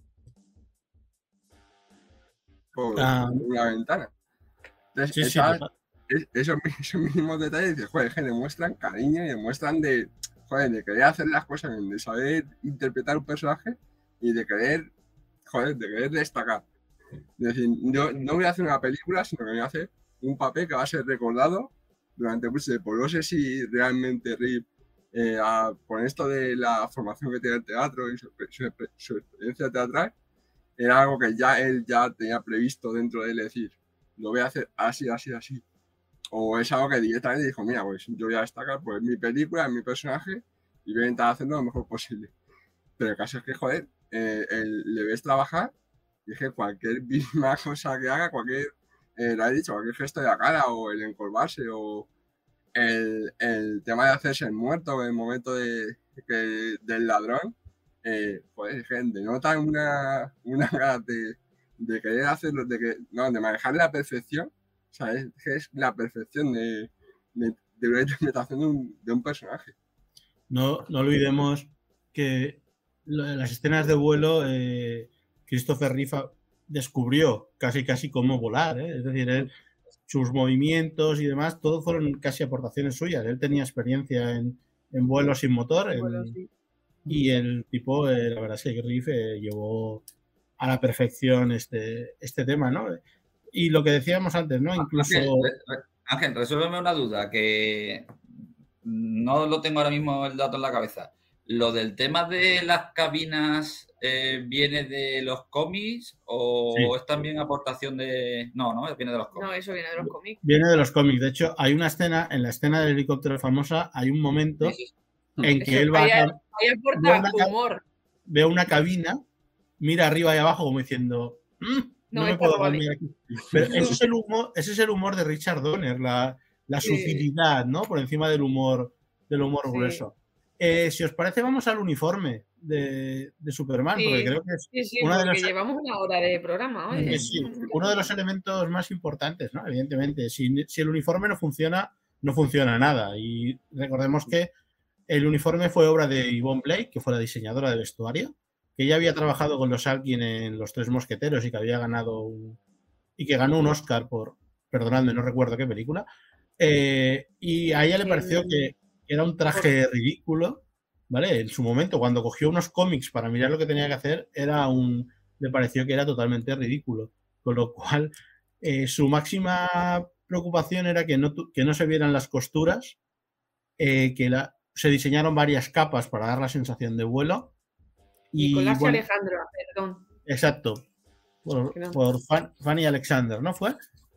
Speaker 5: Por una ventana. Entonces, esos mínimos detalles, dices, joder, que demuestran cariño y demuestran de querer hacer las cosas, de saber interpretar un personaje y de querer destacar. Es decir, yo no voy a hacer una película, sino que voy a hacer un papel que va a ser recordado durante mucho tiempo. No sé si realmente Reeve, con esto de la formación que tiene el teatro y su experiencia teatral, era algo que él ya tenía previsto dentro de él, decir, lo voy a hacer así. O es algo que directamente dijo, mira, pues yo voy a destacar pues mi película, mi personaje y voy a intentar hacerlo lo mejor posible. Pero el caso es que, joder, le ves trabajar y es que cualquier misma cosa que haga, cualquier gesto de la cara o el encorvarse o el tema de hacerse el muerto en el momento del ladrón, joder, es que denota una ganas de querer hacerlo, de manejar la perfección. O sea, es la perfección de una interpretación de un personaje.
Speaker 4: No olvidemos que en las escenas de vuelo, Christopher Reeve descubrió casi cómo volar, ¿eh? Es decir, sus movimientos y demás, todo fueron casi aportaciones suyas. Él tenía experiencia en vuelo sin motor y el tipo, la verdad es que Reeve llevó a la perfección este tema, ¿no? Y lo que decíamos antes, ¿no? Incluso...
Speaker 3: Ángel, resuélveme una duda que no lo tengo ahora mismo el dato en la cabeza. ¿Lo del tema de las cabinas viene de los cómics o
Speaker 4: Sí.
Speaker 3: es también aportación de...? No, viene de los cómics.
Speaker 2: No, eso viene de los cómics.
Speaker 4: Viene de los cómics. De hecho, hay una escena, en la escena del helicóptero famosa, hay un momento en que él va
Speaker 2: Ahí
Speaker 4: ve
Speaker 2: aporta humor.
Speaker 4: ve una cabina, mira arriba y abajo como diciendo, no me
Speaker 2: esta
Speaker 4: puedo
Speaker 2: no vale".
Speaker 4: dormir aquí. Pero ese es el humor de Richard Donner, la
Speaker 2: Sí.
Speaker 4: sutilidad, ¿no? Por encima del humor
Speaker 2: Sí.
Speaker 4: grueso. Si os parece, vamos al uniforme de Superman,
Speaker 2: Sí.
Speaker 4: porque creo que es
Speaker 2: Sí,
Speaker 4: una de
Speaker 2: porque
Speaker 4: los...
Speaker 2: llevamos una hora de programa hoy.
Speaker 4: Sí, uno de los elementos más importantes, ¿no? Evidentemente, si el uniforme no funciona nada. Y recordemos que el uniforme fue obra de Yvonne Blake, que fue la diseñadora de vestuario, que ya había trabajado con los Alkin en Los Tres Mosqueteros y que había ganado y que ganó un Oscar por, perdonadme, no recuerdo qué película. Y a ella le pareció que era un traje ridículo, ¿vale? En su momento, cuando cogió unos cómics para mirar lo que tenía que hacer, le pareció que era totalmente ridículo. Con lo cual, su máxima preocupación era que no se vieran las costuras, se diseñaron varias capas para dar la sensación de vuelo.
Speaker 2: Nicolás y
Speaker 4: bueno,
Speaker 2: Alejandra, perdón.
Speaker 4: exacto. Por Fanny Alexander, ¿no fue?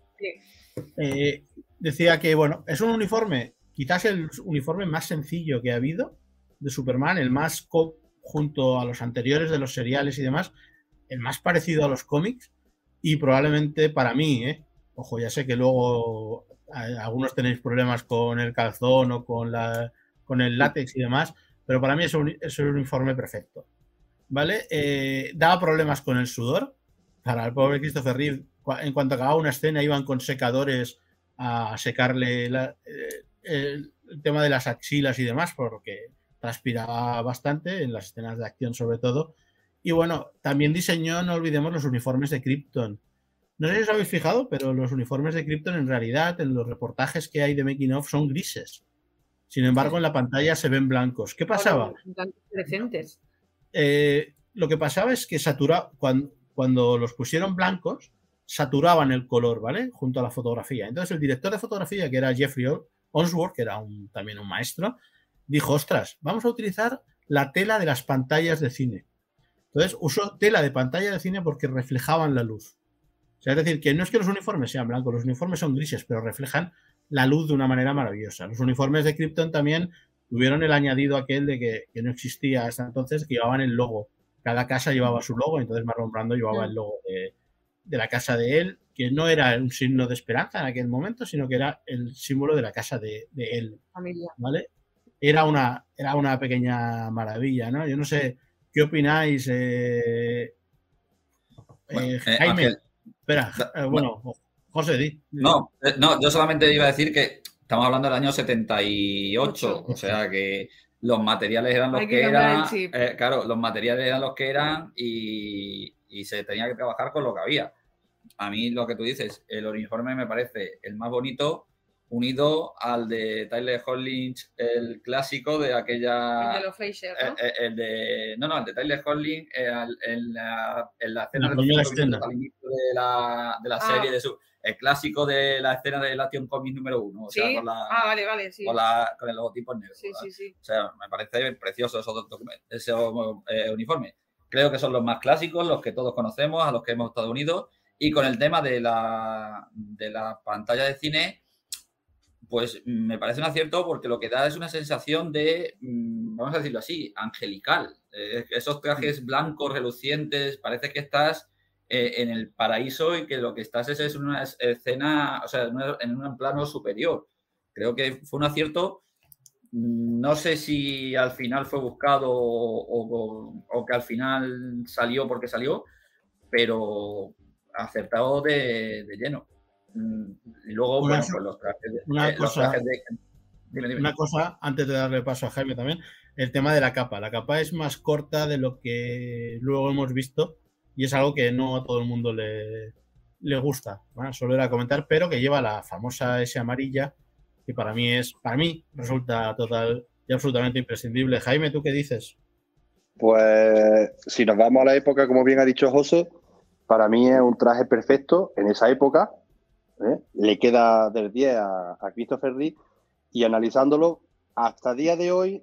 Speaker 2: Sí.
Speaker 4: Decía que, bueno, es un uniforme, quizás el uniforme más sencillo que ha habido de Superman, el más, junto a los anteriores de los seriales y demás, el más parecido a los cómics y probablemente para mí, ojo, ya sé que luego algunos tenéis problemas con el calzón o con el látex y demás, pero para mí es el uniforme perfecto, ¿vale? Daba problemas con el sudor. Para el pobre Christopher Reeve, en cuanto acababa una escena, iban con secadores a secarle el tema de las axilas y demás, porque transpiraba bastante en las escenas de acción sobre todo. Y bueno, también diseñó, no olvidemos, los uniformes de Krypton. No sé si os habéis fijado, pero los uniformes de Krypton en realidad, en los reportajes que hay de Making of, son grises. Sin embargo, en la pantalla se ven blancos. ¿Qué pasaba? Lo que pasaba es que cuando los pusieron blancos, saturaban el color, ¿vale? Junto a la fotografía. Entonces el director de fotografía, que era Jeffrey Onsworth, que era también un maestro, dijo, ostras, vamos a utilizar la tela de las pantallas de cine. Entonces usó tela de pantalla de cine porque reflejaban la luz. O sea, es decir, que no es que los uniformes sean blancos, los uniformes son grises, pero reflejan la luz de una manera maravillosa. Los uniformes de Krypton también tuvieron el añadido aquel de que no existía hasta entonces, que llevaban el logo. Cada casa llevaba su logo, entonces Marlon Brando llevaba el logo de la casa de él, que no era un signo de esperanza en aquel momento, sino que era el símbolo de la casa de él.
Speaker 2: Familia.
Speaker 4: ¿Vale? Era una pequeña maravilla, ¿no? Yo no sé qué opináis. Jaime,
Speaker 3: Ángel,
Speaker 4: espera, bueno, José, di.
Speaker 3: No, yo solamente iba a decir que estamos hablando del año 78, o sea que los materiales eran los que eran, claro, los materiales eran los que eran y se tenía que trabajar con lo que había. A mí lo que tú dices, el uniforme me parece el más bonito, unido al de Tyler Hoechlin, el clásico de aquella...
Speaker 2: El de los Fleischer, ¿no?
Speaker 3: El de Tyler Hoechlin en la escena
Speaker 4: al
Speaker 3: inicio de la serie de su... El clásico de la escena del Action Comics número 1. O sea,
Speaker 2: ¿Sí? Vale, sí.
Speaker 3: Con el logotipo negro.
Speaker 2: Sí.
Speaker 3: O sea, me parece precioso ese uniforme. Creo que son los más clásicos, los que todos conocemos, a los que hemos estado unidos. Y con el tema de la pantalla de cine, pues me parece un acierto porque lo que da es una sensación de, vamos a decirlo así, angelical. Esos trajes blancos, relucientes, parece que estás en el paraíso y que lo que estás es una escena, o sea, en un plano superior. Creo que fue un acierto. No sé si al final fue buscado o que al final salió porque salió, pero acertado de lleno. Y luego, bueno, pues los trajes de... Dime.
Speaker 4: Una cosa, antes de darle paso a Jaime también, el tema de la capa. La capa es más corta de lo que luego hemos visto y es algo que no a todo el mundo le gusta. Bueno, solo era comentar, pero que lleva la famosa S amarilla, que para mí resulta total y absolutamente imprescindible. Jaime, ¿tú qué dices?
Speaker 6: Pues si nos vamos a la época, como bien ha dicho José, Para mí es un traje perfecto en esa época. Le queda del 10 a Christopher Reeve, y analizándolo hasta día de hoy,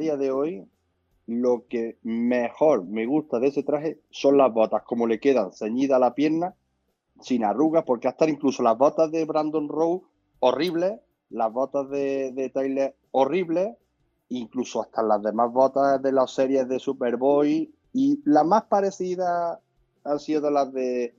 Speaker 6: lo que mejor me gusta de ese traje son las botas, como le quedan ceñidas a la pierna, sin arrugas, porque hasta incluso las botas de Brandon Rowe, horribles, las botas de Tyler, horribles, incluso hasta las demás botas de las series de Superboy, y las más parecidas han sido las de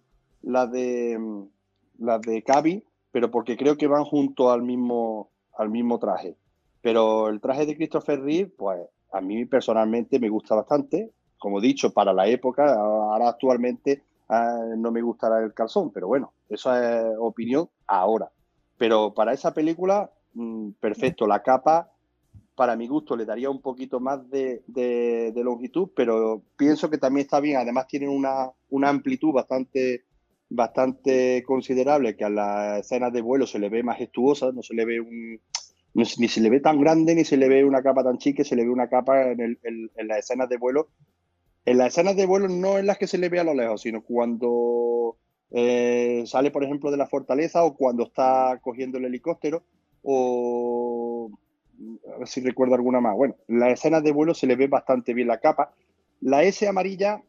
Speaker 6: Cavi, pero porque creo que van junto al mismo traje. Pero el traje de Christopher Reeve, pues a mí personalmente me gusta bastante. Como he dicho, para la época, ahora actualmente no me gustará el calzón, pero bueno, eso es opinión ahora. Pero para esa película, perfecto. La capa, para mi gusto, le daría un poquito más de longitud, pero pienso que también está bien. Además, tienen una amplitud bastante considerable, que a las escenas de vuelo se le ve majestuosa, no se le ve ni se le ve tan grande, ni se le ve una capa tan chica, se le ve una capa en las escenas de vuelo. En las escenas de vuelo no en las que se le ve a lo lejos, sino cuando sale, por ejemplo, de la fortaleza, o cuando está cogiendo el helicóptero, o a ver si recuerdo alguna más. Bueno, en las escenas de vuelo se le ve bastante bien la capa. La S amarilla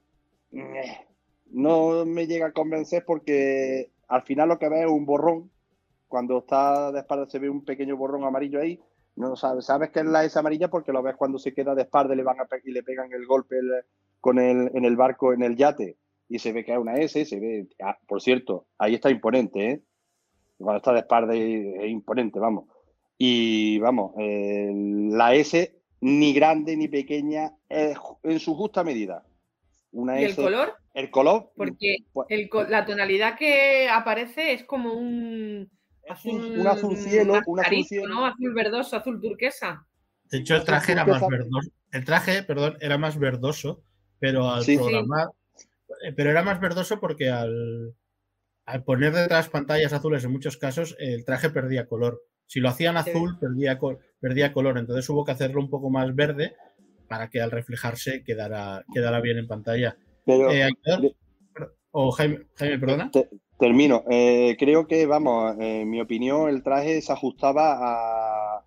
Speaker 6: no me llega a convencer, porque al final lo que ve es un borrón. Cuando está de espalda se ve un pequeño borrón amarillo ahí. No sabes que es la S amarilla porque lo ves cuando se queda de espalda y le pegan el golpe en el barco, en el yate, y se ve que es una S. Se ve, por cierto, ahí está imponente, ¿eh? Cuando está de espalda es imponente, vamos. Y vamos, la S ni grande ni pequeña, en su justa medida. Una
Speaker 2: ¿Y
Speaker 6: S,
Speaker 2: el color?
Speaker 6: El color,
Speaker 2: Porque
Speaker 6: pues,
Speaker 2: la tonalidad que aparece es como un azul,
Speaker 6: un azul cielo,
Speaker 2: ¿no? Azul verdoso, azul turquesa.
Speaker 4: De hecho, el traje era más verdoso. El traje, perdón, era más verdoso, pero al programar. Sí. Pero era más verdoso porque al poner detrás pantallas azules en muchos casos, el traje perdía color. Si lo hacían azul, perdía color. Entonces hubo que hacerlo un poco más verde para que al reflejarse quedara bien en pantalla.
Speaker 6: Pero,
Speaker 4: Jaime, perdona.
Speaker 6: Termino. Creo que, vamos, en mi opinión, el traje se ajustaba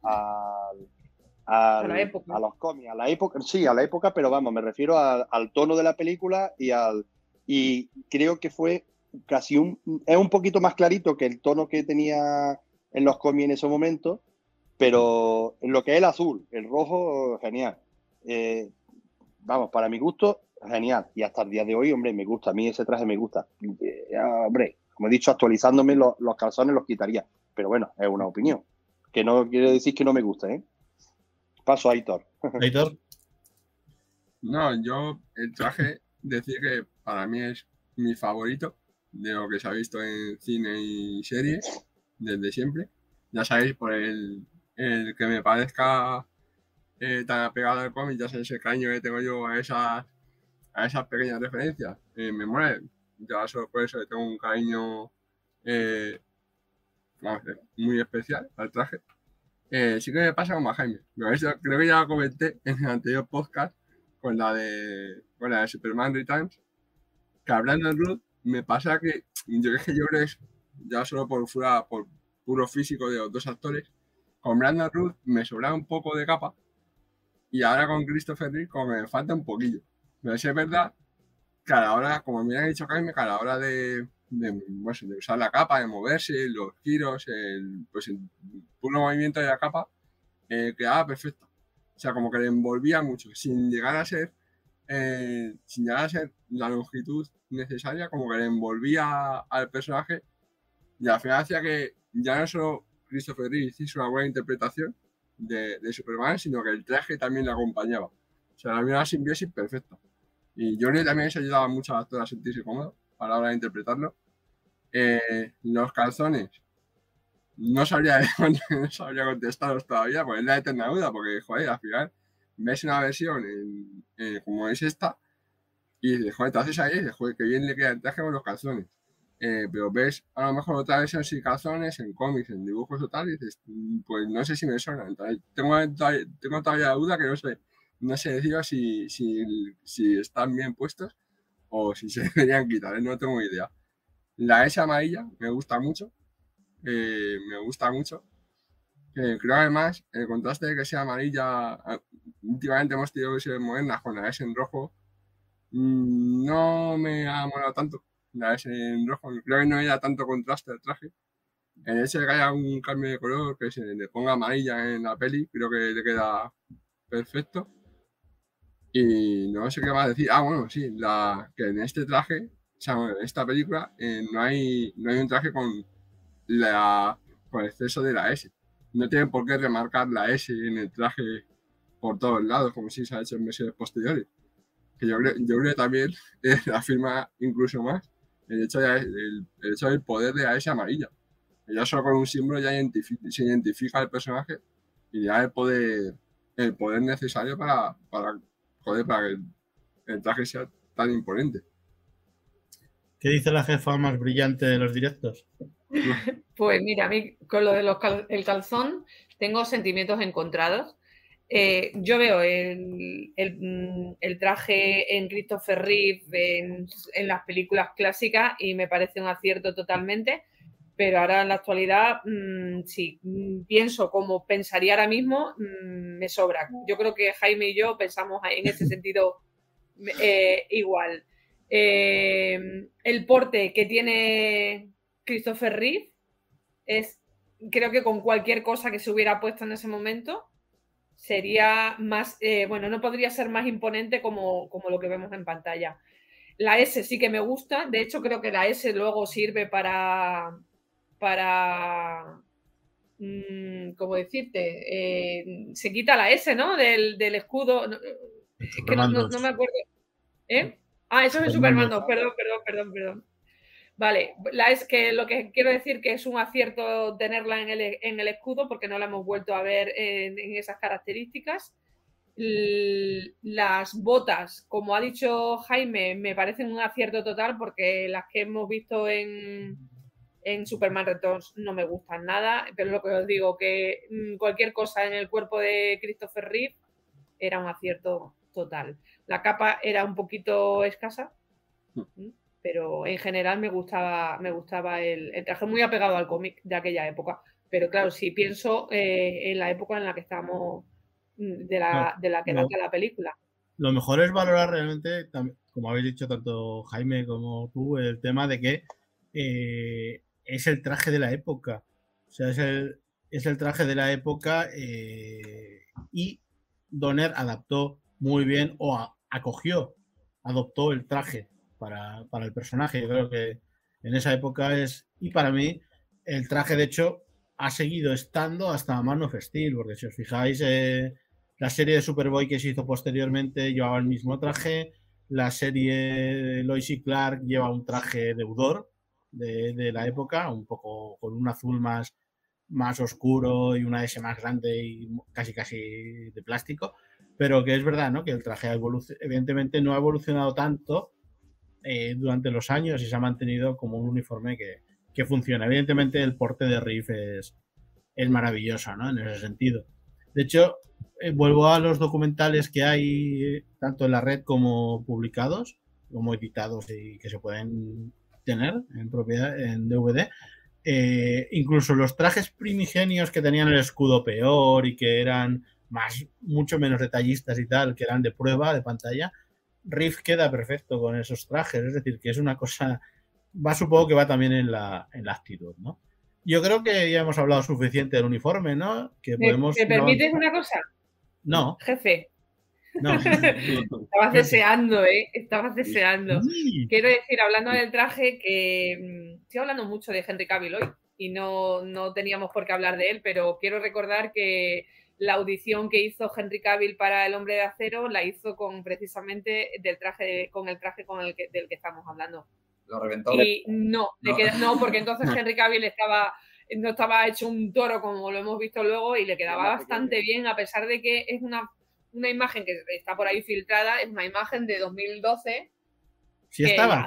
Speaker 6: a la época. A los cómics, a la época, sí, a la época, pero vamos, me refiero al tono de la película, y creo que fue casi es un poquito más clarito que el tono que tenía en los cómics en ese momento, pero en lo que es el azul, el rojo, genial. Vamos, para mi gusto, genial. Y hasta el día de hoy, hombre, me gusta. A mí ese traje me gusta. Hombre, como he dicho, actualizándome los calzones los quitaría. Pero bueno, es una opinión. Que no quiere decir que no me guste, ¿eh? Paso a Aitor.
Speaker 4: ¿Aitor?
Speaker 5: No, yo el traje, decir que para mí es mi favorito de lo que se ha visto en cine y series desde siempre. Ya sabéis, por el que me parezca tan apegado al cómic, ya sabéis el cariño que tengo yo a esas pequeñas referencias. Me muere. Ya solo por eso le tengo un cariño muy especial al traje. Sí que me pasa como a Jaime. Creo que ya lo comenté en el anterior podcast con la de Superman Returns, que a Brandon Root me pasa que yo creo que es ya solo por puro físico de los dos actores. Con Brandon Root me sobraba un poco de capa, y ahora con Christopher Reeve como me falta un poquillo. Pero sí es verdad que a la hora, como me ha dicho Jaime, que a la hora de usar la capa, de moverse, los giros, el puro movimiento de la capa, quedaba perfecto. O sea, como que le envolvía mucho, sin llegar a ser la longitud necesaria, como que le envolvía al personaje, y al final hacía que ya no solo Christopher Reeve hiciese una buena interpretación de Superman, sino que el traje también le acompañaba. O sea, había una simbiosis perfecta. Y yo creo que también eso ayudaba mucho al actor a sentirse cómodo a la hora de interpretarlo. Los calzones, no sabría contestaros todavía, porque es la eterna duda, porque, joder, al final ves una versión como es esta, y dices, joder, te haces ahí y dices, joder, que bien le queda el traje con los calzones. Pero ves a lo mejor otra versión sin calzones, en cómics, en dibujos o tal, y dices, pues no sé si me suena. Entonces, tengo todavía la duda que no sé deciros si están bien puestos o si se deberían quitar, no tengo idea. La S amarilla me gusta mucho. Creo además, el contraste de que sea amarilla, últimamente hemos tenido versiones modernas con la S en rojo, no me ha molado tanto. La S en rojo, creo que no haya tanto contraste al traje. El hecho de que haya un cambio de color, que se le ponga amarilla en la peli, creo que le queda perfecto. Y no sé qué más decir. Bueno, sí, que en este traje, o sea, en esta película, no hay un traje con el exceso de la S. No tienen por qué remarcar la S en el traje por todos lados, como si se ha hecho en versiones posteriores. Que yo creo que también afirma incluso más el hecho del poder de la S amarilla. Ya solo con un símbolo ya se identifica el personaje y ya el poder necesario para que el traje sea tan imponente.
Speaker 4: ¿Qué dice la jefa más brillante de los directos?
Speaker 2: Pues mira, a mí con lo de el calzón tengo sentimientos encontrados. Yo veo el traje en Christopher Reeve en las películas clásicas y me parece un acierto totalmente, pero ahora en la actualidad, sí, pienso como pensaría ahora mismo, me sobra. Yo creo que Jaime y yo pensamos en ese sentido igual. El porte que tiene Christopher Reeve creo que con cualquier cosa que se hubiera puesto en ese momento sería más, no podría ser más imponente como lo que vemos en pantalla. La S sí que me gusta, de hecho creo que la S luego sirve para ¿cómo decirte? Se quita la S, ¿no? Del escudo. Que no me acuerdo. Eso es el Supermando. Perdón. Vale, es que lo que quiero decir que es un acierto tenerla en el escudo porque no la hemos vuelto a ver en esas características. Las botas, como ha dicho Jaime, me parecen un acierto total porque las que hemos visto en Superman Returns no me gustan nada, pero lo que os digo que cualquier cosa en el cuerpo de Christopher Reeve era un acierto total. La capa era un poquito escasa, pero en general me gustaba el traje, muy apegado al cómic de aquella época. Pero claro, si pienso en la época en la que estamos, de la que data la película.
Speaker 4: Lo mejor es valorar realmente, como habéis dicho tanto Jaime como tú, el tema de que es el traje de la época. O sea, es el traje de la época y Donner adaptó muy bien o adoptó el traje para el personaje. Yo creo que en esa época y para mí el traje de hecho ha seguido estando hasta Man of Steel, porque si os fijáis la serie de Superboy que se hizo posteriormente llevaba el mismo traje, la serie Lois y Clark lleva un traje deudor de la época, un poco con un azul más oscuro y una S más grande y casi de plástico, pero que es verdad, ¿no? Que el traje evidentemente no ha evolucionado tanto durante los años y se ha mantenido como un uniforme que funciona. Evidentemente el porte de Reeve es maravilloso, ¿no? En ese sentido. De hecho, vuelvo a los documentales que hay tanto en la red como publicados, como editados y que se pueden tener en propiedad en DVD. Incluso los trajes primigenios que tenían el escudo peor y que eran mucho menos detallistas y tal, que eran de prueba, de pantalla, Reeve queda perfecto con esos trajes, es decir, que es una cosa, supongo que va también en la actitud, ¿no? Yo creo que ya hemos hablado suficiente del uniforme, ¿no? Que podemos
Speaker 2: ¿Me permites una cosa?
Speaker 4: No.
Speaker 2: Jefe.
Speaker 4: No.
Speaker 2: Estabas deseando, Estabas deseando. Sí. Quiero decir, hablando del traje, que estoy hablando mucho de Henry Cavill hoy y no teníamos por qué hablar de él, pero quiero recordar que la audición que hizo Henry Cavill para El Hombre de Acero la hizo precisamente del traje del que estamos hablando.
Speaker 3: Lo reventó.
Speaker 2: Y no, porque entonces Henry Cavill no estaba hecho un toro como lo hemos visto luego y le quedaba bastante bien, a pesar de que es una imagen que está por ahí filtrada, es una imagen de 2012.
Speaker 4: Sí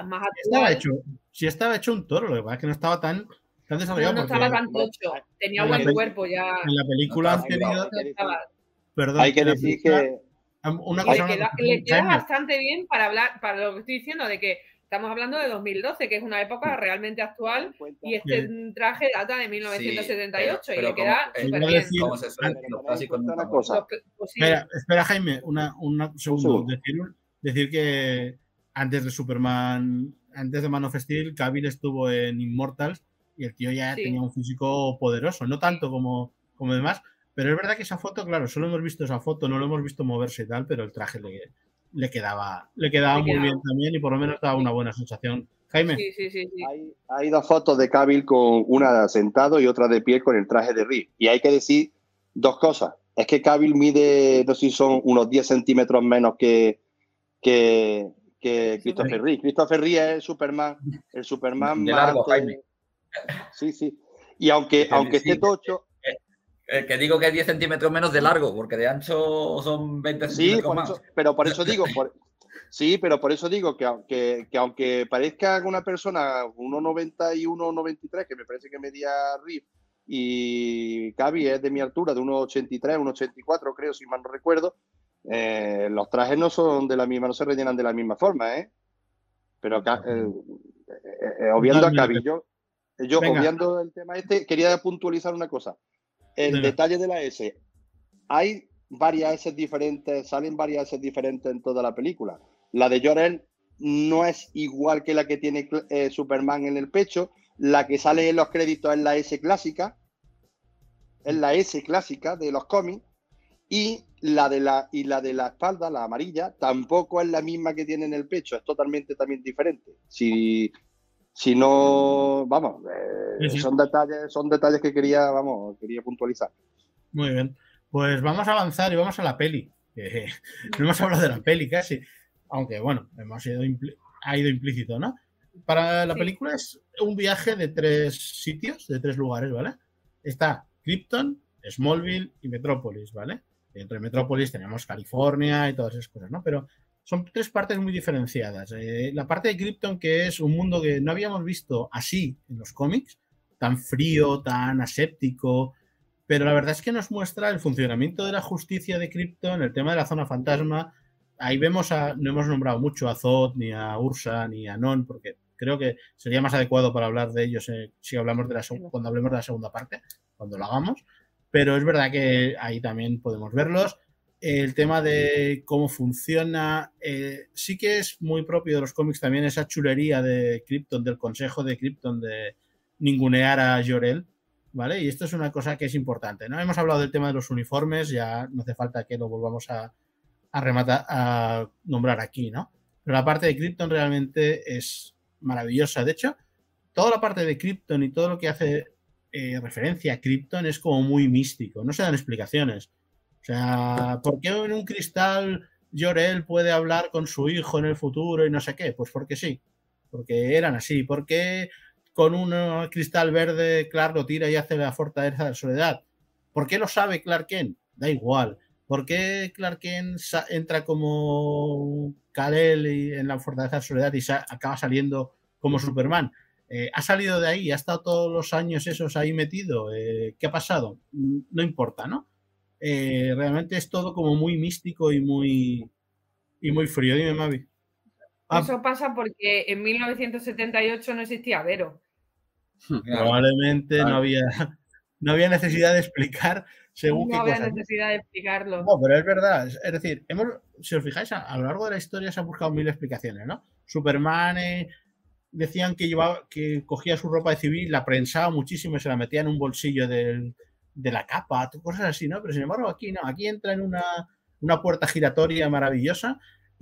Speaker 4: estaba hecho un toro, lo que pasa es que no estaba tan desarrollado.
Speaker 2: No estaba tan tocho, tenía buen cuerpo ya.
Speaker 4: En la película anterior...
Speaker 6: Perdón, hay que decir que
Speaker 4: Una
Speaker 2: Y
Speaker 4: cosa,
Speaker 2: le queda
Speaker 4: Jaime.
Speaker 2: bastante bien para hablar, para lo que estoy diciendo, de que estamos hablando de 2012, que es una época realmente actual, y este traje data de 1978
Speaker 3: Sí,
Speaker 2: y le queda
Speaker 4: Iba
Speaker 2: súper
Speaker 4: a
Speaker 2: bien.
Speaker 4: decir-
Speaker 3: Como se suele decir, los clásicos nunca mueren.
Speaker 2: Pues sí.
Speaker 4: Espera, Jaime, un segundo.
Speaker 6: segundo.
Speaker 4: Decir que antes de Superman, antes de Man of Steel, Cavill estuvo en Immortals y el tío ya
Speaker 2: Sí.
Speaker 4: tenía un físico poderoso, no tanto como demás, pero es verdad que esa foto, claro, solo hemos visto esa foto, no lo hemos visto moverse y tal, pero el traje le quedaba muy bien también y por lo menos daba una buena sensación. Jaime.
Speaker 2: Sí.
Speaker 6: Hay dos fotos de Cavill, con una sentado y otra de pie con el traje de Reeve. Y hay que decir dos cosas. Es que Cavill mide, no sé si son unos 10 centímetros menos que Christopher Reeve. Christopher Reeve es el Superman
Speaker 3: de
Speaker 6: más
Speaker 3: largo,
Speaker 6: alto.
Speaker 3: Jaime.
Speaker 6: Sí. Y aunque esté tocho.
Speaker 3: Que digo que es 10 centímetros menos de largo, porque de ancho son 20
Speaker 6: Sí,
Speaker 3: centímetros más.
Speaker 6: pero por eso digo. Pero por eso digo que aunque parezca una persona 1,90 y 1,93, que me parece que medía Reeve, y Cavill es de mi altura, de 1,83, 1,84, creo, si mal no recuerdo, los trajes no son de la misma, no se rellenan de la misma forma, ¿eh? Pero obviando a Cavill, yo obviando el tema quería puntualizar una cosa. El detalle de la S. Hay varias S diferentes, salen varias S diferentes en toda la película. La de Jor-El no es igual que la que tiene Superman en el pecho. La que sale en los créditos es la S clásica. Es la S clásica de los cómics. Y la de la espalda, la amarilla, tampoco es la misma que tiene en el pecho. Es totalmente también diferente. Si no, vamos,
Speaker 4: Sí.
Speaker 6: son detalles que quería puntualizar.
Speaker 4: Muy bien. Pues vamos a avanzar y vamos a la peli. No hemos hablado de la peli casi, aunque bueno, ha ido implícito, ¿no? Para la película es un viaje de 3 sitios, de 3 lugares, ¿vale? Está Krypton, Smallville y Metrópolis, ¿vale? Entre Metrópolis tenemos California y todas esas cosas, ¿no? Pero son 3 partes muy diferenciadas. La parte de Krypton, que es un mundo que no habíamos visto así en los cómics, tan frío, tan aséptico, pero la verdad es que nos muestra el funcionamiento de la justicia de Krypton, el tema de la zona fantasma. Ahí vemos no hemos nombrado mucho a Zod, ni a Ursa, ni a Non, porque creo que sería más adecuado para hablar de ellos si hablamos cuando hablemos de la segunda parte, cuando lo hagamos. Pero es verdad que ahí también podemos verlos. El tema de cómo funciona, sí que es muy propio de los cómics también esa chulería de Krypton, del consejo de Krypton de ningunear a Jor-El, ¿vale? Y esto es una cosa que es importante, ¿no? Hemos hablado del tema de los uniformes, ya no hace falta que lo volvamos a nombrar aquí, ¿no? Pero la parte de Krypton realmente es maravillosa. De hecho, toda la parte de Krypton y todo lo que hace referencia a Krypton es como muy místico, no se dan explicaciones. O sea, ¿por qué en un cristal Jor-El puede hablar con su hijo en el futuro y no sé qué? Pues porque sí, porque eran así. ¿Por qué con un cristal verde Clark lo tira y hace la fortaleza de la soledad? ¿Por qué lo sabe Clark Kent? Da igual. ¿Por qué Clark Kent entra como Kal-El en la fortaleza de la soledad y acaba saliendo como Superman? ¿Ha salido de ahí? ¿Ha estado todos los años esos ahí metido? ¿Qué ha pasado? No importa, ¿no? Realmente es todo como muy místico y muy frío. Dime, Mavi.
Speaker 2: Eso pasa porque en 1978 no existía Vero.
Speaker 4: Probablemente no había necesidad de explicar según qué cosas.
Speaker 2: No había necesidad de explicarlo.
Speaker 4: No, pero es verdad. Es decir, si os fijáis, a lo largo de la historia se han buscado 1000 explicaciones, ¿no? Superman decían que cogía su ropa de civil, la prensaba muchísimo y se la metía en un bolsillo de la capa, cosas así, ¿no? Pero sin embargo aquí no, aquí entra en una puerta giratoria maravillosa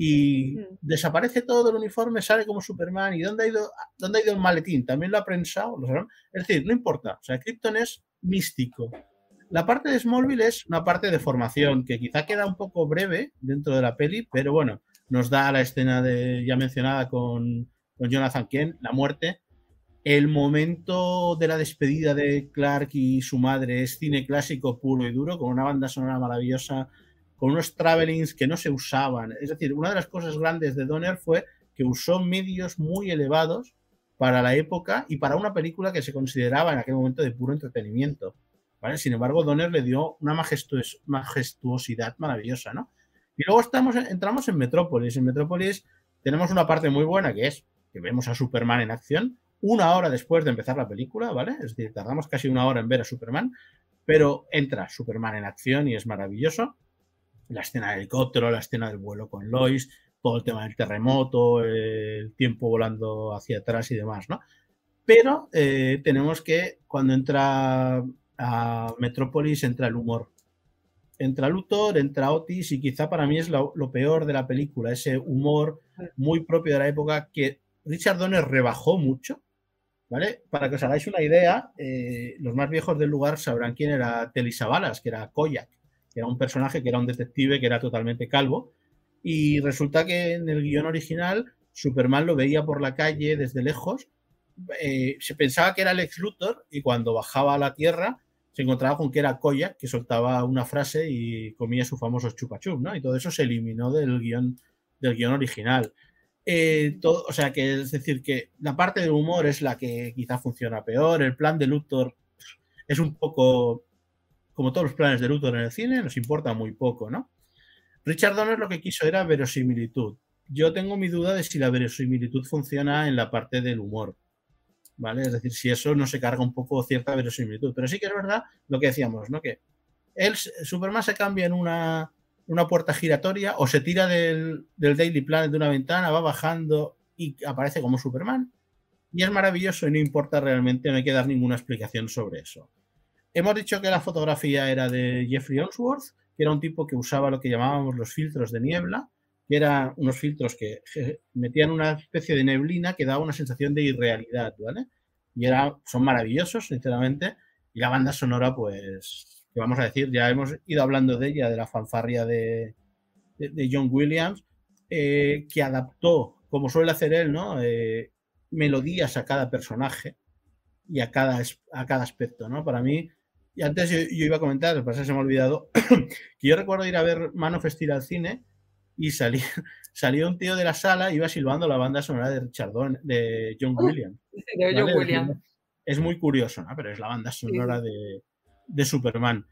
Speaker 4: y desaparece todo el uniforme, sale como Superman. ¿Y dónde ha ido el maletín? ¿También lo ha prensado? Es decir, no importa. O sea, Krypton es místico. La parte de Smallville es una parte de formación que quizá queda un poco breve dentro de la peli, pero bueno, nos da la escena ya mencionada con Jonathan Kent, la muerte. El momento de la despedida de Clark y su madre es cine clásico puro y duro, con una banda sonora maravillosa, con unos travelings que no se usaban. Es decir, una de las cosas grandes de Donner fue que usó medios muy elevados para la época y para una película que se consideraba en aquel momento de puro entretenimiento, ¿vale? Sin embargo, Donner le dio una majestuosidad maravillosa, ¿no? Y luego entramos en Metrópolis. En Metrópolis tenemos una parte muy buena que es que vemos a Superman en acción 1 hora después de empezar la película, ¿vale? Es decir, tardamos casi 1 hora en ver a Superman, pero entra Superman en acción y es maravilloso. La escena del helicóptero, la escena del vuelo con Lois, todo el tema del terremoto, el tiempo volando hacia atrás y demás, ¿no? Pero tenemos que, cuando entra a Metrópolis, entra el humor. Entra Luthor, entra Otis y quizá para mí es lo peor de la película, ese humor muy propio de la época que Richard Donner rebajó mucho, ¿vale? Para que os hagáis una idea, los más viejos del lugar sabrán quién era Telly Savalas, que era Koyak, que era un personaje que era un detective que era totalmente calvo, y resulta que en el guión original Superman lo veía por la calle desde lejos, se pensaba que era Lex Luthor y cuando bajaba a la tierra se encontraba con que era Koyak, que soltaba una frase y comía su famoso chupa-chup, ¿no? Y todo eso se eliminó del guión original. O sea, que es decir, que la parte del humor es la que quizá funciona peor. El plan de Luthor es un poco como todos los planes de Luthor en el cine, nos importa muy poco, ¿no? Richard Donner lo que quiso era verosimilitud. Yo tengo mi duda de si la verosimilitud funciona en la parte del humor, ¿vale? Es decir, si eso no se carga un poco cierta verosimilitud. Pero sí que es verdad lo que decíamos, ¿no? Que Superman se cambia en una puerta giratoria o se tira del Daily Planet de una ventana, va bajando y aparece como Superman. Y es maravilloso y no importa realmente, no hay que dar ninguna explicación sobre eso. Hemos dicho que la fotografía era de Jeffrey Ellsworth, que era un tipo que usaba lo que llamábamos los filtros de niebla, que eran unos filtros que metían una especie de neblina que daba una sensación de irrealidad, ¿vale? Y son maravillosos, sinceramente. Y la banda sonora, pues, que vamos a decir, ya hemos ido hablando de ella, de la fanfarria de John Williams, que adaptó, como suele hacer él, ¿no? Melodías a cada personaje y a cada aspecto, ¿no? Para mí, y antes yo iba a comentar, lo que pasa es que se me ha olvidado, que yo recuerdo ir a ver Man of Steel al cine y salió un tío de la sala y iba silbando la banda sonora de de John Williams.
Speaker 2: De John Williams.
Speaker 4: Es muy curioso, ¿no? Pero es la banda sonora de Superman.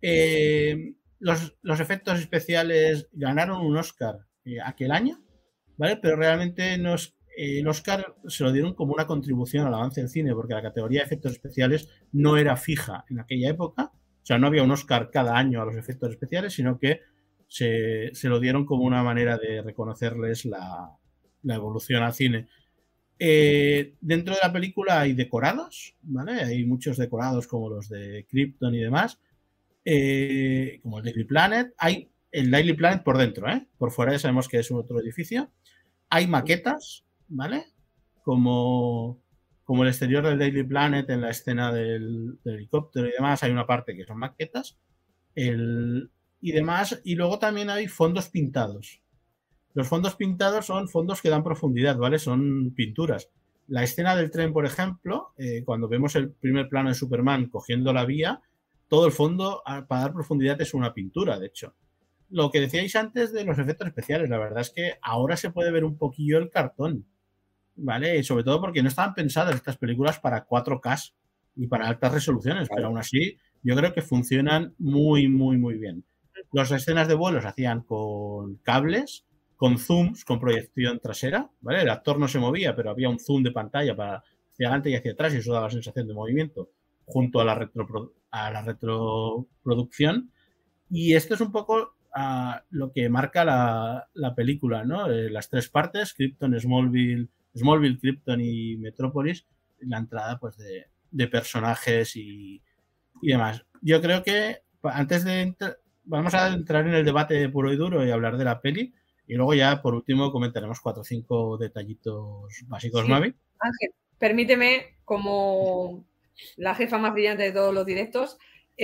Speaker 4: Los efectos especiales ganaron un Oscar aquel año, ¿vale? Pero realmente el Oscar se lo dieron como una contribución al avance del cine, porque la categoría de efectos especiales no era fija en aquella época. O sea, no había un Oscar cada año a los efectos especiales, sino que se lo dieron como una manera de reconocerles la evolución al cine. Dentro de la película hay decorados, ¿vale? Hay muchos decorados como los de Krypton y demás, como el Daily Planet. Hay el Daily Planet por dentro, por fuera ya sabemos que es otro edificio. Hay maquetas, ¿vale? Como el exterior del Daily Planet en la escena del helicóptero y demás, hay una parte que son maquetas y demás, y luego también hay fondos pintados. Los fondos pintados son fondos que dan profundidad, ¿vale? Son pinturas. La escena del tren, por ejemplo, cuando vemos el primer plano de Superman cogiendo la vía, todo el fondo para dar profundidad es una pintura, de hecho. Lo que decíais antes de los efectos especiales, la verdad es que ahora se puede ver un poquillo el cartón, ¿vale? Y sobre todo porque no estaban pensadas estas películas para 4K y para altas resoluciones, pero aún así yo creo que funcionan muy, muy, muy bien. Las escenas de vuelo se hacían con cables, con zooms, con proyección trasera, ¿vale? El actor no se movía, pero había un zoom de pantalla para hacia adelante y hacia atrás y eso daba la sensación de movimiento junto a la retroproducción. Y esto es un poco lo que marca la película, ¿no? Las tres partes, Krypton, Smallville, Krypton y Metrópolis, la entrada pues de personajes y demás. Yo creo que antes de vamos a entrar en el debate puro y duro y hablar de la peli y luego ya por último comentaremos 4 o 5 detallitos básicos, Mavi.
Speaker 2: Ángel, permíteme como la jefa más brillante de todos los directos.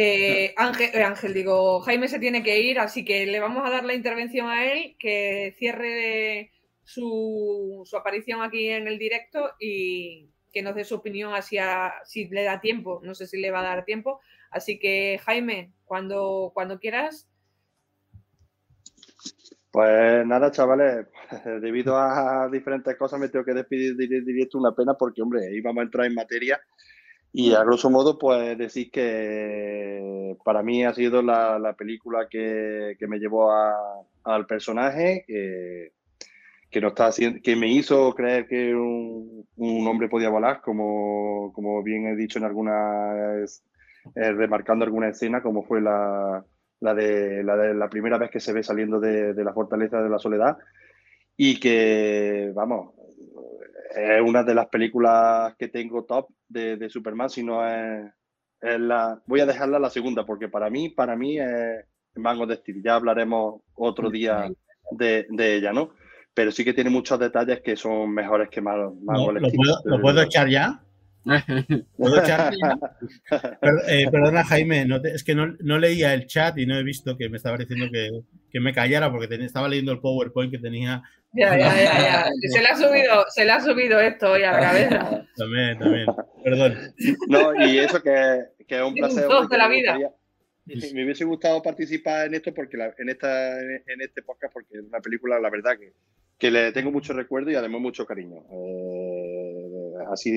Speaker 2: Jaime se tiene que ir, así que le vamos a dar la intervención a él, que cierre su aparición aquí en el directo y que nos dé su opinión hacia si le da tiempo. No sé si le va a dar tiempo. Así que, Jaime, cuando quieras.
Speaker 6: Pues nada, chavales, debido a diferentes cosas me tengo que despedir directo, una pena porque, hombre, íbamos a entrar en materia Y a grosso modo, pues decir que para mí ha sido la película que me llevó al personaje, que, no está haciendo, que me hizo creer que un hombre podía volar, como bien he dicho en algunas, remarcando alguna escena, como fue de la primera vez que se ve saliendo de la fortaleza de la soledad. Y que, vamos, es una de las películas que tengo top de Superman, si no es la... Voy a dejarla la segunda, porque para mí es Man of Steel. Ya hablaremos otro día de ella, ¿no? Pero sí que tiene muchos detalles que son mejores que Man of Steel.
Speaker 4: ¿Lo puedo echar ya? ¿Puedo echar ya? Perdona, Jaime, es que no leía el chat y no he visto que me estaba diciendo que me callara porque estaba leyendo el PowerPoint que tenía.
Speaker 2: Ya. Se le ha subido esto hoy a la cabeza.
Speaker 4: También. Perdón.
Speaker 6: No, y eso que es un placer.
Speaker 2: De la vida.
Speaker 6: Me hubiese gustado participar en esto porque en este podcast, porque es una película, la verdad, que le tengo mucho recuerdo y además mucho cariño. Así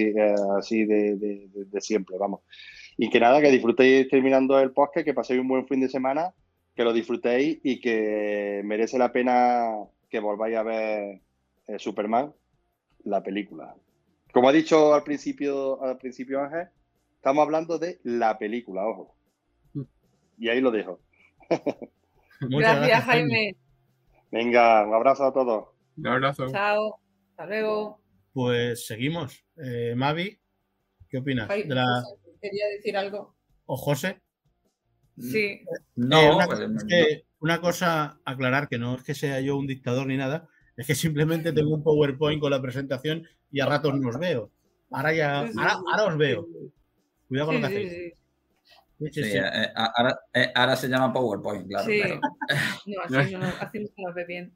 Speaker 6: de siempre, vamos. Y que nada, que disfrutéis terminando el podcast, que paséis un buen fin de semana, que lo disfrutéis y que merece la pena que volváis a ver Superman, la película. Como ha dicho al principio Ángel, estamos hablando de la película, ojo. Y ahí lo dejo.
Speaker 2: Gracias, Jaime.
Speaker 6: Venga, un abrazo a todos.
Speaker 5: Un abrazo.
Speaker 2: Chao. Hasta luego.
Speaker 4: Pues seguimos. Mavi, ¿qué opinas?
Speaker 2: ¿Quería decir algo?
Speaker 4: ¿O José?
Speaker 2: Sí.
Speaker 4: Una cosa aclarar, que no es que sea yo un dictador ni nada, es que simplemente tengo un PowerPoint con la presentación y a ratos no os veo. Ahora os veo. Cuidado con lo que hacéis.
Speaker 3: Sí. Ahora se llama PowerPoint, claro.
Speaker 2: Sí.
Speaker 3: Pero...
Speaker 2: así no se nos ve bien.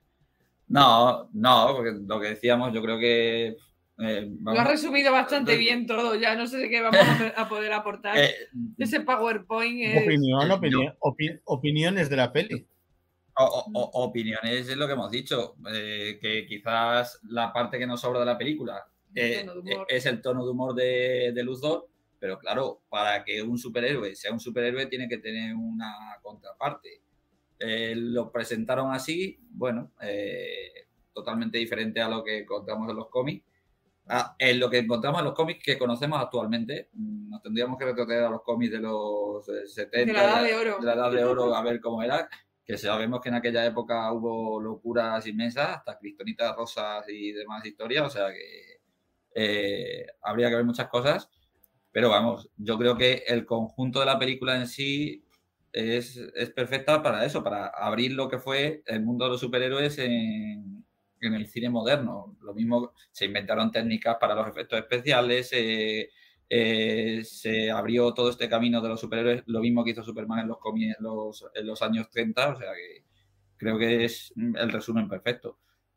Speaker 3: No, porque lo que decíamos, yo creo que...
Speaker 2: Lo has resumido bastante bien todo, ya no sé de qué vamos a poder aportar. Ese PowerPoint es...
Speaker 4: Opiniones de la peli.
Speaker 3: Opiniones es lo que hemos dicho, que quizás la parte que nos sobra de la película es el tono de humor de Luthor, pero claro, para que un superhéroe sea un superhéroe tiene que tener una contraparte. Lo presentaron así, bueno, totalmente diferente a lo que encontramos en los cómics. En lo que encontramos en los cómics que conocemos actualmente, nos tendríamos que retroceder a los cómics de los 70,
Speaker 2: de la Edad de Oro.
Speaker 3: De la Edad de Oro, a ver cómo era, que sabemos que en aquella época hubo locuras inmensas, hasta kriptonitas rosas y demás historias, o sea que habría que ver muchas cosas, pero vamos, yo creo que el conjunto de la película en sí es perfecta para eso, para abrir lo que fue el mundo de los superhéroes en el cine moderno. Lo mismo, se inventaron técnicas para los efectos especiales, se abrió todo este camino de los superhéroes, lo mismo que hizo Superman en los cómics en los años 30, o sea que creo que es el resumen perfecto.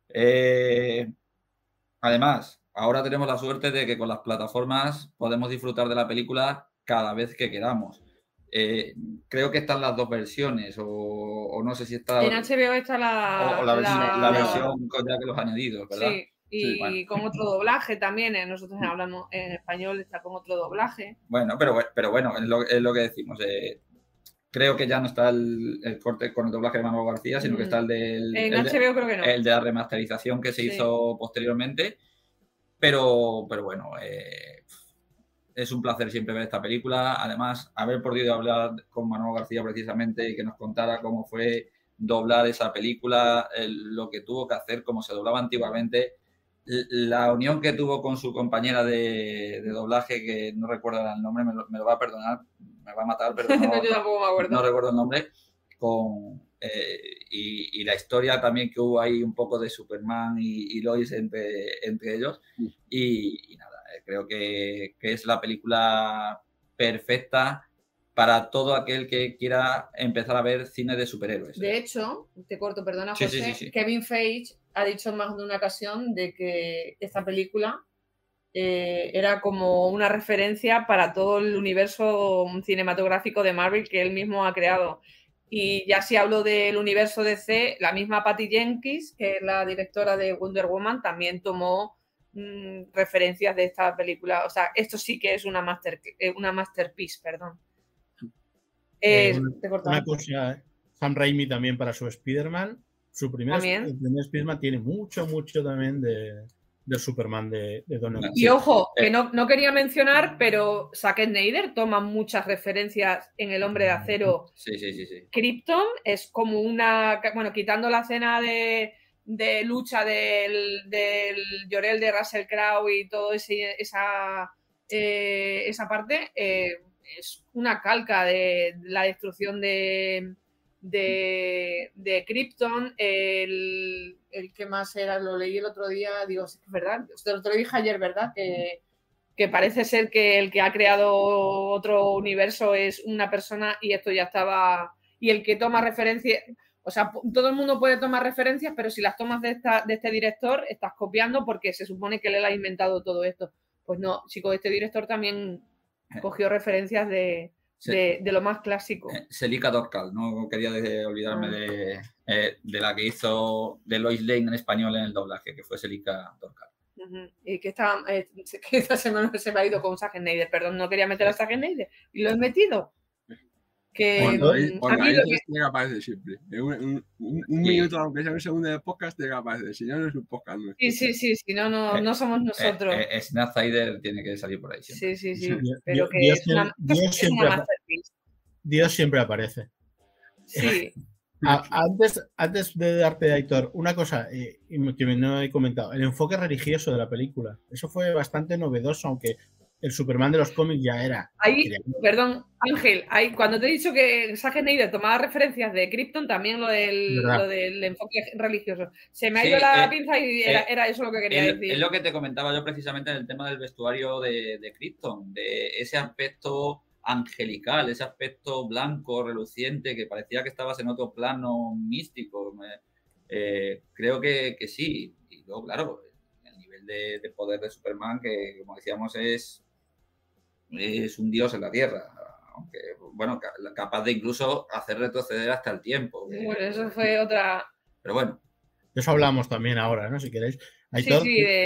Speaker 3: Además, ahora tenemos la suerte de que con las plataformas podemos disfrutar de la película cada vez que queramos. Creo que están las dos versiones, o no sé si está...
Speaker 2: En HBO está
Speaker 3: la versión con ya que los añadidos, ¿verdad?
Speaker 2: Sí, y bueno, con otro doblaje también. Nosotros hablamos en español, está con otro doblaje.
Speaker 3: Bueno, pero bueno, es lo que decimos. Creo que ya no está el corte con el doblaje de Manolo García, sino que está el del...
Speaker 2: En HBO creo que no.
Speaker 3: El de la remasterización que se hizo posteriormente. Pero bueno... es un placer siempre ver esta película. Además, haber podido hablar con Manolo García precisamente y que nos contara cómo fue doblar esa película, lo que tuvo que hacer, cómo se doblaba antiguamente, la unión que tuvo con su compañera de doblaje, que no recuerdo el nombre, me lo va a perdonar, me va a matar, pero no recuerdo el nombre, y la historia también que hubo ahí un poco de Superman y Lois entre ellos. Y nada, creo que es la película perfecta para todo aquel que quiera empezar a ver cine de superhéroes.
Speaker 2: De hecho, te corto, perdona, José, sí. Kevin Feige ha dicho en más de una ocasión de que esta película era como una referencia para todo el universo cinematográfico de Marvel que él mismo ha creado. Y ya si hablo del universo DC, la misma Patty Jenkins, que es la directora de Wonder Woman, también tomó referencias de esta película. O sea, esto sí que es una masterpiece, perdón.
Speaker 4: Una cosa, Sam Raimi también para su Spider-Man. El primer Spider-Man tiene mucho también del Superman de Donald.
Speaker 2: Y ojo, que no quería mencionar, pero Zack Snyder toma muchas referencias en El Hombre de Acero.
Speaker 3: Sí.
Speaker 2: Krypton es como bueno, quitando la escena de lucha del Jor-El de Russell Crowe y todo esa parte, es una calca de la destrucción de Krypton. El que más era, lo leí el otro día, digo, sí, es verdad, te lo dije ayer, ¿verdad? Que parece ser que el que ha creado otro universo es una persona y esto ya estaba, y el que toma referencias, o sea, todo el mundo puede tomar referencias, pero si las tomas de este director, estás copiando porque se supone que él ha inventado todo esto. Pues no, chicos, este director también cogió referencias de lo más clásico.
Speaker 3: Celica Dorcal, no quería olvidarme de la que hizo de Lois Lane en español en el doblaje, que fue Celica Dorcal.
Speaker 2: Y que esta semana se me ha ido con Zack Snyder, perdón, no quería meter a Zack Snyder y lo he metido.
Speaker 5: Cuando dices, tiene que aparecer siempre. Un minuto, aunque sea un segundo de podcast, tiene que aparecer. Si no, no es un podcast nuestro.
Speaker 2: Sí, no somos nosotros.
Speaker 3: Snap Snyder tiene que salir por ahí siempre.
Speaker 2: Sí. Pero que es una masterpiece.
Speaker 4: Dios siempre aparece.
Speaker 2: Sí.
Speaker 4: Antes de darte, Aitor, una cosa que no he comentado, el enfoque religioso de la película. Eso fue bastante novedoso, aunque el Superman de los cómics ya era.
Speaker 2: Perdón, Ángel, cuando te he dicho que Zack Snyder tomaba referencias de Krypton, también lo del enfoque religioso. Se me ha ido la pinza y era eso lo que quería decir.
Speaker 3: Es lo que te comentaba yo precisamente en el tema del vestuario de Krypton, de ese aspecto angelical, ese aspecto blanco, reluciente, que parecía que estabas en otro plano místico. Creo que sí. Y luego, claro, el nivel de poder de Superman, que como decíamos es un dios en la Tierra, aunque, bueno, capaz de incluso hacer retroceder hasta el tiempo.
Speaker 2: Bueno, eso fue otra...
Speaker 3: Pero bueno.
Speaker 4: De eso hablamos también ahora, ¿no? Si queréis. Aitor,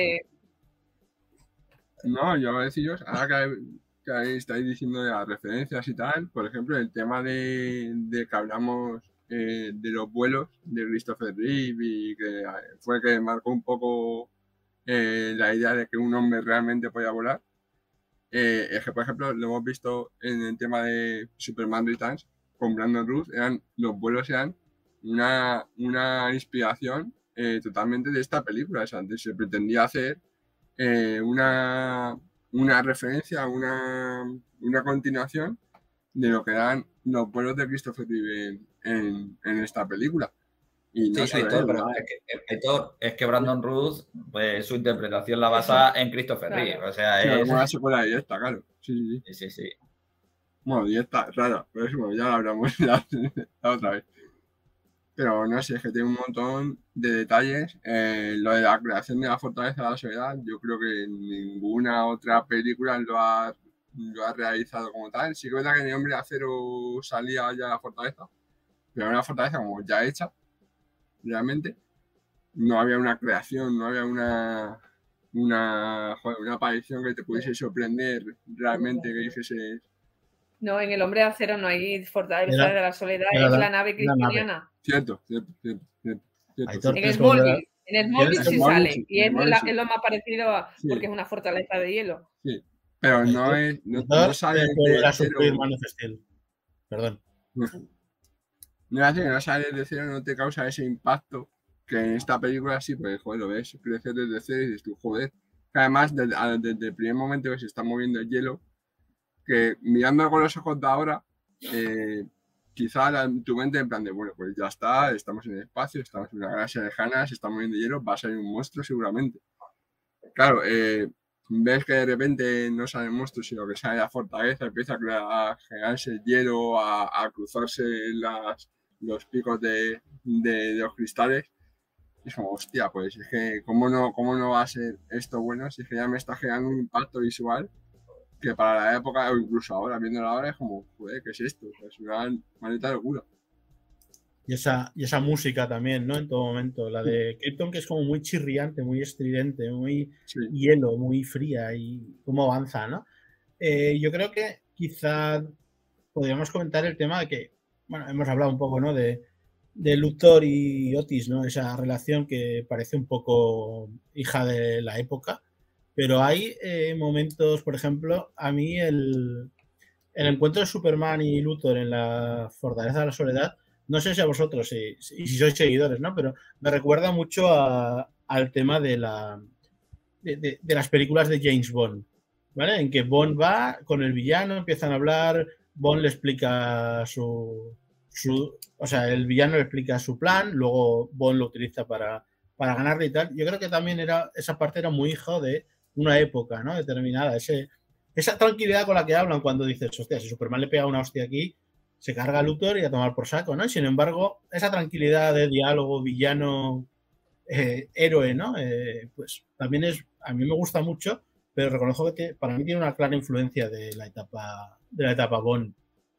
Speaker 5: No, yo voy a deciros, ahora que estáis diciendo de las referencias y tal, por ejemplo, el tema de que hablamos de los vuelos de Christopher Reeve y que fue que marcó un poco la idea de que un hombre realmente podía volar. Es que, por ejemplo, lo hemos visto en el tema de Superman Returns con Brandon Routh, los vuelos eran una inspiración totalmente de esta película. O sea, se pretendía hacer una referencia, una continuación de lo que eran los vuelos de Christopher Reeve en esta película. Y no
Speaker 3: sí, es que Brandon Routh, pues su interpretación la basa en Christopher Reeve. O sea,
Speaker 5: es una secuela directa, claro. Sí. Bueno, directa, rara, pero eso ya lo hablamos la otra vez. Pero no sé, es que tiene un montón de detalles. Lo de la creación de la Fortaleza de la Soledad, yo creo que ninguna otra película lo ha realizado como tal. Sí que es verdad que en El Hombre de Acero salía ya la fortaleza, pero era una fortaleza como ya hecha. Realmente no había una creación, no había una aparición que te pudiese sorprender realmente, que dijese...
Speaker 2: No, en El Hombre de Acero no hay Fortaleza de la Soledad, es la nave kryptoniana.
Speaker 5: Cierto.
Speaker 2: En Smallville sí sale, y es lo más parecido porque es una fortaleza de hielo.
Speaker 5: Sí, pero no sale
Speaker 4: de cero. Perdón.
Speaker 5: No sale de cero, no te causa ese impacto que en esta película sí, pues joder, lo ves crecer desde cero y dices tú, joder. Que además, desde el primer momento que se está moviendo el hielo, que mirando con los ojos de ahora, quizá tu mente en plan de, bueno, pues ya está, estamos en el espacio, estamos en una galaxia lejana, se está moviendo hielo, va a salir un monstruo seguramente. Claro, ves que de repente no sale el monstruo, sino que sale la fortaleza, empieza a generarse el hielo, a cruzarse los picos de los cristales. Y es como, hostia, pues es que ¿cómo no va a ser esto bueno? Si es que ya me está generando un impacto visual que para la época, o incluso ahora, viéndolo ahora, es como, joder, ¿qué es esto? Es una maldita locura.
Speaker 4: y esa música también, ¿no? En todo momento. La de Krypton, que es como muy chirriante, muy estridente, muy hielo, muy fría y cómo avanza, ¿no? Yo creo que quizá podríamos comentar el tema de que, bueno, hemos hablado un poco, ¿no? De Luthor y Otis, ¿no? Esa relación que parece un poco hija de la época, pero hay momentos, por ejemplo, a mí el encuentro de Superman y Luthor en la Fortaleza de la Soledad, no sé si a vosotros, si sois seguidores, ¿no? Pero me recuerda mucho al tema de las películas de James Bond, ¿vale? En que Bond va con el villano, empiezan a hablar, Bond le explica o sea, el villano le explica su plan, luego Bond lo utiliza para ganarle y tal. Yo creo que también esa parte era muy hijo de una época, ¿no? Determinada, esa tranquilidad con la que hablan cuando dices, hostia, si Superman le pega una hostia aquí, se carga a Luthor y a tomar por saco, ¿no? Y sin embargo, esa tranquilidad de diálogo villano héroe, ¿no? Pues también a mí me gusta mucho, pero reconozco que para mí tiene una clara influencia de la etapa Bond.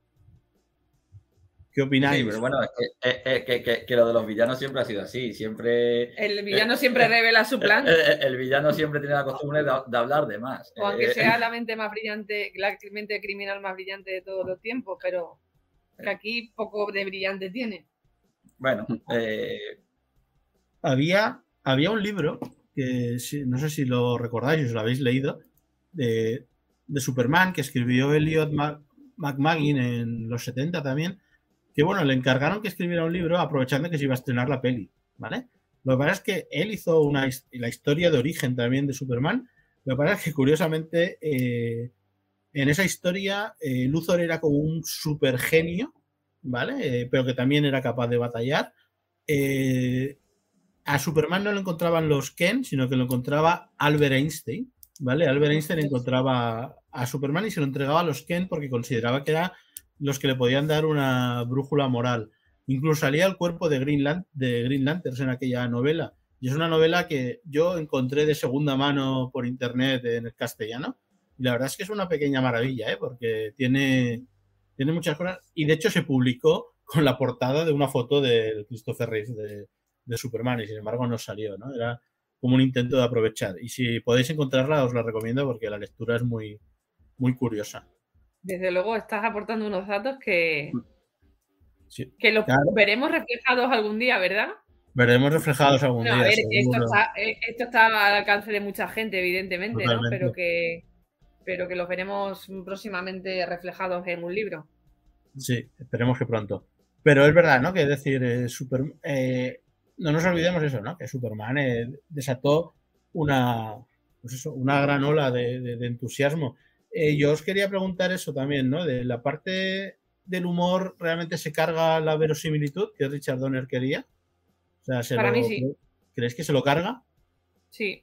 Speaker 4: ¿Qué opináis?
Speaker 3: Sí, pero bueno, es que lo de los villanos siempre ha sido así. Siempre.
Speaker 2: El villano siempre revela su plan.
Speaker 3: El villano siempre tiene la costumbre de hablar de más.
Speaker 2: O aunque sea la mente más brillante, la mente criminal más brillante de todos los tiempos, pero que aquí poco de brillante tiene.
Speaker 3: Bueno,
Speaker 4: había un libro que no sé si lo recordáis, os lo habéis leído, de Superman, que escribió Elliot McMaggin en los 70 también, que bueno, le encargaron que escribiera un libro aprovechando que se iba a estrenar la peli, ¿vale? Lo que pasa es que él hizo la historia de origen también de Superman. Lo que pasa es que curiosamente en esa historia Luthor era como un super genio, ¿vale? Pero que también era capaz de batallar. A Superman no lo encontraban los Ken, sino que lo encontraba Albert Einstein, ¿vale? Albert Einstein encontraba a Superman y se lo entregaba a los Ken porque consideraba que eran los que le podían dar una brújula moral. Incluso salía el cuerpo de Green Lanterns en aquella novela. Y es una novela que yo encontré de segunda mano por internet en el castellano. Y la verdad es que es una pequeña maravilla, porque tiene muchas cosas. Y de hecho se publicó con la portada de una foto del Christopher Reeve de Superman, y sin embargo no salió, ¿no? Era como un intento de aprovechar. Y si podéis encontrarla, os la recomiendo porque la lectura es muy, muy curiosa.
Speaker 2: Desde luego estás aportando unos datos que los
Speaker 4: claro,
Speaker 2: veremos reflejados algún día, ¿verdad?
Speaker 4: Veremos reflejados algún día.
Speaker 2: A ver, esto está al alcance de mucha gente, evidentemente, totalmente, ¿no? Pero que los veremos próximamente reflejados en un libro.
Speaker 4: Sí, esperemos que pronto. Pero es verdad, ¿no? Que es decir, no nos olvidemos eso, ¿no? Que Superman desató una gran ola de entusiasmo. Yo os quería preguntar eso también, ¿no? De la parte del humor, ¿realmente se carga la verosimilitud que Richard Donner quería? O sea,
Speaker 2: para mí sí.
Speaker 4: ¿Crees que se lo carga?
Speaker 2: Sí.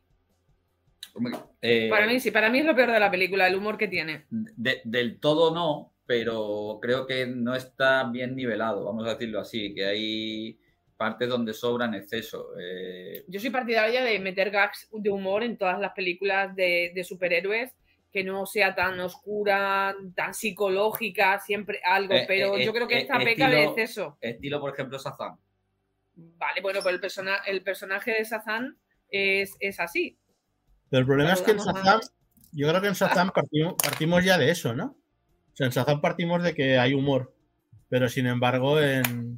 Speaker 2: Para mí sí, para mí es lo peor de la película, el humor que tiene.
Speaker 3: Del todo no, pero creo que no está bien nivelado, vamos a decirlo así, que hay partes donde sobra en exceso.
Speaker 2: Yo soy partidaria de meter gags de humor en todas las películas de superhéroes, que no sea tan oscura, tan psicológica, siempre algo, pero yo creo que esta peca de exceso.
Speaker 3: Estilo, por ejemplo, Shazam.
Speaker 2: Vale, bueno, pues el personaje de Shazam es así.
Speaker 4: Pero el problema es que en Shazam, yo creo que en Shazam partimos ya de eso, ¿no? O sea, en Shazam partimos de que hay humor, pero sin embargo en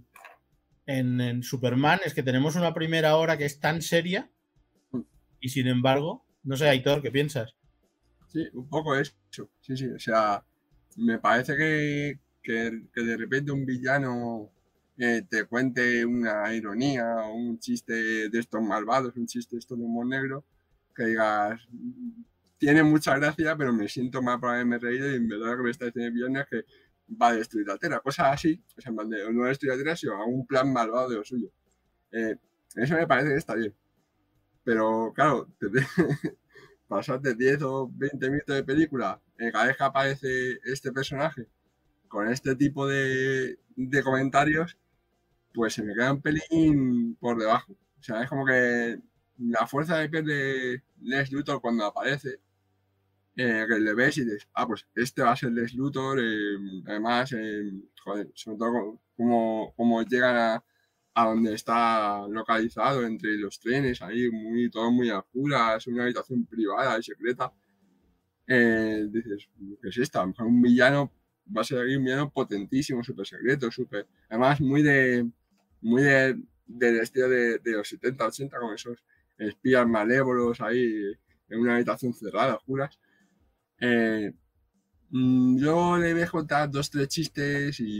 Speaker 4: Superman es que tenemos una primera hora que es tan seria y sin embargo, no sé, Aitor, ¿qué piensas?
Speaker 5: Sí, un poco eso, sí, o sea, me parece que de repente un villano te cuente una ironía o un chiste de estos malvados, un chiste de estos de humor negro, que digas, tiene mucha gracia, pero me siento mal por haberme reído y en verdad lo que me está diciendo el villano es que va a destruir la Tierra, cosas así, o sea, no a destruir la Tierra, sino a un plan malvado de lo suyo. Eso me parece que está bien, pero claro, pasarte 10 o 20 minutos de película, cada vez que aparece este personaje con este tipo de comentarios, pues se me queda un pelín por debajo. O sea, es como que la fuerza de piel de Lex Luthor cuando aparece, que le ves y dices, pues este va a ser Lex Luthor, además, joder, sobre todo como llegan a donde está localizado, entre los trenes, ahí todo muy a oscuras, una habitación privada y secreta. Dices, ¿qué es esta? A lo mejor un villano va a ser aquí un villano potentísimo, súper secreto, además muy del estilo de los 70, 80, con esos espías malévolos ahí en una habitación cerrada, oscuras. Yo le voy a contar 2, 3 chistes y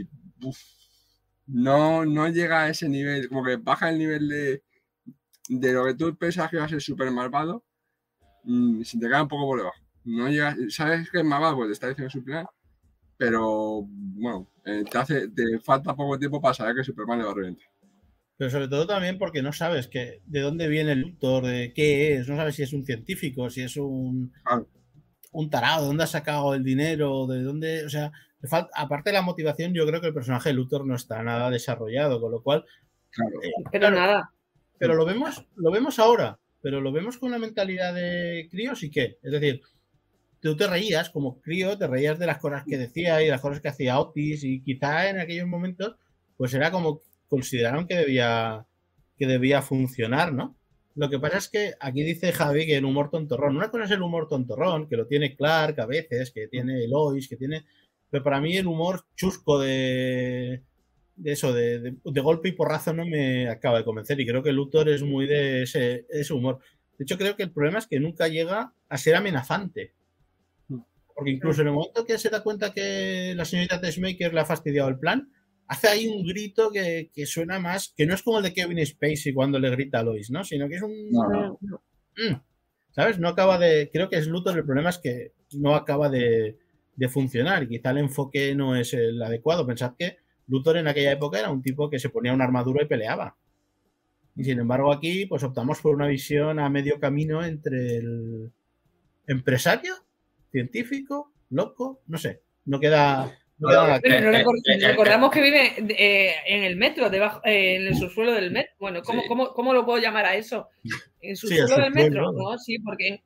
Speaker 5: no llega a ese nivel, como que baja el nivel de lo que tú pensas que va a ser súper malvado, si te queda un poco por debajo. No llega, sabes que es malvado porque te está diciendo su plan, pero bueno, te falta poco tiempo para saber que Superman le va a reventar.
Speaker 4: Pero sobre todo también porque no sabes de dónde viene el Luthor, de qué es, no sabes si es un científico, si es un tarado, de dónde ha sacado el dinero, de dónde, o sea, aparte de la motivación, yo creo que el personaje de Luthor no está nada desarrollado, con lo cual...
Speaker 5: Claro.
Speaker 2: Pero nada.
Speaker 4: Pero lo vemos ahora, pero lo vemos con una mentalidad de críos y qué, es decir, tú te reías como crío, te reías de las cosas que decía y de las cosas que hacía Otis y quizá en aquellos momentos pues era como consideraron que debía funcionar, ¿no? Lo que pasa es que aquí dice Javi que el humor tontorrón. Una cosa es el humor tontorrón, que lo tiene Clark a veces, que tiene Lois, que tiene... Pero para mí el humor chusco de golpe y porrazo no me acaba de convencer y creo que Luthor es muy de ese humor. De hecho, creo que el problema es que nunca llega a ser amenazante. Porque incluso en el momento que se da cuenta que la señorita Tessmaker le ha fastidiado el plan, hace ahí un grito que suena más, que no es como el de Kevin Spacey cuando le grita a Lois, ¿no? Sino que es un...
Speaker 5: No.
Speaker 4: ¿Sabes? No acaba de... Creo que es Luthor, el problema es que no acaba de funcionar y quizá el enfoque no es el adecuado. Pensad que Luthor en aquella época era un tipo que se ponía una armadura y peleaba. Y sin embargo aquí pues optamos por una visión a medio camino entre el empresario, científico, loco, no sé, no queda nada.
Speaker 2: Recordamos que vive en el metro, debajo, en el subsuelo del metro. Bueno, ¿cómo lo puedo llamar a eso? ¿En el subsuelo del metro? No, sí, porque...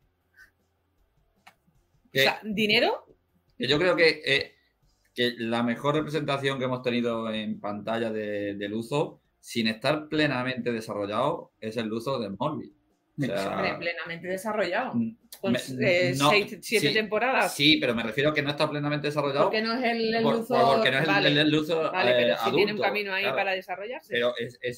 Speaker 2: O sea, ¿dinero?
Speaker 3: Yo creo que la mejor representación que hemos tenido en pantalla de Luthor, sin estar plenamente desarrollado, es el Luthor de Smallville. O sea,
Speaker 2: plenamente desarrollado. Con 7 temporadas.
Speaker 3: Sí, pero me refiero a que no está plenamente desarrollado.
Speaker 2: Porque no es el Luthor.
Speaker 3: Porque no es el Luthor
Speaker 2: vale, pero
Speaker 3: adulto,
Speaker 2: sí tiene un camino ahí para desarrollarse.
Speaker 3: Pero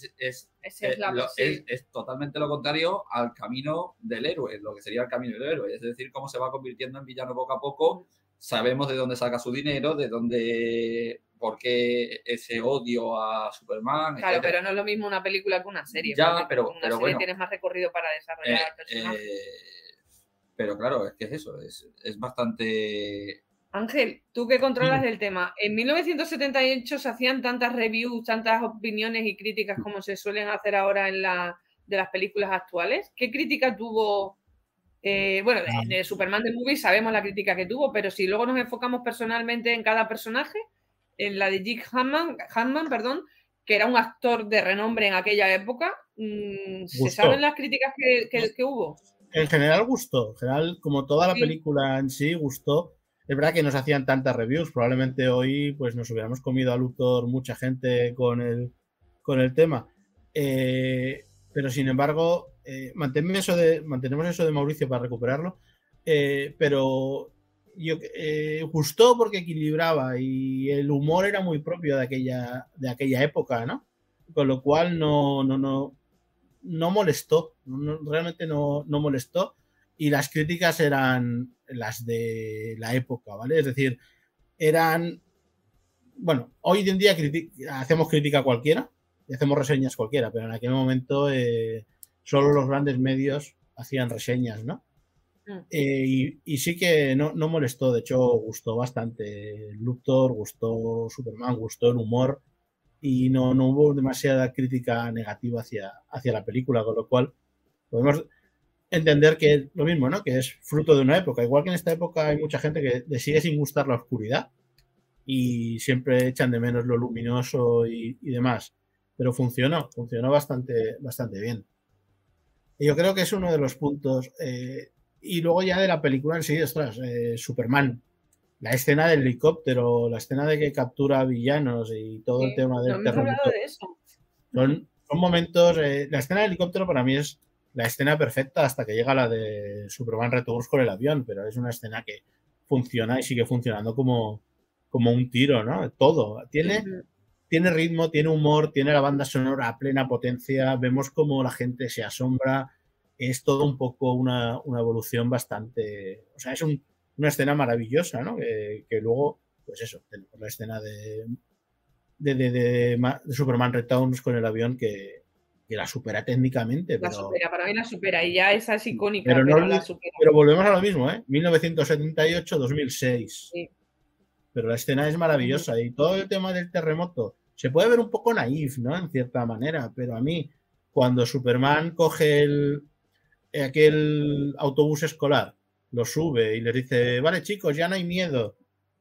Speaker 3: es totalmente lo contrario al camino del héroe, lo que sería el camino del héroe. Es decir, cómo se va convirtiendo en villano poco a poco. Sabemos de dónde saca su dinero, por qué ese odio a Superman.
Speaker 2: Claro, pero no es lo mismo una película que una serie.
Speaker 3: Ya, pero
Speaker 2: serie
Speaker 3: bueno,
Speaker 2: tienes más recorrido para desarrollar al personaje.
Speaker 3: Pero claro, es que es eso, es bastante...
Speaker 2: Ángel, tú que controlas el tema, en 1978 se hacían tantas reviews, tantas opiniones y críticas como se suelen hacer ahora de las películas actuales. ¿Qué crítica tuvo? De Superman The Movie sabemos la crítica que tuvo, pero si luego nos enfocamos personalmente en cada personaje, en la de Jake Hammond, que era un actor de renombre en aquella época, ¿se saben las críticas que hubo?
Speaker 4: En general gustó, en general, como toda la película en sí, gustó. Es verdad que nos hacían tantas reviews, probablemente hoy pues nos hubiéramos comido a Luthor mucha gente con el tema. Pero sin embargo, mantenemos eso de Mauricio para recuperarlo, pero gustó porque equilibraba y el humor era muy propio de aquella época, ¿no? Con lo cual no molestó, realmente no molestó, y las críticas eran las de la época, ¿vale? Es decir, hoy en día hacemos crítica cualquiera y hacemos reseñas cualquiera, pero en aquel momento solo los grandes medios hacían reseñas, ¿no? Y sí que no molestó, de hecho gustó bastante Luthor, gustó Superman, gustó el humor y no hubo demasiada crítica negativa hacia la película, con lo cual podemos entender que es lo mismo, ¿no? Que es fruto de una época. Igual que en esta época hay mucha gente que le sigue sin gustar la oscuridad y siempre echan de menos lo luminoso y demás. Pero funcionó bastante bien. Y yo creo que es uno de los puntos. Y luego ya de la película en sí, Superman. La escena del helicóptero, la escena de que captura villanos y todo el tema del terremoto.
Speaker 2: De eso.
Speaker 4: son momentos... la escena del helicóptero para mí es la escena perfecta hasta que llega la de Superman Returns con el avión, pero es una escena que funciona y sigue funcionando como un tiro, ¿no? Todo. Tiene ritmo, tiene humor, tiene la banda sonora a plena potencia, vemos cómo la gente se asombra, es todo un poco una evolución bastante... O sea, es una escena maravillosa, ¿no? Que luego, pues eso, tenemos la escena de Superman Returns con el avión que la supera técnicamente.
Speaker 2: La supera, para mí la supera, y ya esa es icónica,
Speaker 4: pero
Speaker 2: la supera.
Speaker 4: Pero volvemos a lo mismo, ¿eh? 1978-2006.
Speaker 2: Sí.
Speaker 4: Pero la escena es maravillosa y todo el tema del terremoto se puede ver un poco naif, ¿no? En cierta manera, pero a mí, cuando Superman coge aquel autobús escolar, lo sube y les dice, vale chicos, ya no hay miedo.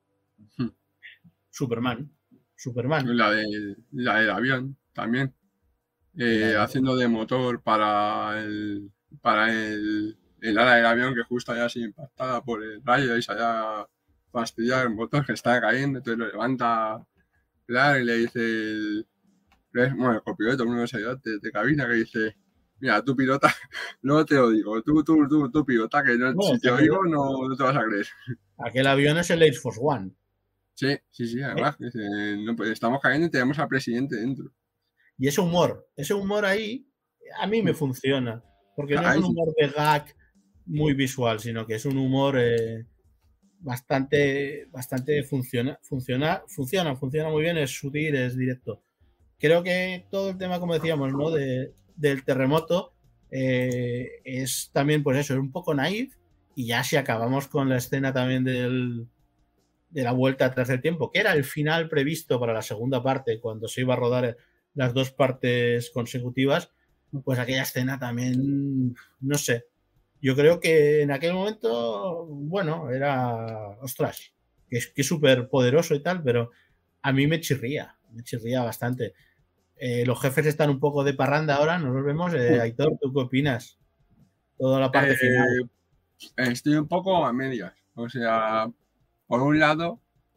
Speaker 4: Superman.
Speaker 5: La del avión también. Haciendo de motor para el ala del avión que justo haya sido impactada por el rayo y se haya fastidiado el motor que está cayendo, entonces lo levanta, claro, y le dice el copiloto, uno de los ayudantes de cabina, que dice, mira, tú pilota, no te lo digo, tú pilota, que no, si te lo digo no te vas a creer.
Speaker 4: Aquel avión es el Air Force One.
Speaker 5: Sí, además, dice, no, pues estamos cayendo y tenemos al presidente dentro.
Speaker 4: Y ese humor ahí, a mí me funciona, porque no es un humor de gag muy visual, sino que es un humor bastante funciona muy bien, es sutil, es directo. Creo que todo el tema, como decíamos, ¿no? del terremoto es también, pues eso, es un poco naif, y ya si acabamos con la escena también de la vuelta atrás del tiempo, que era el final previsto para la segunda parte, cuando se iba a rodar las dos partes consecutivas, pues aquella escena también, no sé, yo creo que en aquel momento, bueno, era, ostras, que es súper poderoso y tal, pero a mí me chirría bastante. Los jefes están un poco de parranda ahora, nos vemos. Aitor, ¿tú qué opinas? Toda la parte final.
Speaker 5: Estoy un poco a medias, o sea, por un lado,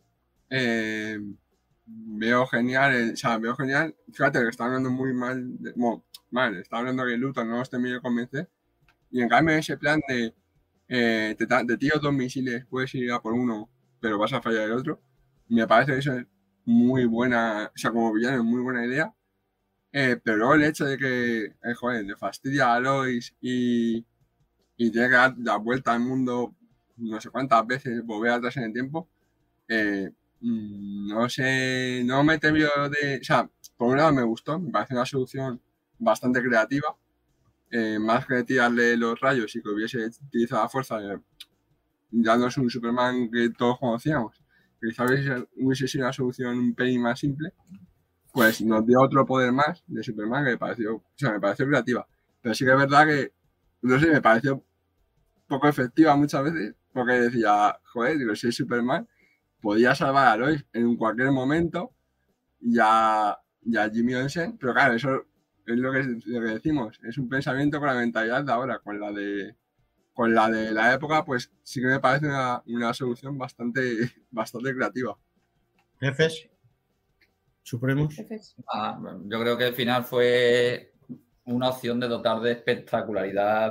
Speaker 5: veo genial, fíjate que está hablando muy mal, está hablando que Luthor no los termina de convencer, y en cambio ese plan de te tiro 2 misiles, puedes ir a por uno, pero vas a fallar el otro, me parece que eso es muy buena, o sea, como villano es muy buena idea, pero luego el hecho de que, le fastidia a Lois y tiene que dar la vuelta al mundo no sé cuántas veces, volver atrás en el tiempo, no sé, no me termino de... O sea, por un lado me gustó, me parece una solución bastante creativa, más que tirarle los rayos y que hubiese utilizado la fuerza, dándonos un Superman que todos conocíamos, que quizás hubiese sido una solución un pelín más simple, pues nos dio otro poder más de Superman que me pareció creativa. Pero sí que es verdad que, no sé, me pareció poco efectiva muchas veces, porque decía, si es Superman, podía salvar a Lois en cualquier momento y a Jimmy Olsen, pero claro, eso es lo que decimos, es un pensamiento con la mentalidad de ahora, con la de la época, pues sí que me parece una solución bastante creativa.
Speaker 4: ¿Jefes? ¿Supremos?
Speaker 3: Yo creo que el final fue una opción de dotar de espectacularidad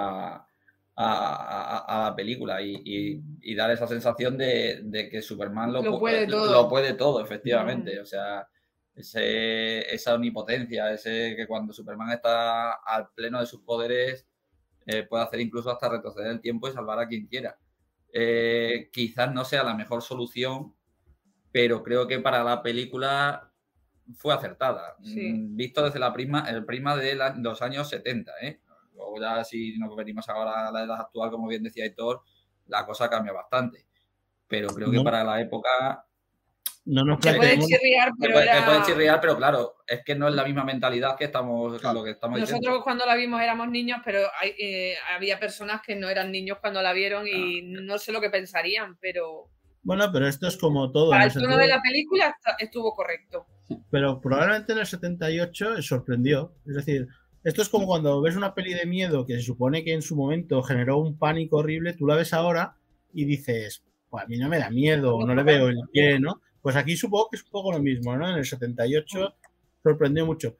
Speaker 3: a la película y dar esa sensación de que Superman lo puede todo, efectivamente. O sea, esa omnipotencia, que cuando Superman está al pleno de sus poderes puede hacer incluso hasta retroceder el tiempo y salvar a quien quiera. Quizás no sea la mejor solución, pero creo que para la película fue acertada. Sí. Visto desde el prisma de los años 70, ¿eh? Luego ya si nos venimos ahora a la edad actual, como bien decía Aitor, la cosa cambia bastante. Pero creo que para la época...
Speaker 2: Se puede
Speaker 3: chirriar, pero claro, es que no es la misma mentalidad que lo que estamos diciendo.
Speaker 2: Nosotros cuando la vimos éramos niños, pero había personas que no eran niños cuando la vieron y no sé lo que pensarían, pero...
Speaker 4: Bueno, pero esto es como todo.
Speaker 2: Para el tono de la película estuvo correcto.
Speaker 4: Pero probablemente en el 78 sorprendió. Es decir, esto es como cuando ves una peli de miedo que se supone que en su momento generó un pánico horrible, tú la ves ahora y dices, pues a mí no me da miedo, no le veo el pie, ¿no? Pues aquí supongo que es un poco lo mismo, ¿no? En el 78 sorprendió mucho.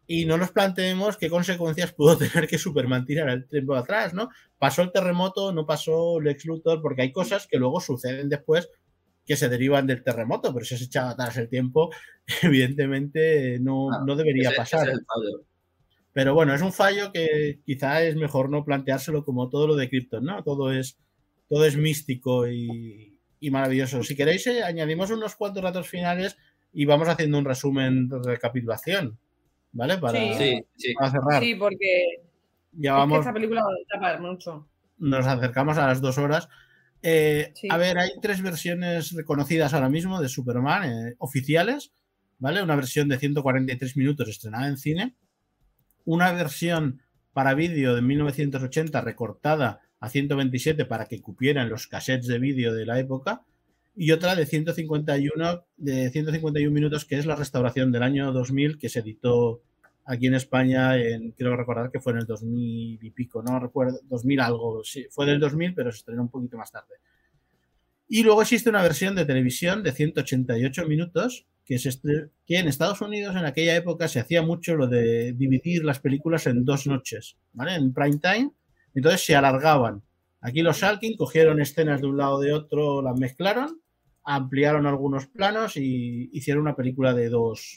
Speaker 4: y no nos planteemos qué consecuencias pudo tener que Superman tirar el tiempo atrás, ¿no? Pasó el terremoto, no pasó Lex Luthor, porque hay cosas que luego suceden después que se derivan del terremoto, pero si se echaba atrás el tiempo, evidentemente no debería pasar.
Speaker 3: Ese es el fallo.
Speaker 4: Pero bueno, es un fallo que quizá es mejor no planteárselo como todo lo de Krypton, ¿no? Todo es místico y maravilloso. Si queréis, añadimos unos cuantos datos finales y vamos haciendo un resumen de recapitulación, ¿vale? Para cerrar.
Speaker 2: Sí, porque
Speaker 4: ya vamos,
Speaker 2: es que esta película da para mucho.
Speaker 4: Nos acercamos a las 2 horas. A ver, hay 3 versiones reconocidas ahora mismo de Superman oficiales, ¿vale? Una versión de 143 minutos estrenada en cine, una versión para vídeo de 1980 recortada a 127 para que cupieran los cassettes de vídeo de la época, y otra de 151 minutos, que es la restauración del año 2000, que se editó aquí en España, quiero recordar que fue en el 2000 y pico, no recuerdo, 2000 algo, sí, fue del 2000, pero se estrenó un poquito más tarde. Y luego existe una versión de televisión de 188 minutos, que en Estados Unidos en aquella época se hacía mucho lo de dividir las películas en 2 noches, ¿vale? En prime time, entonces se alargaban. Aquí los Salkin cogieron escenas de un lado o de otro, las mezclaron, ampliaron algunos planos y hicieron una película de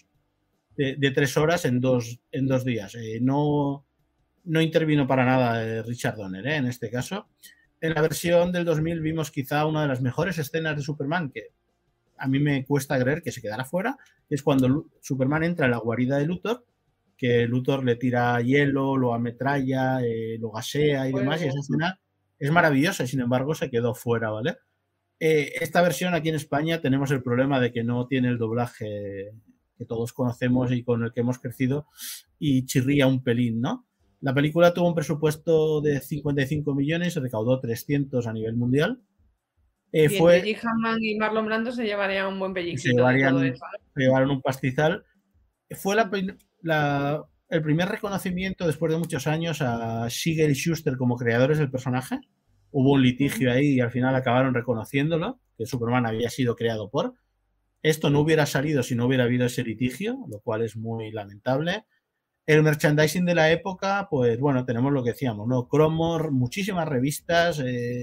Speaker 4: 3 horas en dos días. No intervino para nada Richard Donner, en este caso. En la versión del 2000 vimos quizá una de las mejores escenas de Superman, que a mí me cuesta creer que se quedara fuera, que es cuando Superman entra en la guarida de Luthor, que Luthor le tira hielo, lo ametralla, lo gasea y demás, y esa escena es maravillosa y sin embargo se quedó fuera, ¿vale? Esta versión aquí en España tenemos el problema de que no tiene el doblaje que todos conocemos y con el que hemos crecido y chirría un pelín, ¿no? La película tuvo un presupuesto de 55 millones, recaudó 300 a nivel mundial.
Speaker 2: Jake Hammond y Marlon Brando se llevarían un buen pellizquito de todo eso.
Speaker 4: Se llevaron un pastizal. Fue el primer reconocimiento después de muchos años a Siegel y Shuster como creadores del personaje. Hubo un litigio ahí y al final acabaron reconociéndolo, que Superman había sido creado por. Esto no hubiera salido si no hubiera habido ese litigio, lo cual es muy lamentable. El merchandising de la época, pues bueno, tenemos lo que decíamos, ¿no? Cromos, muchísimas revistas,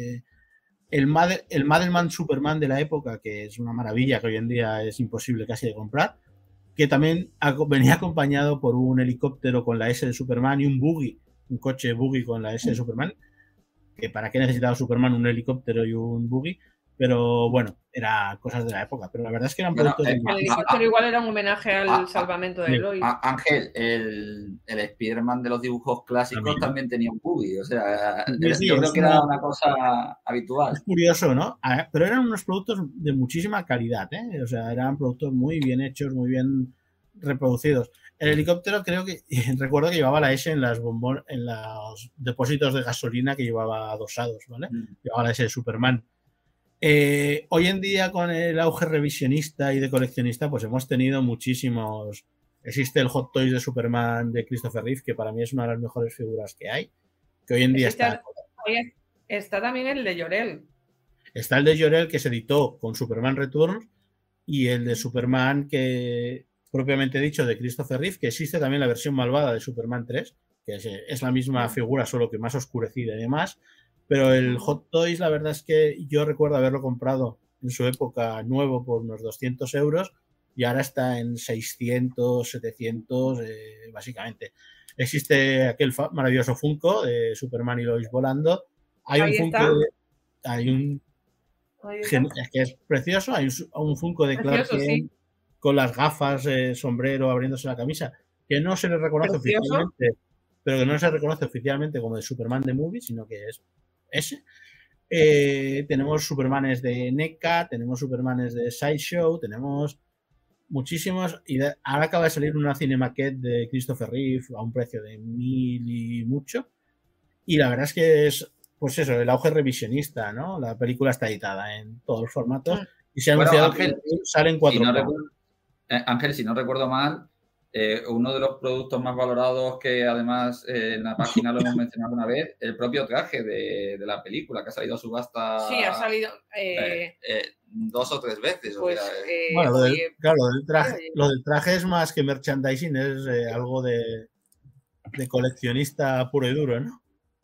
Speaker 4: el Madelman Superman de la época, que es una maravilla que hoy en día es imposible casi de comprar, que también venía acompañado por un helicóptero con la S de Superman y un buggy, un coche buggy con la S de Superman, que para qué necesitaba Superman un helicóptero y un buggy, pero bueno, eran cosas de la época, pero la verdad es que eran productos...
Speaker 2: El helicóptero igual era un homenaje al salvamento de Lois.
Speaker 3: Ángel, el Spider-Man de los dibujos clásicos también tenía un buggy, o sea, yo creo que era una cosa habitual.
Speaker 4: Es curioso, ¿no? Pero eran unos productos de muchísima calidad, ¿eh? O sea, eran productos muy bien hechos, muy bien reproducidos. El helicóptero creo que, recuerdo que llevaba la S en los depósitos de gasolina que llevaba adosados, ¿vale? Llevaba la S de Superman. Hoy en día, con el auge revisionista y de coleccionista, pues hemos tenido muchísimos. Existe el Hot Toys de Superman de Christopher Reeve, que para mí es una de las mejores figuras que hay, que hoy en día está.
Speaker 2: Está también el de Jor-El.
Speaker 4: Está el de Jor-El, que se editó con Superman Returns, y el de Superman, que propiamente dicho, de Christopher Reeve, que existe también la versión malvada de Superman 3, que es la misma figura, solo que más oscurecida y demás. Pero el Hot Toys, la verdad es que yo recuerdo haberlo comprado en su época nuevo por unos 200 euros y ahora está en 600, 700, básicamente. Existe aquel maravilloso Funko de Superman y Lois volando. Hay un Funko que es precioso. Hay un Funko de Clark Kent con las gafas, sombrero, abriéndose la camisa, que no se le reconoce oficialmente, pero que no se reconoce oficialmente como de Superman The Movie, sino que es ese. Tenemos Supermanes de NECA, tenemos Supermanes de Sideshow, tenemos muchísimos, y ahora acaba de salir una Cinemaquette de Christopher Reeve a un precio de 1000 y mucho, y la verdad es que es, pues eso, el auge revisionista, ¿no? La película está editada en todos los formatos y se ha anunciado que sale en 4K.
Speaker 3: Ángel, si no recuerdo mal, uno de los productos más valorados que además en la página lo hemos mencionado una vez, el propio traje de la película que ha salido a subasta.
Speaker 2: Sí, ha salido
Speaker 3: 2 o 3 veces.
Speaker 2: pues,
Speaker 3: o sea,
Speaker 4: Bueno, claro,
Speaker 2: oye.
Speaker 4: lo del traje es más que merchandising, es algo de coleccionista puro y duro, ¿no?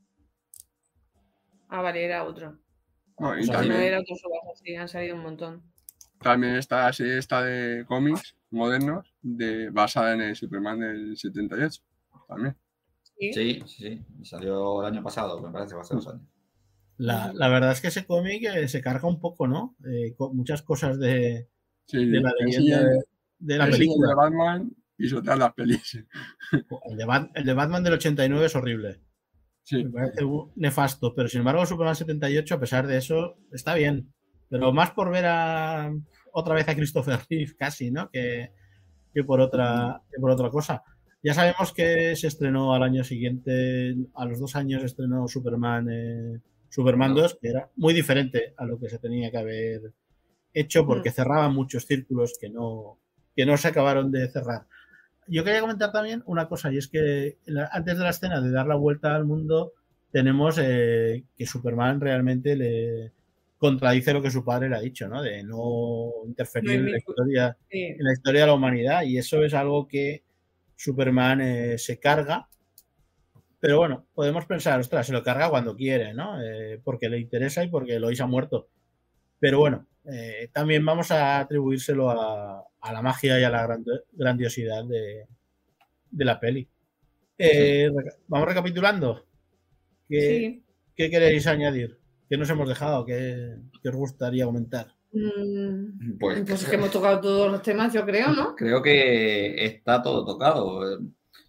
Speaker 2: Ah, vale, era otro.
Speaker 5: No, y
Speaker 4: O sea,
Speaker 2: No
Speaker 5: también,
Speaker 2: era otro subasta, sí, han salido un montón.
Speaker 5: también está la serie esta de cómics modernos basada en el Superman del 78. También.
Speaker 3: sí, salió el año pasado, me parece, va a ser 2 años.
Speaker 4: La verdad es que ese cómic se carga un poco, ¿no? Muchas cosas de
Speaker 5: Sí,
Speaker 4: la leyenda de la
Speaker 5: el
Speaker 4: película.
Speaker 5: de Batman pisotear las pelis.
Speaker 4: El de Batman del 89 es horrible.
Speaker 5: Sí.
Speaker 4: Me parece nefasto, pero sin embargo Superman 78, a pesar de eso, está bien. Pero más por ver otra vez a Christopher Reeve casi, ¿no? Que por otra cosa. Ya sabemos que se estrenó al año siguiente, a los 2 años estrenó Superman 2, que era muy diferente a lo que se tenía que haber hecho porque cerraba muchos círculos que no se acabaron de cerrar. Yo quería comentar también una cosa, y es que antes de la escena de dar la vuelta al mundo, tenemos que Superman realmente le contradice lo que su padre le ha dicho, ¿no? De no interferir en la historia de la humanidad, y eso es algo que Superman se carga. Pero bueno, podemos pensar, ostras, se lo carga cuando quiere, ¿no? Porque le interesa y porque Lois ha muerto. Pero bueno, también vamos a atribuírselo a la magia y a la grandiosidad de la peli. Vamos recapitulando. ¿Qué queréis añadir? ¿Qué nos hemos dejado? ¿Qué os gustaría comentar?
Speaker 2: Pues es que hemos tocado todos los temas, yo creo, ¿no?
Speaker 3: Creo que está todo tocado.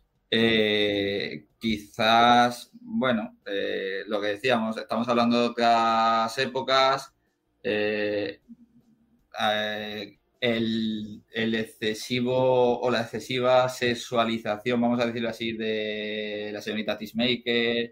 Speaker 3: Quizás, bueno, lo que decíamos, estamos hablando de otras épocas. El excesivo o la excesiva sexualización, vamos a decirlo así, de la señorita Peacemaker,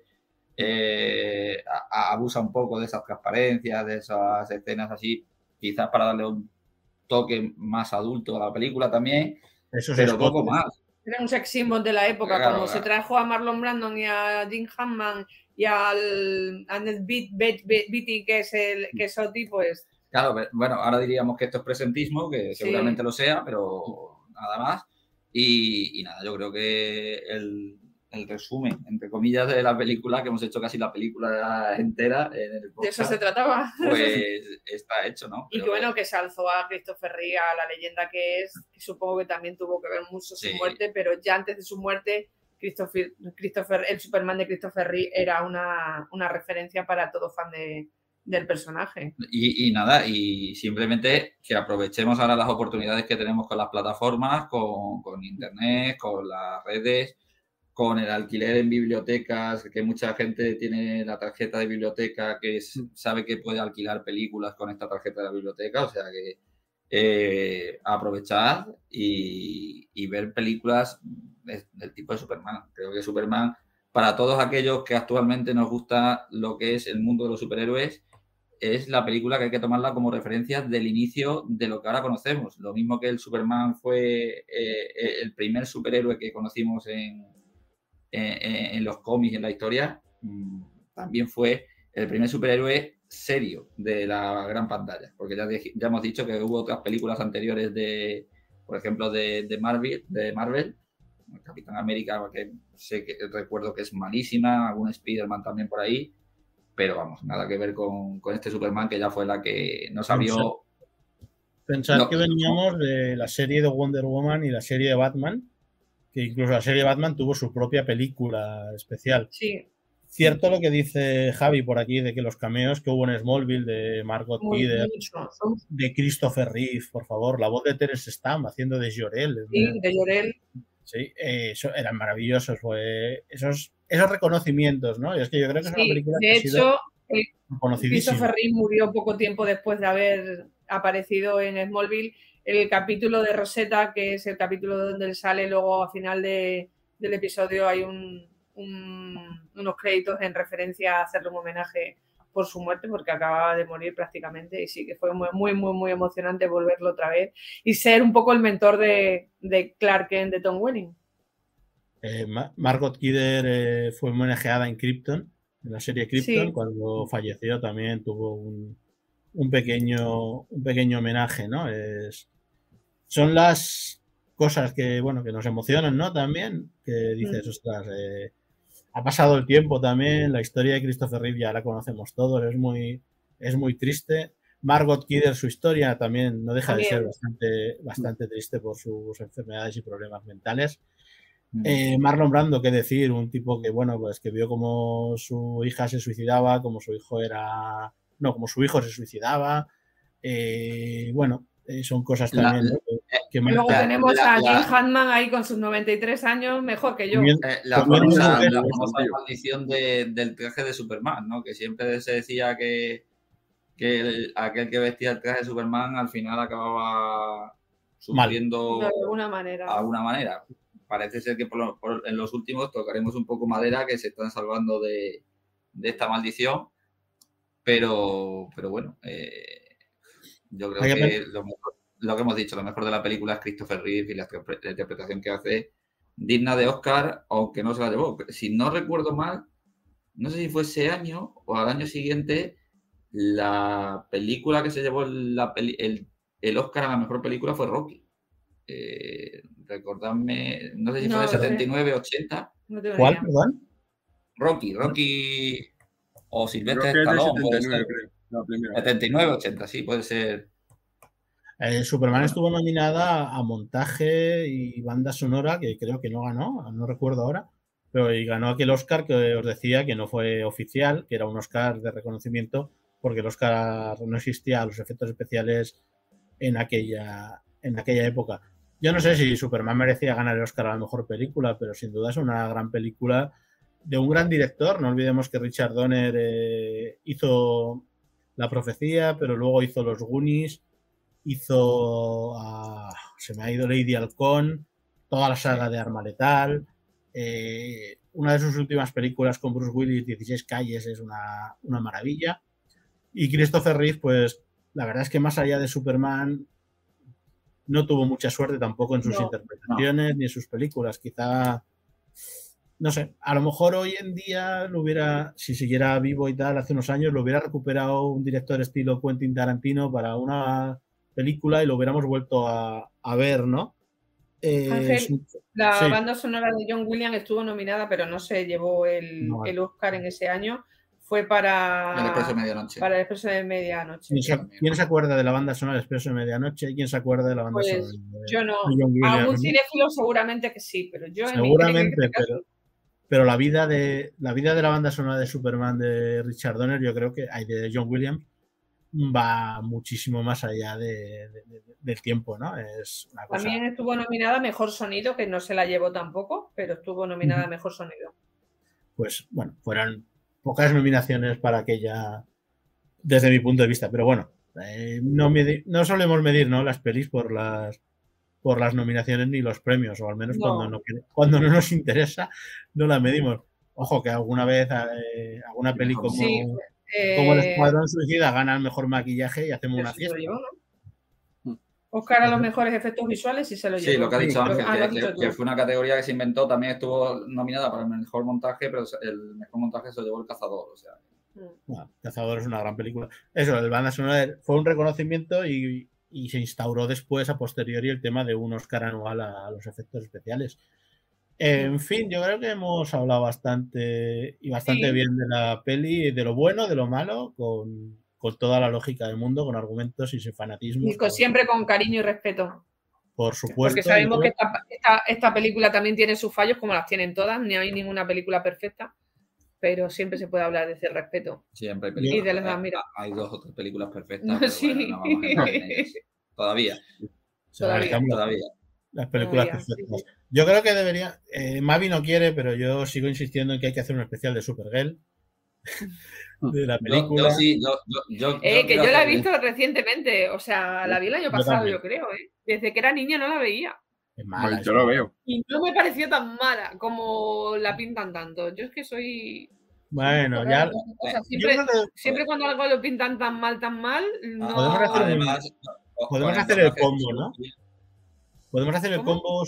Speaker 3: abusa un poco de esas transparencias, de esas escenas así, quizás para darle un toque más adulto a la película también, pero poco más.
Speaker 2: Era un sex symbol de la época,
Speaker 3: Claro,
Speaker 2: cuando se trajo a Marlon Brandon y a Jim Hammond y a Ned Beatty, que es Oti, pues...
Speaker 3: Claro, bueno, ahora diríamos que esto es presentismo, que seguramente lo sea, pero nada más. Y nada, yo creo que el resumen, entre comillas, de la película, que hemos hecho casi la película entera en el podcast,
Speaker 2: de eso se trataba.
Speaker 3: Pues está hecho, ¿no?
Speaker 2: Y que bueno, que se alzó a Christopher Reeve, a la leyenda que es, que supongo que también tuvo que ver mucho su muerte, pero ya antes de su muerte, el Superman de Christopher Reeve era una referencia para todo fan del personaje.
Speaker 3: Y nada, y simplemente que aprovechemos ahora las oportunidades que tenemos con las plataformas, con internet, con las redes, con el alquiler en bibliotecas, que mucha gente tiene la tarjeta de biblioteca que sabe que puede alquilar películas con esta tarjeta de la biblioteca, o sea que aprovechar y ver películas del tipo de Superman. Creo que Superman, para todos aquellos que actualmente nos gusta lo que es el mundo de los superhéroes, es la película que hay que tomarla como referencia del inicio de lo que ahora conocemos. Lo mismo que el Superman fue el primer superhéroe que conocimos en los cómics, en la historia, también fue el primer superhéroe serio de la gran pantalla. Porque ya hemos dicho que hubo otras películas anteriores por ejemplo, de Marvel, Capitán América, que recuerdo que es malísima, algún Spider-Man también por ahí, pero vamos, nada que ver con este Superman, que ya fue la que nos abrió.
Speaker 4: Pensad que veníamos de la serie de Wonder Woman y la serie de Batman, que incluso la serie de Batman tuvo su propia película especial.
Speaker 2: Sí.
Speaker 4: Cierto lo que dice Javi por aquí, de que los cameos que hubo en Smallville de Margot Kidder, de Christopher Reeve, por favor, la voz de Terence Stamp haciendo de Jor-El.
Speaker 2: Sí, de Jor-El.
Speaker 4: Sí, eso eran maravillosos, esos reconocimientos, ¿no? Y es que yo creo que es una película
Speaker 2: de
Speaker 4: que
Speaker 2: hecho,
Speaker 4: ha sido conocidísima.
Speaker 2: Christopher Reeve murió poco tiempo después de haber aparecido en Smallville. El capítulo de Rosetta, que es el capítulo donde él sale, luego al final del episodio hay unos créditos en referencia a hacerle un homenaje por su muerte, porque acababa de morir prácticamente, y sí que fue muy, muy, muy, muy emocionante volverlo otra vez y ser un poco el mentor de Clark Kent, de Tom Welling.
Speaker 4: Margot Kidder fue homenajeada en Krypton, en la serie Krypton,
Speaker 2: Sí.
Speaker 4: cuando falleció también tuvo un pequeño homenaje, ¿no? Son las cosas que, bueno, que nos emocionan, ¿no? También, que dices, ostras, ha pasado el tiempo también, la historia de Christopher Reeve ya la conocemos todos, es muy triste. Margot Kidder, su historia también no deja de ser bastante triste por sus enfermedades y problemas mentales. Marlon Brando, qué decir, un tipo que, bueno, pues que vio como su hija se suicidaba, como su hijo se suicidaba. Bueno, son cosas también, ¿no?
Speaker 2: Luego tenemos a Jim Hackman ahí con sus 93 años, mejor que yo.
Speaker 3: La famosa maldición del traje de Superman, ¿no? Que siempre se decía que aquel que vestía el traje de Superman al final acababa sufriendo
Speaker 2: de alguna manera.
Speaker 3: Parece ser que en los últimos tocaremos un poco madera, que se están salvando de esta maldición, pero bueno, yo creo que lo que hemos dicho, lo mejor de la película es Christopher Reeve y la interpretación que hace, digna de Oscar, aunque no se la llevó. Si no recuerdo mal, no sé si fue ese año o al año siguiente, la película que se llevó el Oscar a la mejor película fue Rocky. Recordadme, no sé si fue de 79, 80.
Speaker 4: ¿Cuál, perdón?
Speaker 3: Rocky o Sylvester Stallone.
Speaker 5: 79, creo. La primera.
Speaker 3: 79, 80, sí, puede ser.
Speaker 4: Superman estuvo nominada a montaje y banda sonora, que creo que no ganó, no recuerdo ahora, pero y ganó aquel Oscar que os decía que no fue oficial, que era un Oscar de reconocimiento, porque el Oscar no existía a los efectos especiales en aquella época. Yo no sé si Superman merecía ganar el Oscar a la mejor película, pero sin duda es una gran película de un gran director. No olvidemos que Richard Donner hizo La Profecía, pero luego hizo Los Goonies, se me ha ido Lady Halcón, toda la saga de Arma Letal. Una de sus últimas películas con Bruce Willis, 16 calles, es una maravilla. Y Christopher Reeve, pues la verdad es que más allá de Superman no tuvo mucha suerte tampoco en sus interpretaciones ni en sus películas. Quizá, no sé, a lo mejor hoy en día si siguiera vivo y tal, hace unos años lo hubiera recuperado un director estilo Quentin Tarantino para una película y lo hubiéramos vuelto a ver, ¿no?
Speaker 2: Ángel, la banda sonora de John Williams estuvo nominada, pero no se llevó el Oscar en ese año. Fue para
Speaker 3: El Expreso de Medianoche.
Speaker 2: Para el Expreso de Medianoche.
Speaker 4: ¿Quién se acuerda de la banda sonora del Expreso de Medianoche? ¿Quién se acuerda de la banda sonora de
Speaker 2: yo no.
Speaker 4: John Williams?
Speaker 2: Algún cinéfilo seguramente que sí, pero yo
Speaker 4: seguramente, pero la vida de la banda sonora de Superman de Richard Donner, yo creo que hay de John Williams, va muchísimo más allá del tiempo, ¿no? Es una cosa...
Speaker 2: También estuvo nominada a Mejor Sonido, que no se la llevó tampoco, pero estuvo nominada a Mejor Sonido.
Speaker 4: Pues bueno, fueron pocas nominaciones para aquella, desde mi punto de vista, pero bueno, no solemos medir, ¿no?, las pelis por las nominaciones ni los premios, o al menos cuando no nos interesa no la medimos. Ojo, que alguna vez alguna peli como El Escuadrón Suicida gana el mejor maquillaje y hacemos una fiesta.
Speaker 2: Oscar a los mejores efectos visuales y se lo llevó.
Speaker 3: Sí, lo que ha dicho Ángel, que fue una categoría que se inventó, también estuvo nominada para el mejor montaje, pero el mejor montaje se lo llevó El Cazador, o sea.
Speaker 4: Bueno, Cazador es una gran película. Eso, el banda sonora fue un reconocimiento y se instauró después, a posteriori, el tema de un Oscar anual a los efectos especiales. En fin, yo creo que hemos hablado bastante bien de la peli, de lo bueno, de lo malo, con toda la lógica del mundo, con argumentos y sin fanatismo.
Speaker 2: Y siempre con cariño y respeto.
Speaker 4: Por supuesto.
Speaker 2: Porque sabemos que esta película también tiene sus fallos, como las tienen todas, ni hay ninguna película perfecta, pero siempre se puede hablar desde el respeto.
Speaker 3: Siempre hay
Speaker 2: películas.
Speaker 3: Hay 2 o 3 películas perfectas, pero bueno, no vamos a entrar en ellas. Todavía.
Speaker 4: Las películas perfectas. Sí. Yo creo que debería... Mavi no quiere, pero yo sigo insistiendo en que hay que hacer un especial de Supergirl. De la película.
Speaker 3: Yo
Speaker 2: que yo la he visto recientemente. O sea, la vi el año pasado, yo creo. Desde que era niña no la veía.
Speaker 4: Es mala,
Speaker 5: yo lo veo.
Speaker 2: Y no me pareció tan mala como la pintan tanto. Yo es que soy
Speaker 4: Bueno, ya.
Speaker 2: O sea,
Speaker 4: Yo creo que
Speaker 2: siempre cuando algo lo pintan tan mal, no.
Speaker 4: Podemos hacer
Speaker 3: Además,
Speaker 4: podemos
Speaker 3: con
Speaker 4: hacer el
Speaker 3: doblaje
Speaker 4: combo, ¿no? Podemos hacer el
Speaker 2: ¿Cómo?
Speaker 4: combo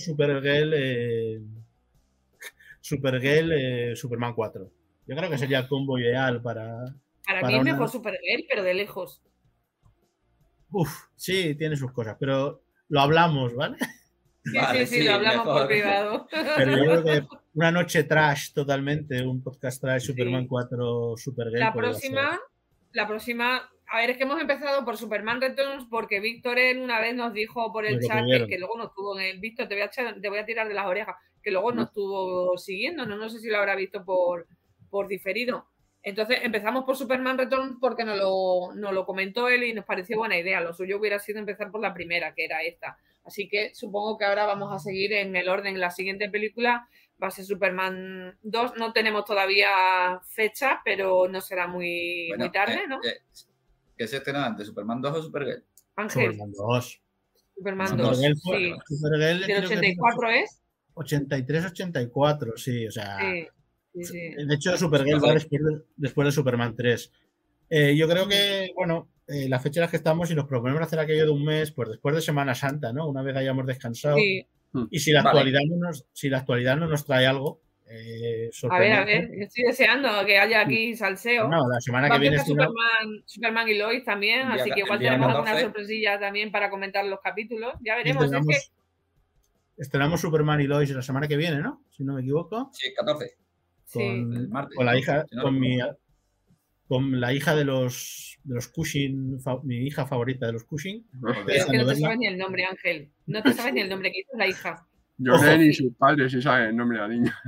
Speaker 4: Supergirl, Superman 4. Yo creo que sería el combo ideal para
Speaker 2: Para mí es
Speaker 4: una-
Speaker 2: mejor Supergirl, pero de lejos.
Speaker 4: Uf, sí, tiene sus cosas, pero lo hablamos, ¿vale?
Speaker 2: Sí,
Speaker 3: Vale,
Speaker 2: sí, lo hablamos
Speaker 3: mejor.
Speaker 2: por privado.
Speaker 4: Pero yo creo que una noche trash totalmente, un podcast trash,
Speaker 2: Sí.
Speaker 4: Superman 4, Supergirl.
Speaker 2: La
Speaker 4: podría ser.
Speaker 2: próxima, a ver, es que hemos empezado por Superman Returns porque Víctor una vez nos dijo por el
Speaker 4: Nos lo
Speaker 2: chat
Speaker 4: pidieron.
Speaker 2: que luego nos estuvo en el Víctor, te voy a tirar de las orejas, que luego nos estuvo siguiendo, no sé si lo habrá visto por diferido. Entonces empezamos por Superman Returns porque nos lo comentó él y nos pareció buena idea. Lo suyo hubiera sido empezar por la primera, que era esta. Así que supongo que ahora vamos a seguir en el orden. La siguiente película va a ser Superman 2. No tenemos todavía fecha, pero no será muy tarde, ¿no?
Speaker 3: ¿Qué se estrena antes, Superman 2 o Supergirl?
Speaker 2: Ángel,
Speaker 4: Superman 2.
Speaker 2: Superman 2,
Speaker 3: Supergirl
Speaker 2: sí.
Speaker 4: Supergirl
Speaker 2: ¿Del
Speaker 4: creo que
Speaker 2: 84 es?
Speaker 4: 83-84, sí, o sea.
Speaker 2: Sí.
Speaker 4: De hecho, Supergirl va después de Superman 3. Yo creo que, bueno, la fecha en la que estamos, si nos proponemos hacer aquello de un mes, pues después de Semana Santa, ¿no? Una vez hayamos descansado.
Speaker 2: Sí.
Speaker 4: Y si la actualidad no nos trae algo.
Speaker 2: A ver, yo estoy deseando que haya aquí salseo.
Speaker 4: No, la semana que viene
Speaker 2: Superman y Lois también, así que igual tenemos alguna sorpresilla también para comentar los capítulos. Ya veremos.
Speaker 4: Estrenamos Superman y Lois la semana que viene, ¿no? Si no me equivoco.
Speaker 3: Sí, 14.
Speaker 4: Con la hija, con la hija de los Cushing, mi hija favorita de los Cushing.
Speaker 2: Pero es que no te sabes ni el nombre, Ángel. No te sabes ni el nombre que hizo la hija.
Speaker 5: Yo no sé ni sus padres si saben el nombre de la niña.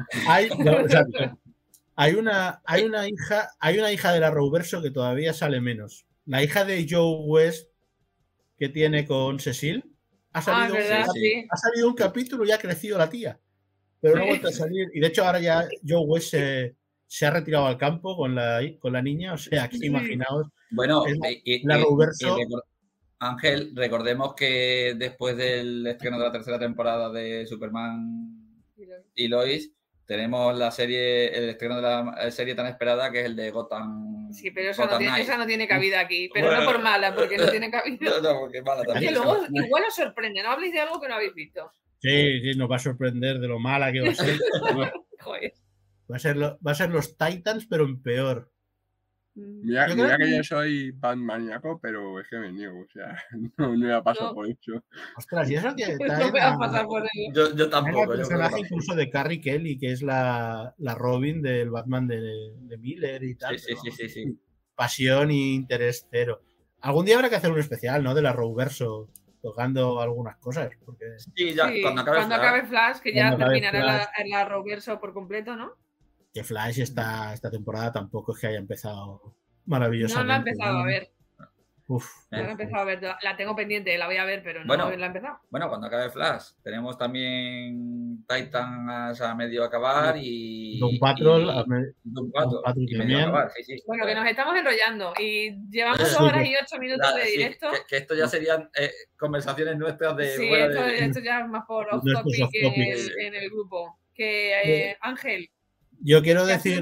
Speaker 4: Hay una hija de la Arrowverso que todavía sale menos. La hija de Joe West que tiene con Cecil ha salido un capítulo y ha crecido la tía. Pero no ha vuelto a salir. Y de hecho ahora ya Joe West se ha retirado al campo con la niña. O sea, aquí imaginaos.
Speaker 3: Bueno,
Speaker 4: la Arrowverso.
Speaker 3: Ángel, recordemos que después del estreno de la tercera temporada de Superman y Lois, tenemos el estreno de la serie tan esperada que es el de Gotham.
Speaker 2: Sí, pero esa no tiene cabida aquí. Pero no por mala, porque no tiene cabida.
Speaker 3: No, porque es mala también.
Speaker 2: Es que luego igual os sorprende, no habléis de algo que no habéis visto.
Speaker 4: Sí, nos va a sorprender de lo mala que va a ser.
Speaker 2: Joder.
Speaker 4: Va a ser los Titans, pero en peor.
Speaker 5: Mira que yo soy Batmaníaco, pero es que me niego, o sea, no me ha pasado por eso.
Speaker 4: Ostras, y eso que
Speaker 2: no me va a pasar por ello.
Speaker 3: Yo tampoco.
Speaker 4: El personaje incluso de Carrie Kelly, que es la Robin del Batman de Miller y tal.
Speaker 3: Sí.
Speaker 4: Pasión y interés cero. Algún día habrá que hacer un especial, ¿no? De la Arrowverso, tocando algunas cosas. Porque...
Speaker 3: Sí, ya, cuando acabe
Speaker 2: Flash, que ya terminará la Arrowverso por completo, ¿no?
Speaker 4: Que Flash esta temporada tampoco es que haya empezado maravillosamente.
Speaker 2: No la he empezado a ver.
Speaker 4: No
Speaker 2: la he empezado a ver. La tengo pendiente, la voy a ver, pero no la he empezado.
Speaker 3: Bueno, cuando acabe Flash, tenemos también Titans a medio acabar y
Speaker 4: Doom Patrol
Speaker 3: a medio acabar. Sí.
Speaker 2: Bueno, que nos estamos enrollando y llevamos 2 horas y 8 minutos de directo.
Speaker 3: Que esto ya serían conversaciones nuestras de...
Speaker 2: Sí, esto ya es más por off topic en el grupo. Que Ángel...
Speaker 4: Yo quiero decir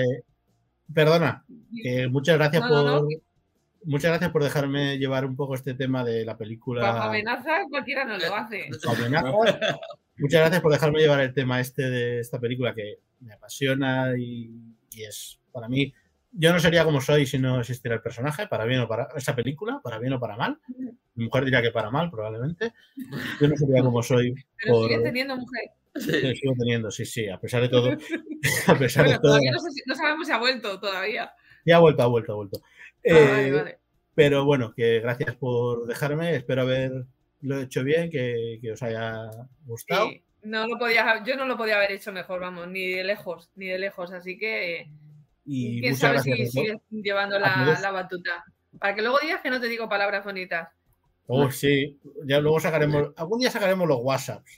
Speaker 4: que muchas gracias muchas gracias por dejarme llevar un poco este tema de la película.
Speaker 2: Bajo amenaza cualquiera no lo hace.
Speaker 4: Muchas gracias por dejarme llevar el tema de esta película que me apasiona y es para mí. Yo no sería como soy si no existiera el personaje, para bien o para esa película, para bien o para mal. Mi mujer diría que para mal, probablemente. Yo no sería como soy.
Speaker 2: Pero sigues teniendo mujer.
Speaker 4: Sí, sigo teniendo, sí, a pesar de todo.
Speaker 2: Todavía no sabemos si ha vuelto todavía.
Speaker 4: Ya ha vuelto.
Speaker 2: Vale.
Speaker 4: Pero bueno, que gracias por dejarme. Espero haberlo hecho bien, que os haya gustado.
Speaker 2: Sí, yo no lo podía haber hecho mejor, vamos, ni de lejos. Así que
Speaker 4: y
Speaker 2: quién sabe si sigues llevando la batuta. Para que luego digas que no te digo palabras bonitas.
Speaker 4: Oh, sí, ya luego algún día sacaremos los WhatsApps.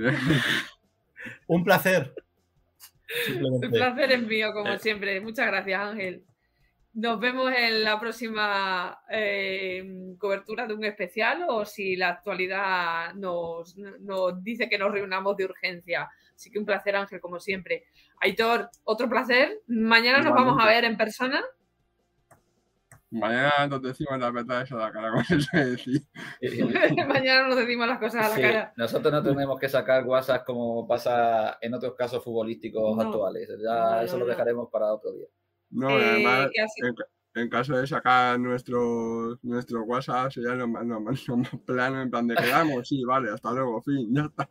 Speaker 4: Un placer.
Speaker 2: Simplemente. El placer es mío, como siempre. Muchas gracias, Ángel. Nos vemos en la próxima cobertura de un especial o si la actualidad nos dice que nos reunamos de urgencia. Así que un placer, Ángel, como siempre. Aitor, otro placer. Mañana nos vamos a ver en persona.
Speaker 5: Mañana nos decimos la verdad esa de la cara, como se suele decir.
Speaker 2: Mañana nos decimos las cosas a la
Speaker 3: Sí,
Speaker 2: cara.
Speaker 3: nosotros no tenemos que sacar WhatsApp como pasa en otros casos futbolísticos
Speaker 2: No.
Speaker 3: actuales. Ya eso lo dejaremos para otro día.
Speaker 5: No, además,
Speaker 2: y así-
Speaker 5: en caso de sacar nuestro WhatsApp, sería lo más plano, en plan de quedamos, sí, vale, hasta luego, fin, ya está.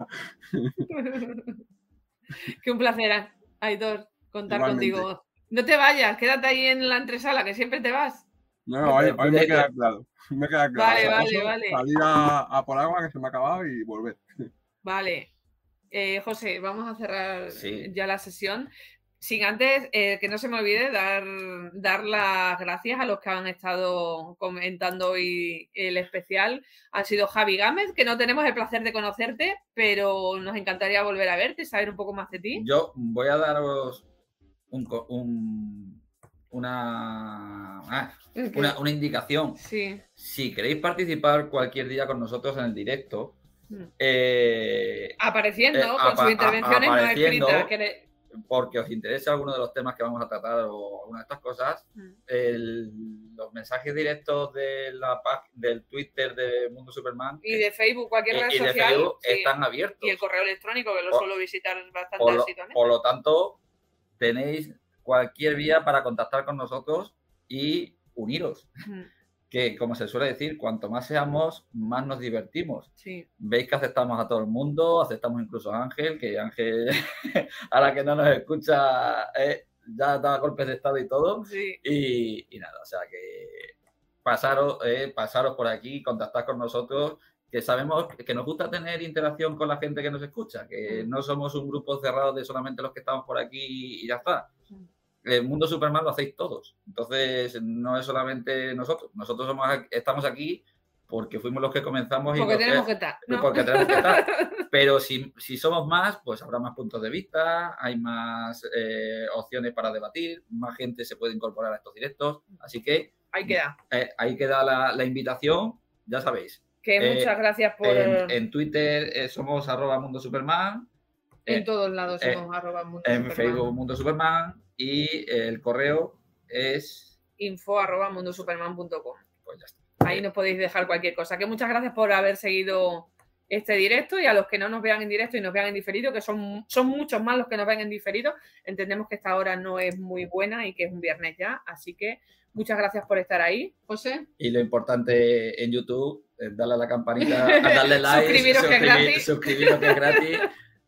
Speaker 2: Que un placer, Aitor, contar
Speaker 5: Igualmente.
Speaker 2: contigo. No te vayas, quédate ahí en la antesala, que siempre te vas.
Speaker 5: No, hoy me queda claro. Me queda claro.
Speaker 2: Vale,
Speaker 5: O sea,
Speaker 2: vale,
Speaker 5: eso,
Speaker 2: vale.
Speaker 5: Salir a por agua, que se me ha acabado, y volver.
Speaker 2: Vale. José, vamos a cerrar
Speaker 3: Sí.
Speaker 2: ya la sesión. Sin antes, que no se me olvide dar las gracias a los que han estado comentando hoy el especial. Han sido Javi Gámez, que no tenemos el placer de conocerte, pero nos encantaría volver a verte, saber un poco más de ti.
Speaker 3: Yo voy a daros una indicación.
Speaker 2: Sí.
Speaker 3: Si queréis participar cualquier día con nosotros en el directo,
Speaker 2: Apareciendo con sus intervenciones no
Speaker 3: apareciendo,
Speaker 2: escritas. que
Speaker 3: porque os interesa alguno de los temas que vamos a tratar o alguna de estas cosas, los mensajes directos del Twitter de Mundo Superman
Speaker 2: Y de Facebook, cualquier red
Speaker 3: y de
Speaker 2: social.
Speaker 3: Facebook
Speaker 2: sí.
Speaker 3: están abiertos.
Speaker 2: Y el correo electrónico, que lo
Speaker 3: Por-
Speaker 2: suelo visitar bastante
Speaker 3: Por
Speaker 2: asiduamente.
Speaker 3: lo tanto, tenéis cualquier vía para contactar con nosotros y uniros.
Speaker 2: Mm,
Speaker 3: Que, como se suele decir, cuanto más seamos, más nos divertimos.
Speaker 2: Sí.
Speaker 3: Veis que aceptamos a todo el mundo, aceptamos incluso a Ángel, que Ángel, a la que no nos escucha, ya da golpes de estado y todo.
Speaker 2: Sí.
Speaker 3: Y nada, o sea que pasaros por aquí, contactad con nosotros, que sabemos que nos gusta tener interacción con la gente que nos escucha, que no somos un grupo cerrado de solamente los que estamos por aquí y ya está. El Mundo Superman lo hacéis todos. Entonces, no es solamente nosotros. Nosotros estamos aquí porque fuimos los que comenzamos y
Speaker 2: Porque
Speaker 3: los
Speaker 2: tenemos que estar. ¿no?
Speaker 3: porque tenemos que estar. Pero si somos más, pues habrá más puntos de vista, hay más opciones para debatir, más gente se puede incorporar a estos directos. Así que
Speaker 2: Ahí queda.
Speaker 3: ahí queda la invitación, ya sabéis.
Speaker 2: Que muchas gracias por.
Speaker 3: En Twitter somos @MundoSuperman.
Speaker 2: En todos lados somos @Mundo
Speaker 3: En
Speaker 2: Superman.
Speaker 3: Facebook Mundo Superman y el correo es
Speaker 2: info@mundosuperman.com.
Speaker 3: pues ya está.
Speaker 2: Ahí nos podéis dejar cualquier cosa. Que muchas gracias por haber seguido este directo y a los que no nos vean en directo y nos vean en diferido, que son muchos más los que nos ven en diferido. Entendemos que esta hora no es muy buena y que es un viernes ya, así que muchas gracias por estar ahí, José.
Speaker 3: Y lo importante en YouTube es darle a la campanita, a darle like,
Speaker 2: Suscribiros, que es gratis.
Speaker 3: suscribiros que es gratis.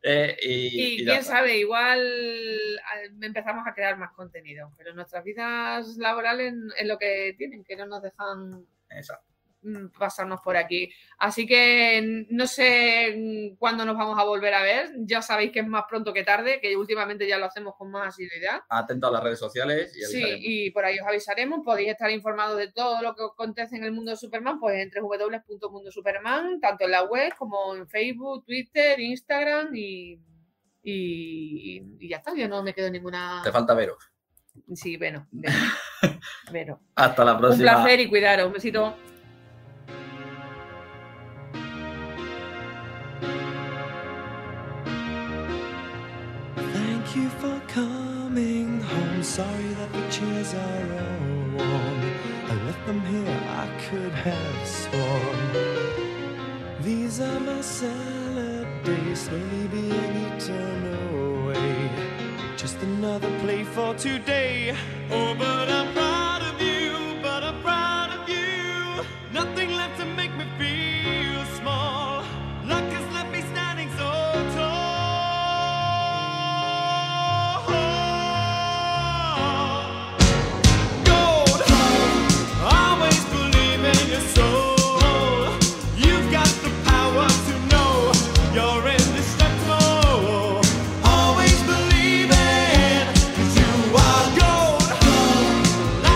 Speaker 2: Y
Speaker 3: ya
Speaker 2: quién
Speaker 3: está.
Speaker 2: sabe, igual empezamos a crear más contenido, pero nuestras vidas laborales es lo que tienen, que no nos dejan
Speaker 3: Exacto.
Speaker 2: pasarnos por aquí. Así que no sé cuándo nos vamos a volver a ver. Ya sabéis que es más pronto que tarde, que últimamente ya lo hacemos con más asiduidad.
Speaker 3: Atento a las redes sociales y
Speaker 2: Sí,
Speaker 3: avisaremos.
Speaker 2: y por ahí os avisaremos. Podéis estar informados de todo lo que acontece en el mundo de Superman, pues en www.mundosuperman, tanto en la web como en Facebook, Twitter, Instagram y ya está. Yo no me quedo ninguna.
Speaker 3: Te falta veros.
Speaker 2: Sí, Vero. Vero.
Speaker 3: Hasta la
Speaker 2: Un
Speaker 3: próxima.
Speaker 2: placer y cuidaros. Un besito.
Speaker 7: Thank you for coming home. Sorry that the chairs are all warm. I left them here, I could have sworn. These are my salad days, slowly being eaten away. Just another play for today. Oh, but I'm proud of you, but I'm proud of you. Nothing left to make me feel small. Luck has left me standing so tall. Gold, always believe in your soul. You've got the power to know you're indestructible. Always believe it, 'cause you are gold.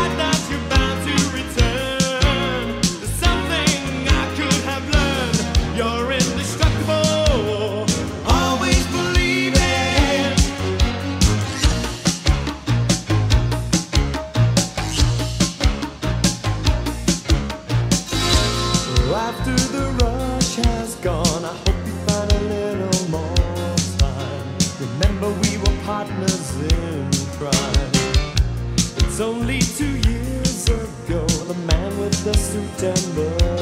Speaker 7: 'Cause only 2 years ago, the man with the suit and the